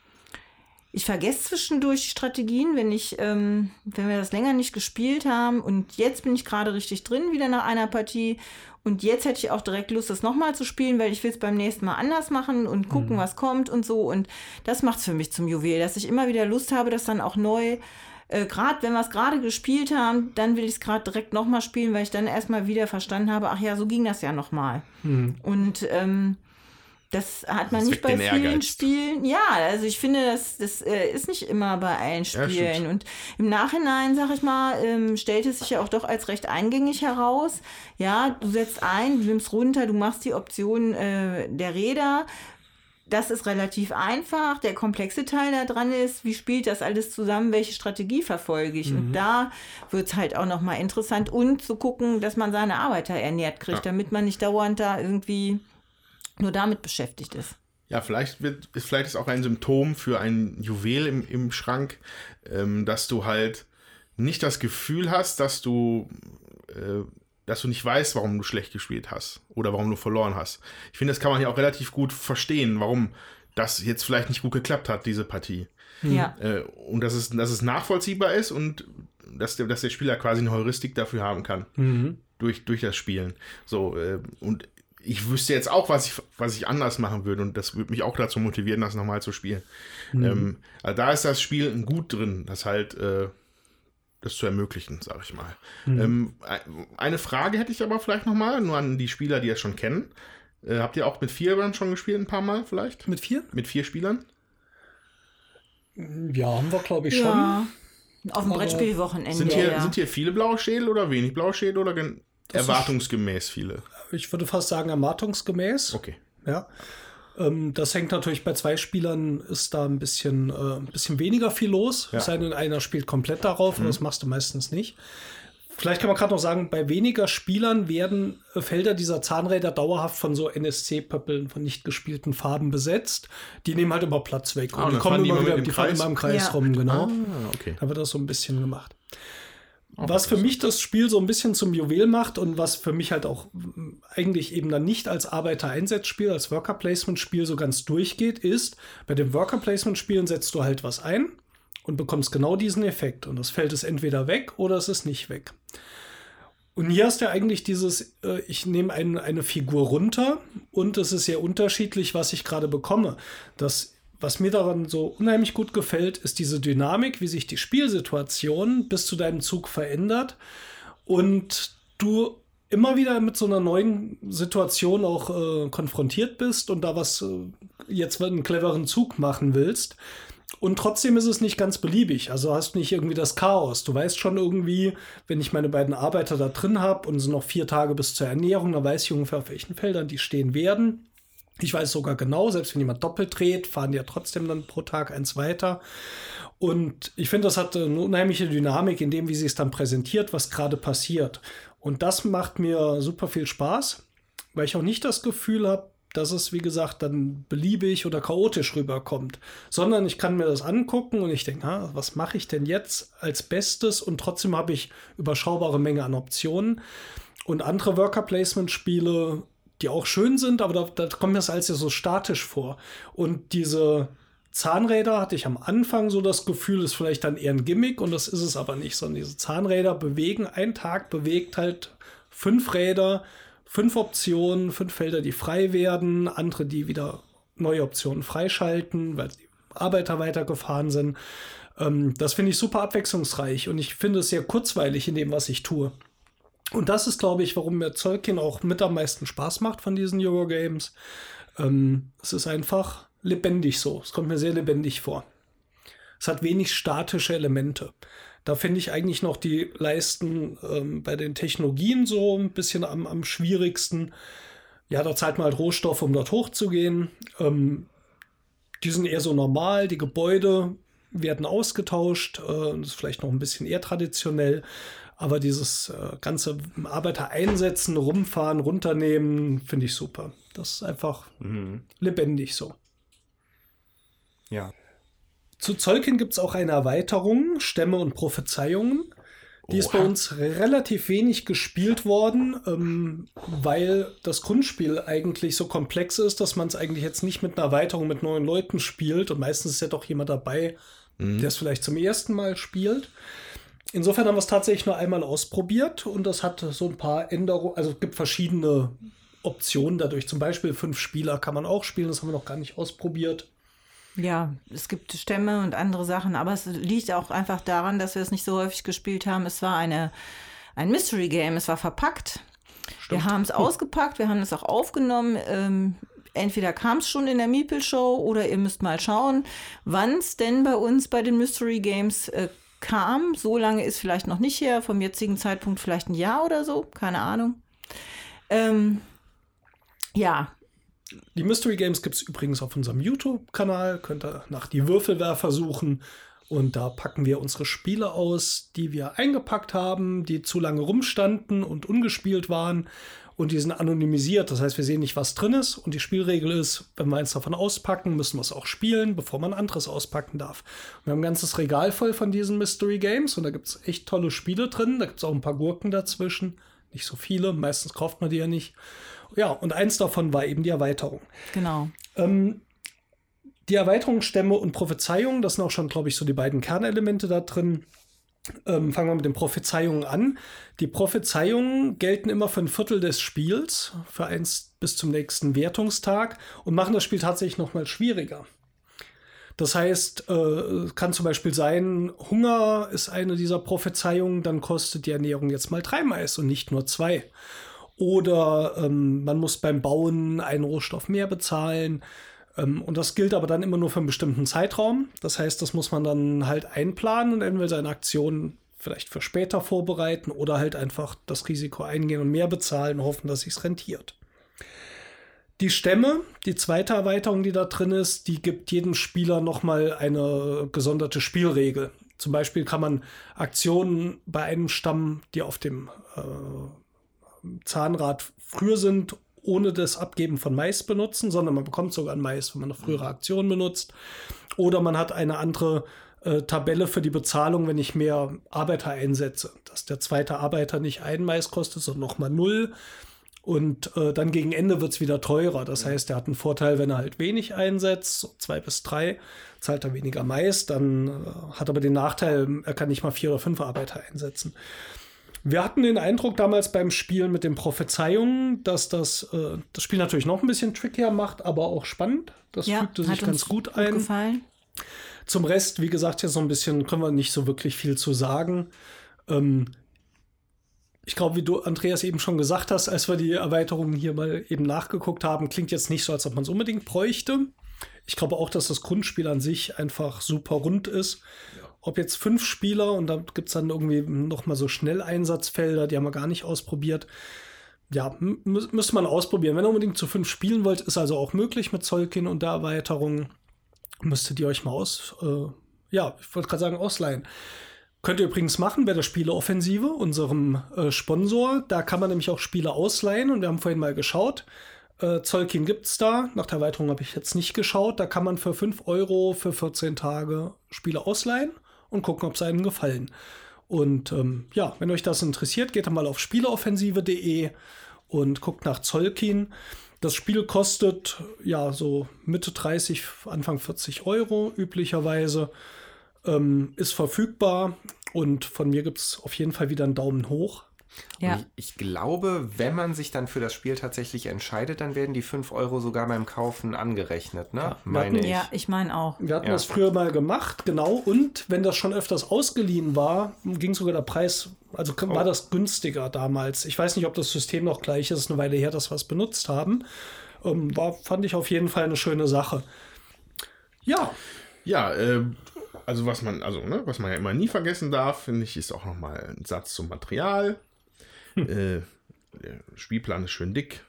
Ich vergesse zwischendurch die Strategien, wenn ich, ähm, wenn wir das länger nicht gespielt haben, und jetzt bin ich gerade richtig drin, wieder nach einer Partie, und jetzt hätte ich auch direkt Lust, das nochmal zu spielen, weil ich will es beim nächsten Mal anders machen und gucken, mhm. was kommt und so, und das macht es für mich zum Juwel, dass ich immer wieder Lust habe, das dann auch neu, äh, gerade wenn wir es gerade gespielt haben, dann will ich es gerade direkt nochmal spielen, weil ich dann erstmal wieder verstanden habe, ach ja, so ging das ja nochmal. Mhm. Und, ähm, das hat man das nicht bei vielen Ehrgeiz. Spielen. Ja, also ich finde, das, das äh, ist nicht immer bei allen Spielen. Ja, und im Nachhinein, sag ich mal, ähm, stellt es sich ja auch doch als recht eingängig heraus. Ja, du setzt ein, du nimmst runter, du machst die Option äh, der Räder. Das ist relativ einfach. Der komplexe Teil da dran ist, wie spielt das alles zusammen, welche Strategie verfolge ich? Mhm. Und da wird es halt auch nochmal interessant. Und zu gucken, dass man seine Arbeiter ernährt kriegt, ja. damit man nicht dauernd da irgendwie nur damit beschäftigt ist. Ja, vielleicht wird, ist vielleicht ist auch ein Symptom für ein Juwel im, im Schrank, ähm, dass du halt nicht das Gefühl hast, dass du äh, dass du nicht weißt, warum du schlecht gespielt hast oder warum du verloren hast. Ich finde, das kann man ja auch relativ gut verstehen, warum das jetzt vielleicht nicht gut geklappt hat, diese Partie. Ja. Äh, und dass es, dass es nachvollziehbar ist und dass der, dass der Spieler quasi eine Heuristik dafür haben kann. Mhm. Durch, durch das Spielen. So, äh, und ich wüsste jetzt auch, was ich, was ich anders machen würde und das würde mich auch dazu motivieren, das nochmal zu spielen. Mhm. Ähm, also da ist das Spiel gut drin, das halt äh, das zu ermöglichen, sage ich mal. Mhm. Ähm, eine Frage hätte ich aber vielleicht nochmal, nur an die Spieler, die das schon kennen. Äh, habt ihr auch mit vier dann schon gespielt, ein paar Mal vielleicht? Mit vier? Mit vier Spielern? Ja, haben wir, glaube ich, ja. schon. Auf dem Brettspielwochenende. Sind hier, ja. sind hier viele blaue Schädel oder wenig blaue Schädel oder gen- erwartungsgemäß viele? Ich würde fast sagen, erwartungsgemäß. Okay. Ja. Ähm, das hängt natürlich bei zwei Spielern, ist da ein bisschen, äh, ein bisschen weniger viel los. Ja. Es sei denn, einer spielt komplett darauf, Mhm. und das machst du meistens nicht. Vielleicht kann man gerade noch sagen, bei weniger Spielern werden Felder dieser Zahnräder dauerhaft von so N S C-Pöppeln, von nicht gespielten Farben besetzt. Die nehmen halt immer Platz weg. Ah, und die dann kommen fahren die immer immer wieder, mit dem die fahren Kreis? immer im Kreis Ja. rum, genau. Ah, okay. Da wird das so ein bisschen gemacht. Auch Was für mich das Spiel so ein bisschen zum Juwel macht und was für mich halt auch mm, eigentlich eben dann nicht als Arbeiter-Einsatzspiel, als Worker-Placement-Spiel so ganz durchgeht, ist, bei den Worker-Placement-Spielen setzt du halt was ein und bekommst genau diesen Effekt. Und das Feld ist entweder weg oder es ist nicht weg. Und hier hast du ja eigentlich dieses, äh, ich nehme ein, eine Figur runter und es ist sehr unterschiedlich, was ich gerade bekomme. Das Was mir daran so unheimlich gut gefällt, ist diese Dynamik, wie sich die Spielsituation bis zu deinem Zug verändert und du immer wieder mit so einer neuen Situation auch äh, konfrontiert bist und da was äh, jetzt einen cleveren Zug machen willst. Und trotzdem ist es nicht ganz beliebig. Also hast nicht irgendwie das Chaos. Du weißt schon irgendwie, wenn ich meine beiden Arbeiter da drin habe und es sind noch vier Tage bis zur Ernährung, dann weiß ich ungefähr, auf welchen Feldern die stehen werden. Ich weiß sogar genau, selbst wenn jemand doppelt dreht, fahren die ja trotzdem dann pro Tag eins weiter. Und ich finde, das hat eine unheimliche Dynamik in dem, wie sie es dann präsentiert, was gerade passiert. Und das macht mir super viel Spaß, weil ich auch nicht das Gefühl habe, dass es, wie gesagt, dann beliebig oder chaotisch rüberkommt, sondern ich kann mir das angucken und ich denke, ah, was mache ich denn jetzt als Bestes? Und trotzdem habe ich überschaubare Menge an Optionen. Und andere Worker-Placement-Spiele, die auch schön sind, aber da, da kommt mir das alles ja so statisch vor. Und diese Zahnräder hatte ich am Anfang so das Gefühl, ist vielleicht dann eher ein Gimmick und das ist es aber nicht, sondern diese Zahnräder bewegen, ein Tag bewegt halt fünf Räder, fünf Optionen, fünf Felder, die frei werden, andere, die wieder neue Optionen freischalten, weil die Arbeiter weitergefahren sind. Ähm, das finde ich super abwechslungsreich und ich finde es sehr kurzweilig in dem, was ich tue. Und das ist, glaube ich, warum mir Tzolk'in auch mit am meisten Spaß macht von diesen Eurogames. Ähm, es ist einfach lebendig so. Es kommt mir sehr lebendig vor. Es hat wenig statische Elemente. Da finde ich eigentlich noch die Leisten ähm, bei den Technologien so ein bisschen am, am schwierigsten. Ja, da zahlt man halt Rohstoffe, um dort hochzugehen. Ähm, die sind eher so normal. Die Gebäude werden ausgetauscht. Äh, das ist vielleicht noch ein bisschen eher traditionell. Aber dieses äh, ganze Arbeiter einsetzen, rumfahren, runternehmen, finde ich super. Das ist einfach mhm. lebendig so. Ja. Zu Tzolk'in gibt es auch eine Erweiterung, Stämme und Prophezeiungen. Die Oha. Ist bei uns relativ wenig gespielt worden, ähm, weil das Grundspiel eigentlich so komplex ist, dass man es eigentlich jetzt nicht mit einer Erweiterung mit neuen Leuten spielt. Und meistens ist ja doch jemand dabei, mhm. der es vielleicht zum ersten Mal spielt. Insofern haben wir es tatsächlich nur einmal ausprobiert und das hat so ein paar Änderungen, also es gibt verschiedene Optionen dadurch. Zum Beispiel fünf Spieler kann man auch spielen, das haben wir noch gar nicht ausprobiert. Ja, es gibt Stämme und andere Sachen, aber es liegt auch einfach daran, dass wir es nicht so häufig gespielt haben. Es war eine, ein Mystery Game, es war verpackt. Stimmt. Wir haben es ausgepackt, wir haben es auch aufgenommen. Ähm, entweder kam es schon in der Meeple-Show oder ihr müsst mal schauen, wann es denn bei uns bei den Mystery Games äh, kam. So lange ist vielleicht noch nicht her, vom jetzigen Zeitpunkt vielleicht ein Jahr oder so, keine Ahnung. Ähm, ja. Die Mystery Games gibt es übrigens auf unserem YouTube-Kanal, könnt ihr nach die Würfelwerfer suchen und da packen wir unsere Spiele aus, die wir eingepackt haben, die zu lange rumstanden und ungespielt waren und die sind anonymisiert, das heißt, wir sehen nicht, was drin ist und die Spielregel ist, wenn wir eins davon auspacken, müssen wir es auch spielen, bevor man anderes auspacken darf. Und wir haben ein ganzes Regal voll von diesen Mystery Games und da gibt es echt tolle Spiele drin, da gibt es auch ein paar Gurken dazwischen, nicht so viele. Meistens kauft man die ja nicht. Ja, und eins davon war eben die Erweiterung. Genau. Ähm, die Erweiterung, Stämme und Prophezeiungen, das sind auch schon, glaube ich, so die beiden Kernelemente da drin. Ähm, fangen wir mit den Prophezeiungen an. Die Prophezeiungen gelten immer für ein Viertel des Spiels, für eins bis zum nächsten Wertungstag und machen das Spiel tatsächlich noch mal schwieriger. Das heißt, äh, kann zum Beispiel sein, Hunger ist eine dieser Prophezeiungen, dann kostet die Ernährung jetzt mal drei Mais und nicht nur zwei. Oder ähm, man muss beim Bauen einen Rohstoff mehr bezahlen. Ähm, und das gilt aber dann immer nur für einen bestimmten Zeitraum. Das heißt, das muss man dann halt einplanen und entweder seine Aktionen vielleicht für später vorbereiten oder halt einfach das Risiko eingehen und mehr bezahlen und hoffen, dass es sich rentiert. Die Stämme, die zweite Erweiterung, die da drin ist, die gibt jedem Spieler nochmal eine gesonderte Spielregel. Zum Beispiel kann man Aktionen bei einem Stamm, die auf dem äh, Zahnrad früher sind, ohne das Abgeben von Mais benutzen, sondern man bekommt sogar ein Mais, wenn man eine frühere Aktion benutzt. Oder man hat eine andere äh, Tabelle für die Bezahlung, wenn ich mehr Arbeiter einsetze. Dass der zweite Arbeiter nicht ein Mais kostet, sondern nochmal null. Und äh, dann gegen Ende wird es wieder teurer. Das heißt, er hat einen Vorteil, wenn er halt wenig einsetzt, so zwei bis drei, zahlt er weniger Mais. Dann äh, hat aber den Nachteil, er kann nicht mal vier oder fünf Arbeiter einsetzen. Wir hatten den Eindruck damals beim Spielen mit den Prophezeiungen, dass das äh, das Spiel natürlich noch ein bisschen trickier macht, aber auch spannend. Das ja, fügte sich ganz gut ein. Gefallen. Zum Rest, wie gesagt, jetzt so ein bisschen können wir nicht so wirklich viel zu sagen. Ähm, Ich glaube, wie du, Andreas, eben schon gesagt hast, als wir die Erweiterungen hier mal eben nachgeguckt haben, klingt jetzt nicht so, als ob man es unbedingt bräuchte. Ich glaube auch, dass das Grundspiel an sich einfach super rund ist. Ja. Ob jetzt fünf Spieler und da gibt es dann irgendwie noch mal so Schnelleinsatzfelder, die haben wir gar nicht ausprobiert. Ja, m- müsste man ausprobieren. Wenn ihr unbedingt zu fünf spielen wollt, ist also auch möglich mit Tzolk'in und der Erweiterung. Müsstet ihr euch mal aus, äh, ja, ich wollte gerade sagen, ausleihen. Könnt ihr übrigens machen bei der Spieleoffensive, unserem äh, Sponsor. Da kann man nämlich auch Spiele ausleihen und wir haben vorhin mal geschaut. Äh, Tzolk'in gibt's da. Nach der Erweiterung habe ich jetzt nicht geschaut. Da kann man für fünf Euro für vierzehn Tage Spiele ausleihen und gucken, ob es einem gefallen. Und ähm, ja, wenn euch das interessiert, geht dann mal auf spieleoffensive punkt de und guckt nach Tzolk'in. Das Spiel kostet ja so Mitte dreißig, Anfang vierzig Euro üblicherweise. Ähm, ist verfügbar und von mir gibt es auf jeden Fall wieder einen Daumen hoch. Ja. Ich, ich glaube, wenn man sich dann für das Spiel tatsächlich entscheidet, dann werden die fünf Euro sogar beim Kaufen angerechnet, ne? Ja, meine hatten, ich. Ja, ich meine auch. Wir hatten Ja. das früher mal gemacht, genau. Und wenn das schon öfters ausgeliehen war, ging sogar der Preis, also war Oh. das günstiger damals. Ich weiß nicht, ob das System noch gleich ist, ist eine Weile her, dass wir es benutzt haben. Ähm, war, fand ich auf jeden Fall eine schöne Sache. Ja. Ja, äh, also was man, also, ne, was man ja immer nie vergessen darf, finde ich, ist auch nochmal ein Satz zum Material. Hm. Äh, der Spielplan ist schön dick.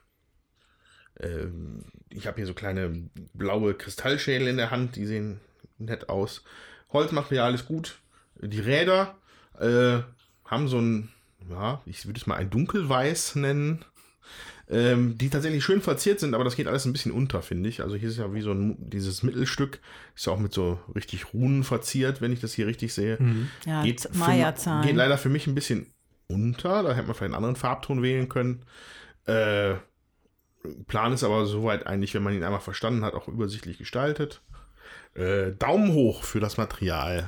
Äh, ich habe hier so kleine blaue Kristallschädel in der Hand, die sehen nett aus. Holzmaterial ist gut. Die Räder äh, haben so ein, ja, ich würde es mal ein Dunkelweiß nennen. Ähm, die tatsächlich schön verziert sind, aber das geht alles ein bisschen unter, finde ich. Also hier ist ja wie so ein, dieses Mittelstück, ist ja auch mit so richtig Runen verziert, wenn ich das hier richtig sehe. Mhm. Ja, geht, für, Maya-Zahlen. geht leider für mich ein bisschen unter, da hätte man vielleicht einen anderen Farbton wählen können. Äh, Plan ist aber soweit eigentlich, wenn man ihn einmal verstanden hat, auch übersichtlich gestaltet. Äh, Daumen hoch für das Material.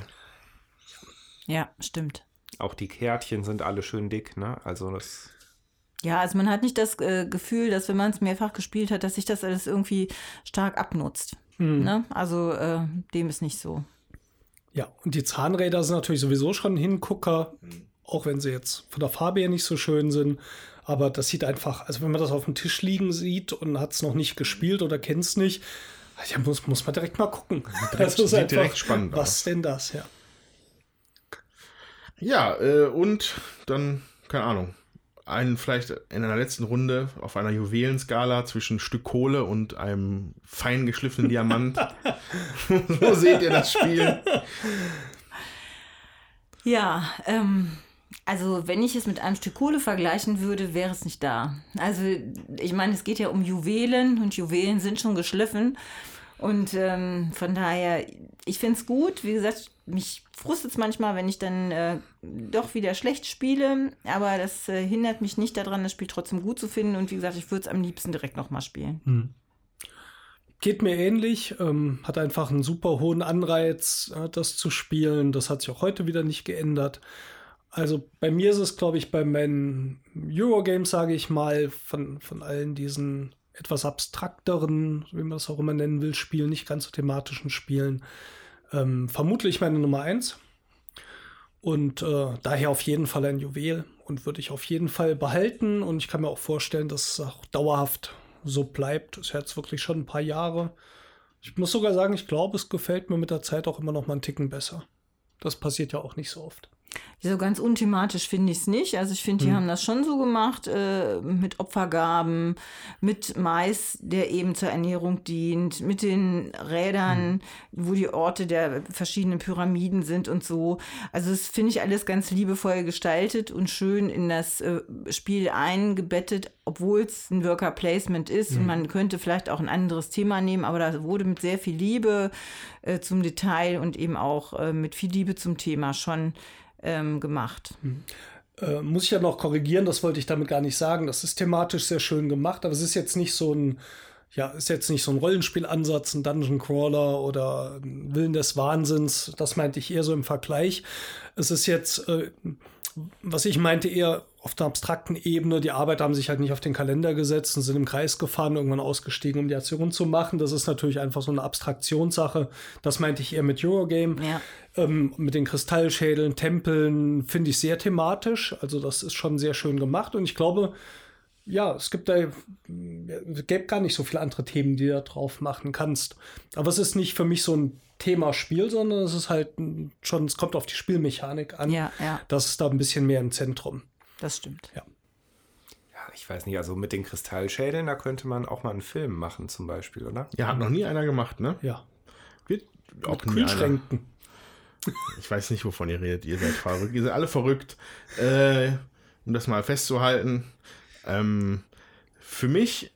Ja, stimmt. Auch die Kärtchen sind alle schön dick, ne? Also das... Ja, also man hat nicht das äh, Gefühl, dass wenn man es mehrfach gespielt hat, dass sich das alles irgendwie stark abnutzt. Mhm. Ne? Also äh, dem ist nicht so. Ja, und die Zahnräder sind natürlich sowieso schon ein Hingucker, auch wenn sie jetzt von der Farbe her nicht so schön sind. Aber das sieht einfach, also wenn man das auf dem Tisch liegen sieht und hat es noch nicht gespielt oder kennt es nicht, ja, muss, muss man direkt mal gucken. Direkt, das ist sieht einfach, direkt spannend was aus. denn das, ja. Ja, äh, und dann, keine Ahnung, einen vielleicht in einer letzten Runde auf einer Juwelenskala zwischen Stück Kohle und einem fein geschliffenen Diamant. So seht ihr das Spiel. Ja, ähm, also wenn ich es mit einem Stück Kohle vergleichen würde, wäre es nicht da. Also ich meine, es geht ja um Juwelen und Juwelen sind schon geschliffen. Und ähm, von daher, ich finde es gut. Wie gesagt, mich frustet es manchmal, wenn ich dann äh, doch wieder schlecht spiele. Aber das äh, hindert mich nicht daran, das Spiel trotzdem gut zu finden. Und wie gesagt, ich würde es am liebsten direkt nochmal spielen. Hm. Geht mir ähnlich. Ähm, hat einfach einen super hohen Anreiz, äh, das zu spielen. Das hat sich auch heute wieder nicht geändert. Also bei mir ist es, glaube ich, bei meinen Eurogames, sage ich mal, von, von allen diesen etwas abstrakteren, wie man das auch immer nennen will, Spielen, nicht ganz so thematischen Spielen, ähm, vermutlich meine Nummer eins. Und äh, daher auf jeden Fall ein Juwel und würde ich auf jeden Fall behalten. Und ich kann mir auch vorstellen, dass es auch dauerhaft so bleibt. Das ist jetzt wirklich schon ein paar Jahre. Ich muss sogar sagen, ich glaube, es gefällt mir mit der Zeit auch immer noch mal einen Ticken besser. Das passiert ja auch nicht so oft. So ganz unthematisch finde ich es nicht. Also ich finde, die Hm. haben das schon so gemacht, äh, mit Opfergaben, mit Mais, der eben zur Ernährung dient, mit den Rädern, wo die Orte der verschiedenen Pyramiden sind und so. Also das finde ich alles ganz liebevoll gestaltet und schön in das äh, Spiel eingebettet, obwohl es ein Worker Placement ist. Und man könnte vielleicht auch ein anderes Thema nehmen, aber da wurde mit sehr viel Liebe äh, zum Detail und eben auch äh, mit viel Liebe zum Thema schon Ähm, gemacht. Äh, muss ich ja noch korrigieren, das wollte ich damit gar nicht sagen. Das ist thematisch sehr schön gemacht, aber es ist jetzt nicht so ein, ja, ist jetzt nicht so ein Rollenspielansatz, ein Dungeon Crawler oder ein Willen des Wahnsinns. Das meinte ich eher so im Vergleich. Es ist jetzt, äh, was ich meinte, eher auf der abstrakten Ebene. Die Arbeiter haben sich halt nicht auf den Kalender gesetzt und sind im Kreis gefahren, irgendwann ausgestiegen, um die Aktion zu machen. Das ist natürlich einfach so eine Abstraktionssache. Das meinte ich eher mit Eurogame. Ja. Ähm, mit den Kristallschädeln, Tempeln finde ich sehr thematisch. Also das ist schon sehr schön gemacht. Und ich glaube, ja, es gibt da, es gäbe gar nicht so viele andere Themen, die du da drauf machen kannst. Aber es ist nicht für mich so ein Themaspiel, sondern es ist halt schon, es kommt auf die Spielmechanik an. Ja, ja. Das ist da ein bisschen mehr im Zentrum. Das stimmt. Ja. Ja, ich weiß nicht, also mit den Kristallschädeln, da könnte man auch mal einen Film machen zum Beispiel, oder? Ja, hat noch nie einer gemacht, ne? Ja. Wird auch Mit nie einer. Kühlschränken. Ich weiß nicht, wovon ihr redet. Ihr seid verrückt. Ihr seid alle verrückt. Äh, um das mal festzuhalten. Ähm, für mich,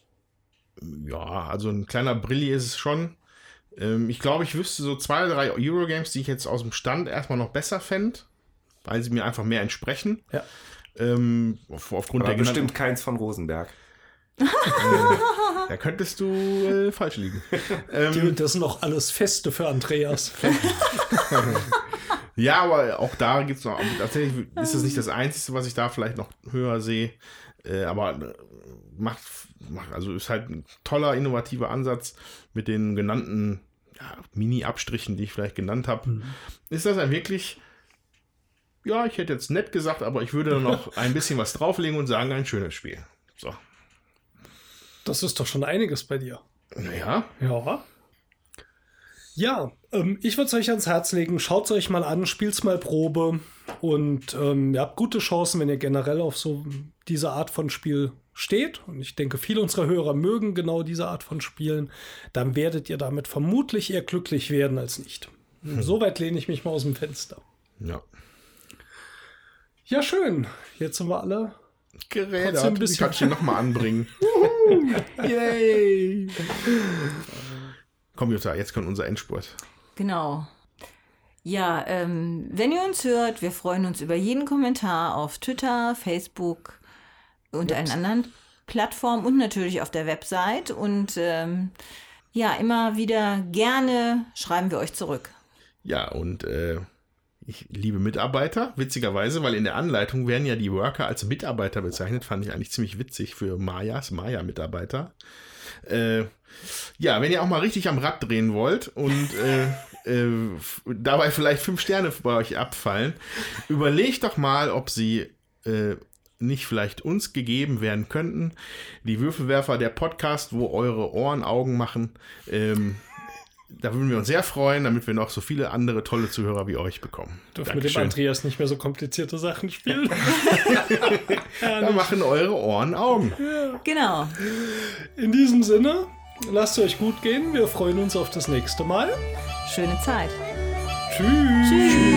ja, also ein kleiner Brilli ist es schon. Ähm, ich glaube, ich wüsste so zwei, drei Eurogames, die ich jetzt aus dem Stand erstmal noch besser fände, weil sie mir einfach mehr entsprechen. Ja. Ähm, auf, aufgrund Aber der bestimmt genannten, keins von Rosenberg. äh, da könntest du äh, falsch liegen. Ähm, Die, das sind doch alles Feste für Andreas. Ja, aber auch da gibt es noch, tatsächlich ist das nicht das Einzige, was ich da vielleicht noch höher sehe, äh, aber äh, macht, macht, also ist halt ein toller, innovativer Ansatz mit den genannten ja, Mini-Abstrichen, die ich vielleicht genannt habe. Mhm. Ist das ein wirklich, ja, ich hätte jetzt nett gesagt, aber ich würde noch ein bisschen was drauflegen und sagen, ein schönes Spiel. So. Das ist doch schon einiges bei dir. Naja. Ja. Ja, ähm, ich würde es euch ans Herz legen. Schaut es euch mal an, spielt es mal Probe. Und ähm, ihr habt gute Chancen, wenn ihr generell auf so diese Art von Spiel steht. Und ich denke, viele unserer Hörer mögen genau diese Art von Spielen. Dann werdet ihr damit vermutlich eher glücklich werden als nicht. Hm. Soweit lehne ich mich mal aus dem Fenster. Ja. Ja, schön. Jetzt sind wir alle geredet. Trotzdem ein bisschen. Ich kann ich noch mal anbringen. Yay! Komm, Jutta, jetzt kommt unser Endspurt. Genau. Ja, ähm, wenn ihr uns hört, wir freuen uns über jeden Kommentar auf Twitter, Facebook und allen anderen Plattformen und natürlich auf der Website. Und ähm, ja, immer wieder gerne schreiben wir euch zurück. Ja, und äh, ich liebe Mitarbeiter, witzigerweise, weil in der Anleitung werden ja die Worker als Mitarbeiter bezeichnet, fand ich eigentlich ziemlich witzig für Mayas, Maya-Mitarbeiter. Äh, ja, wenn ihr auch mal richtig am Rad drehen wollt und äh, äh, f- dabei vielleicht fünf Sterne bei euch abfallen, überlegt doch mal, ob sie äh, nicht vielleicht uns gegeben werden könnten. Die Würfelwerfer, der Podcast, wo eure Ohren Augen machen. Ähm, da würden wir uns sehr freuen, damit wir noch so viele andere tolle Zuhörer wie euch bekommen. Dürfen mit dem Andreas nicht mehr so komplizierte Sachen spielen. Da machen eure Ohren Augen. Genau. In diesem Sinne, lasst es euch gut gehen. Wir freuen uns auf das nächste Mal. Schöne Zeit. Tschüss. Tschüss.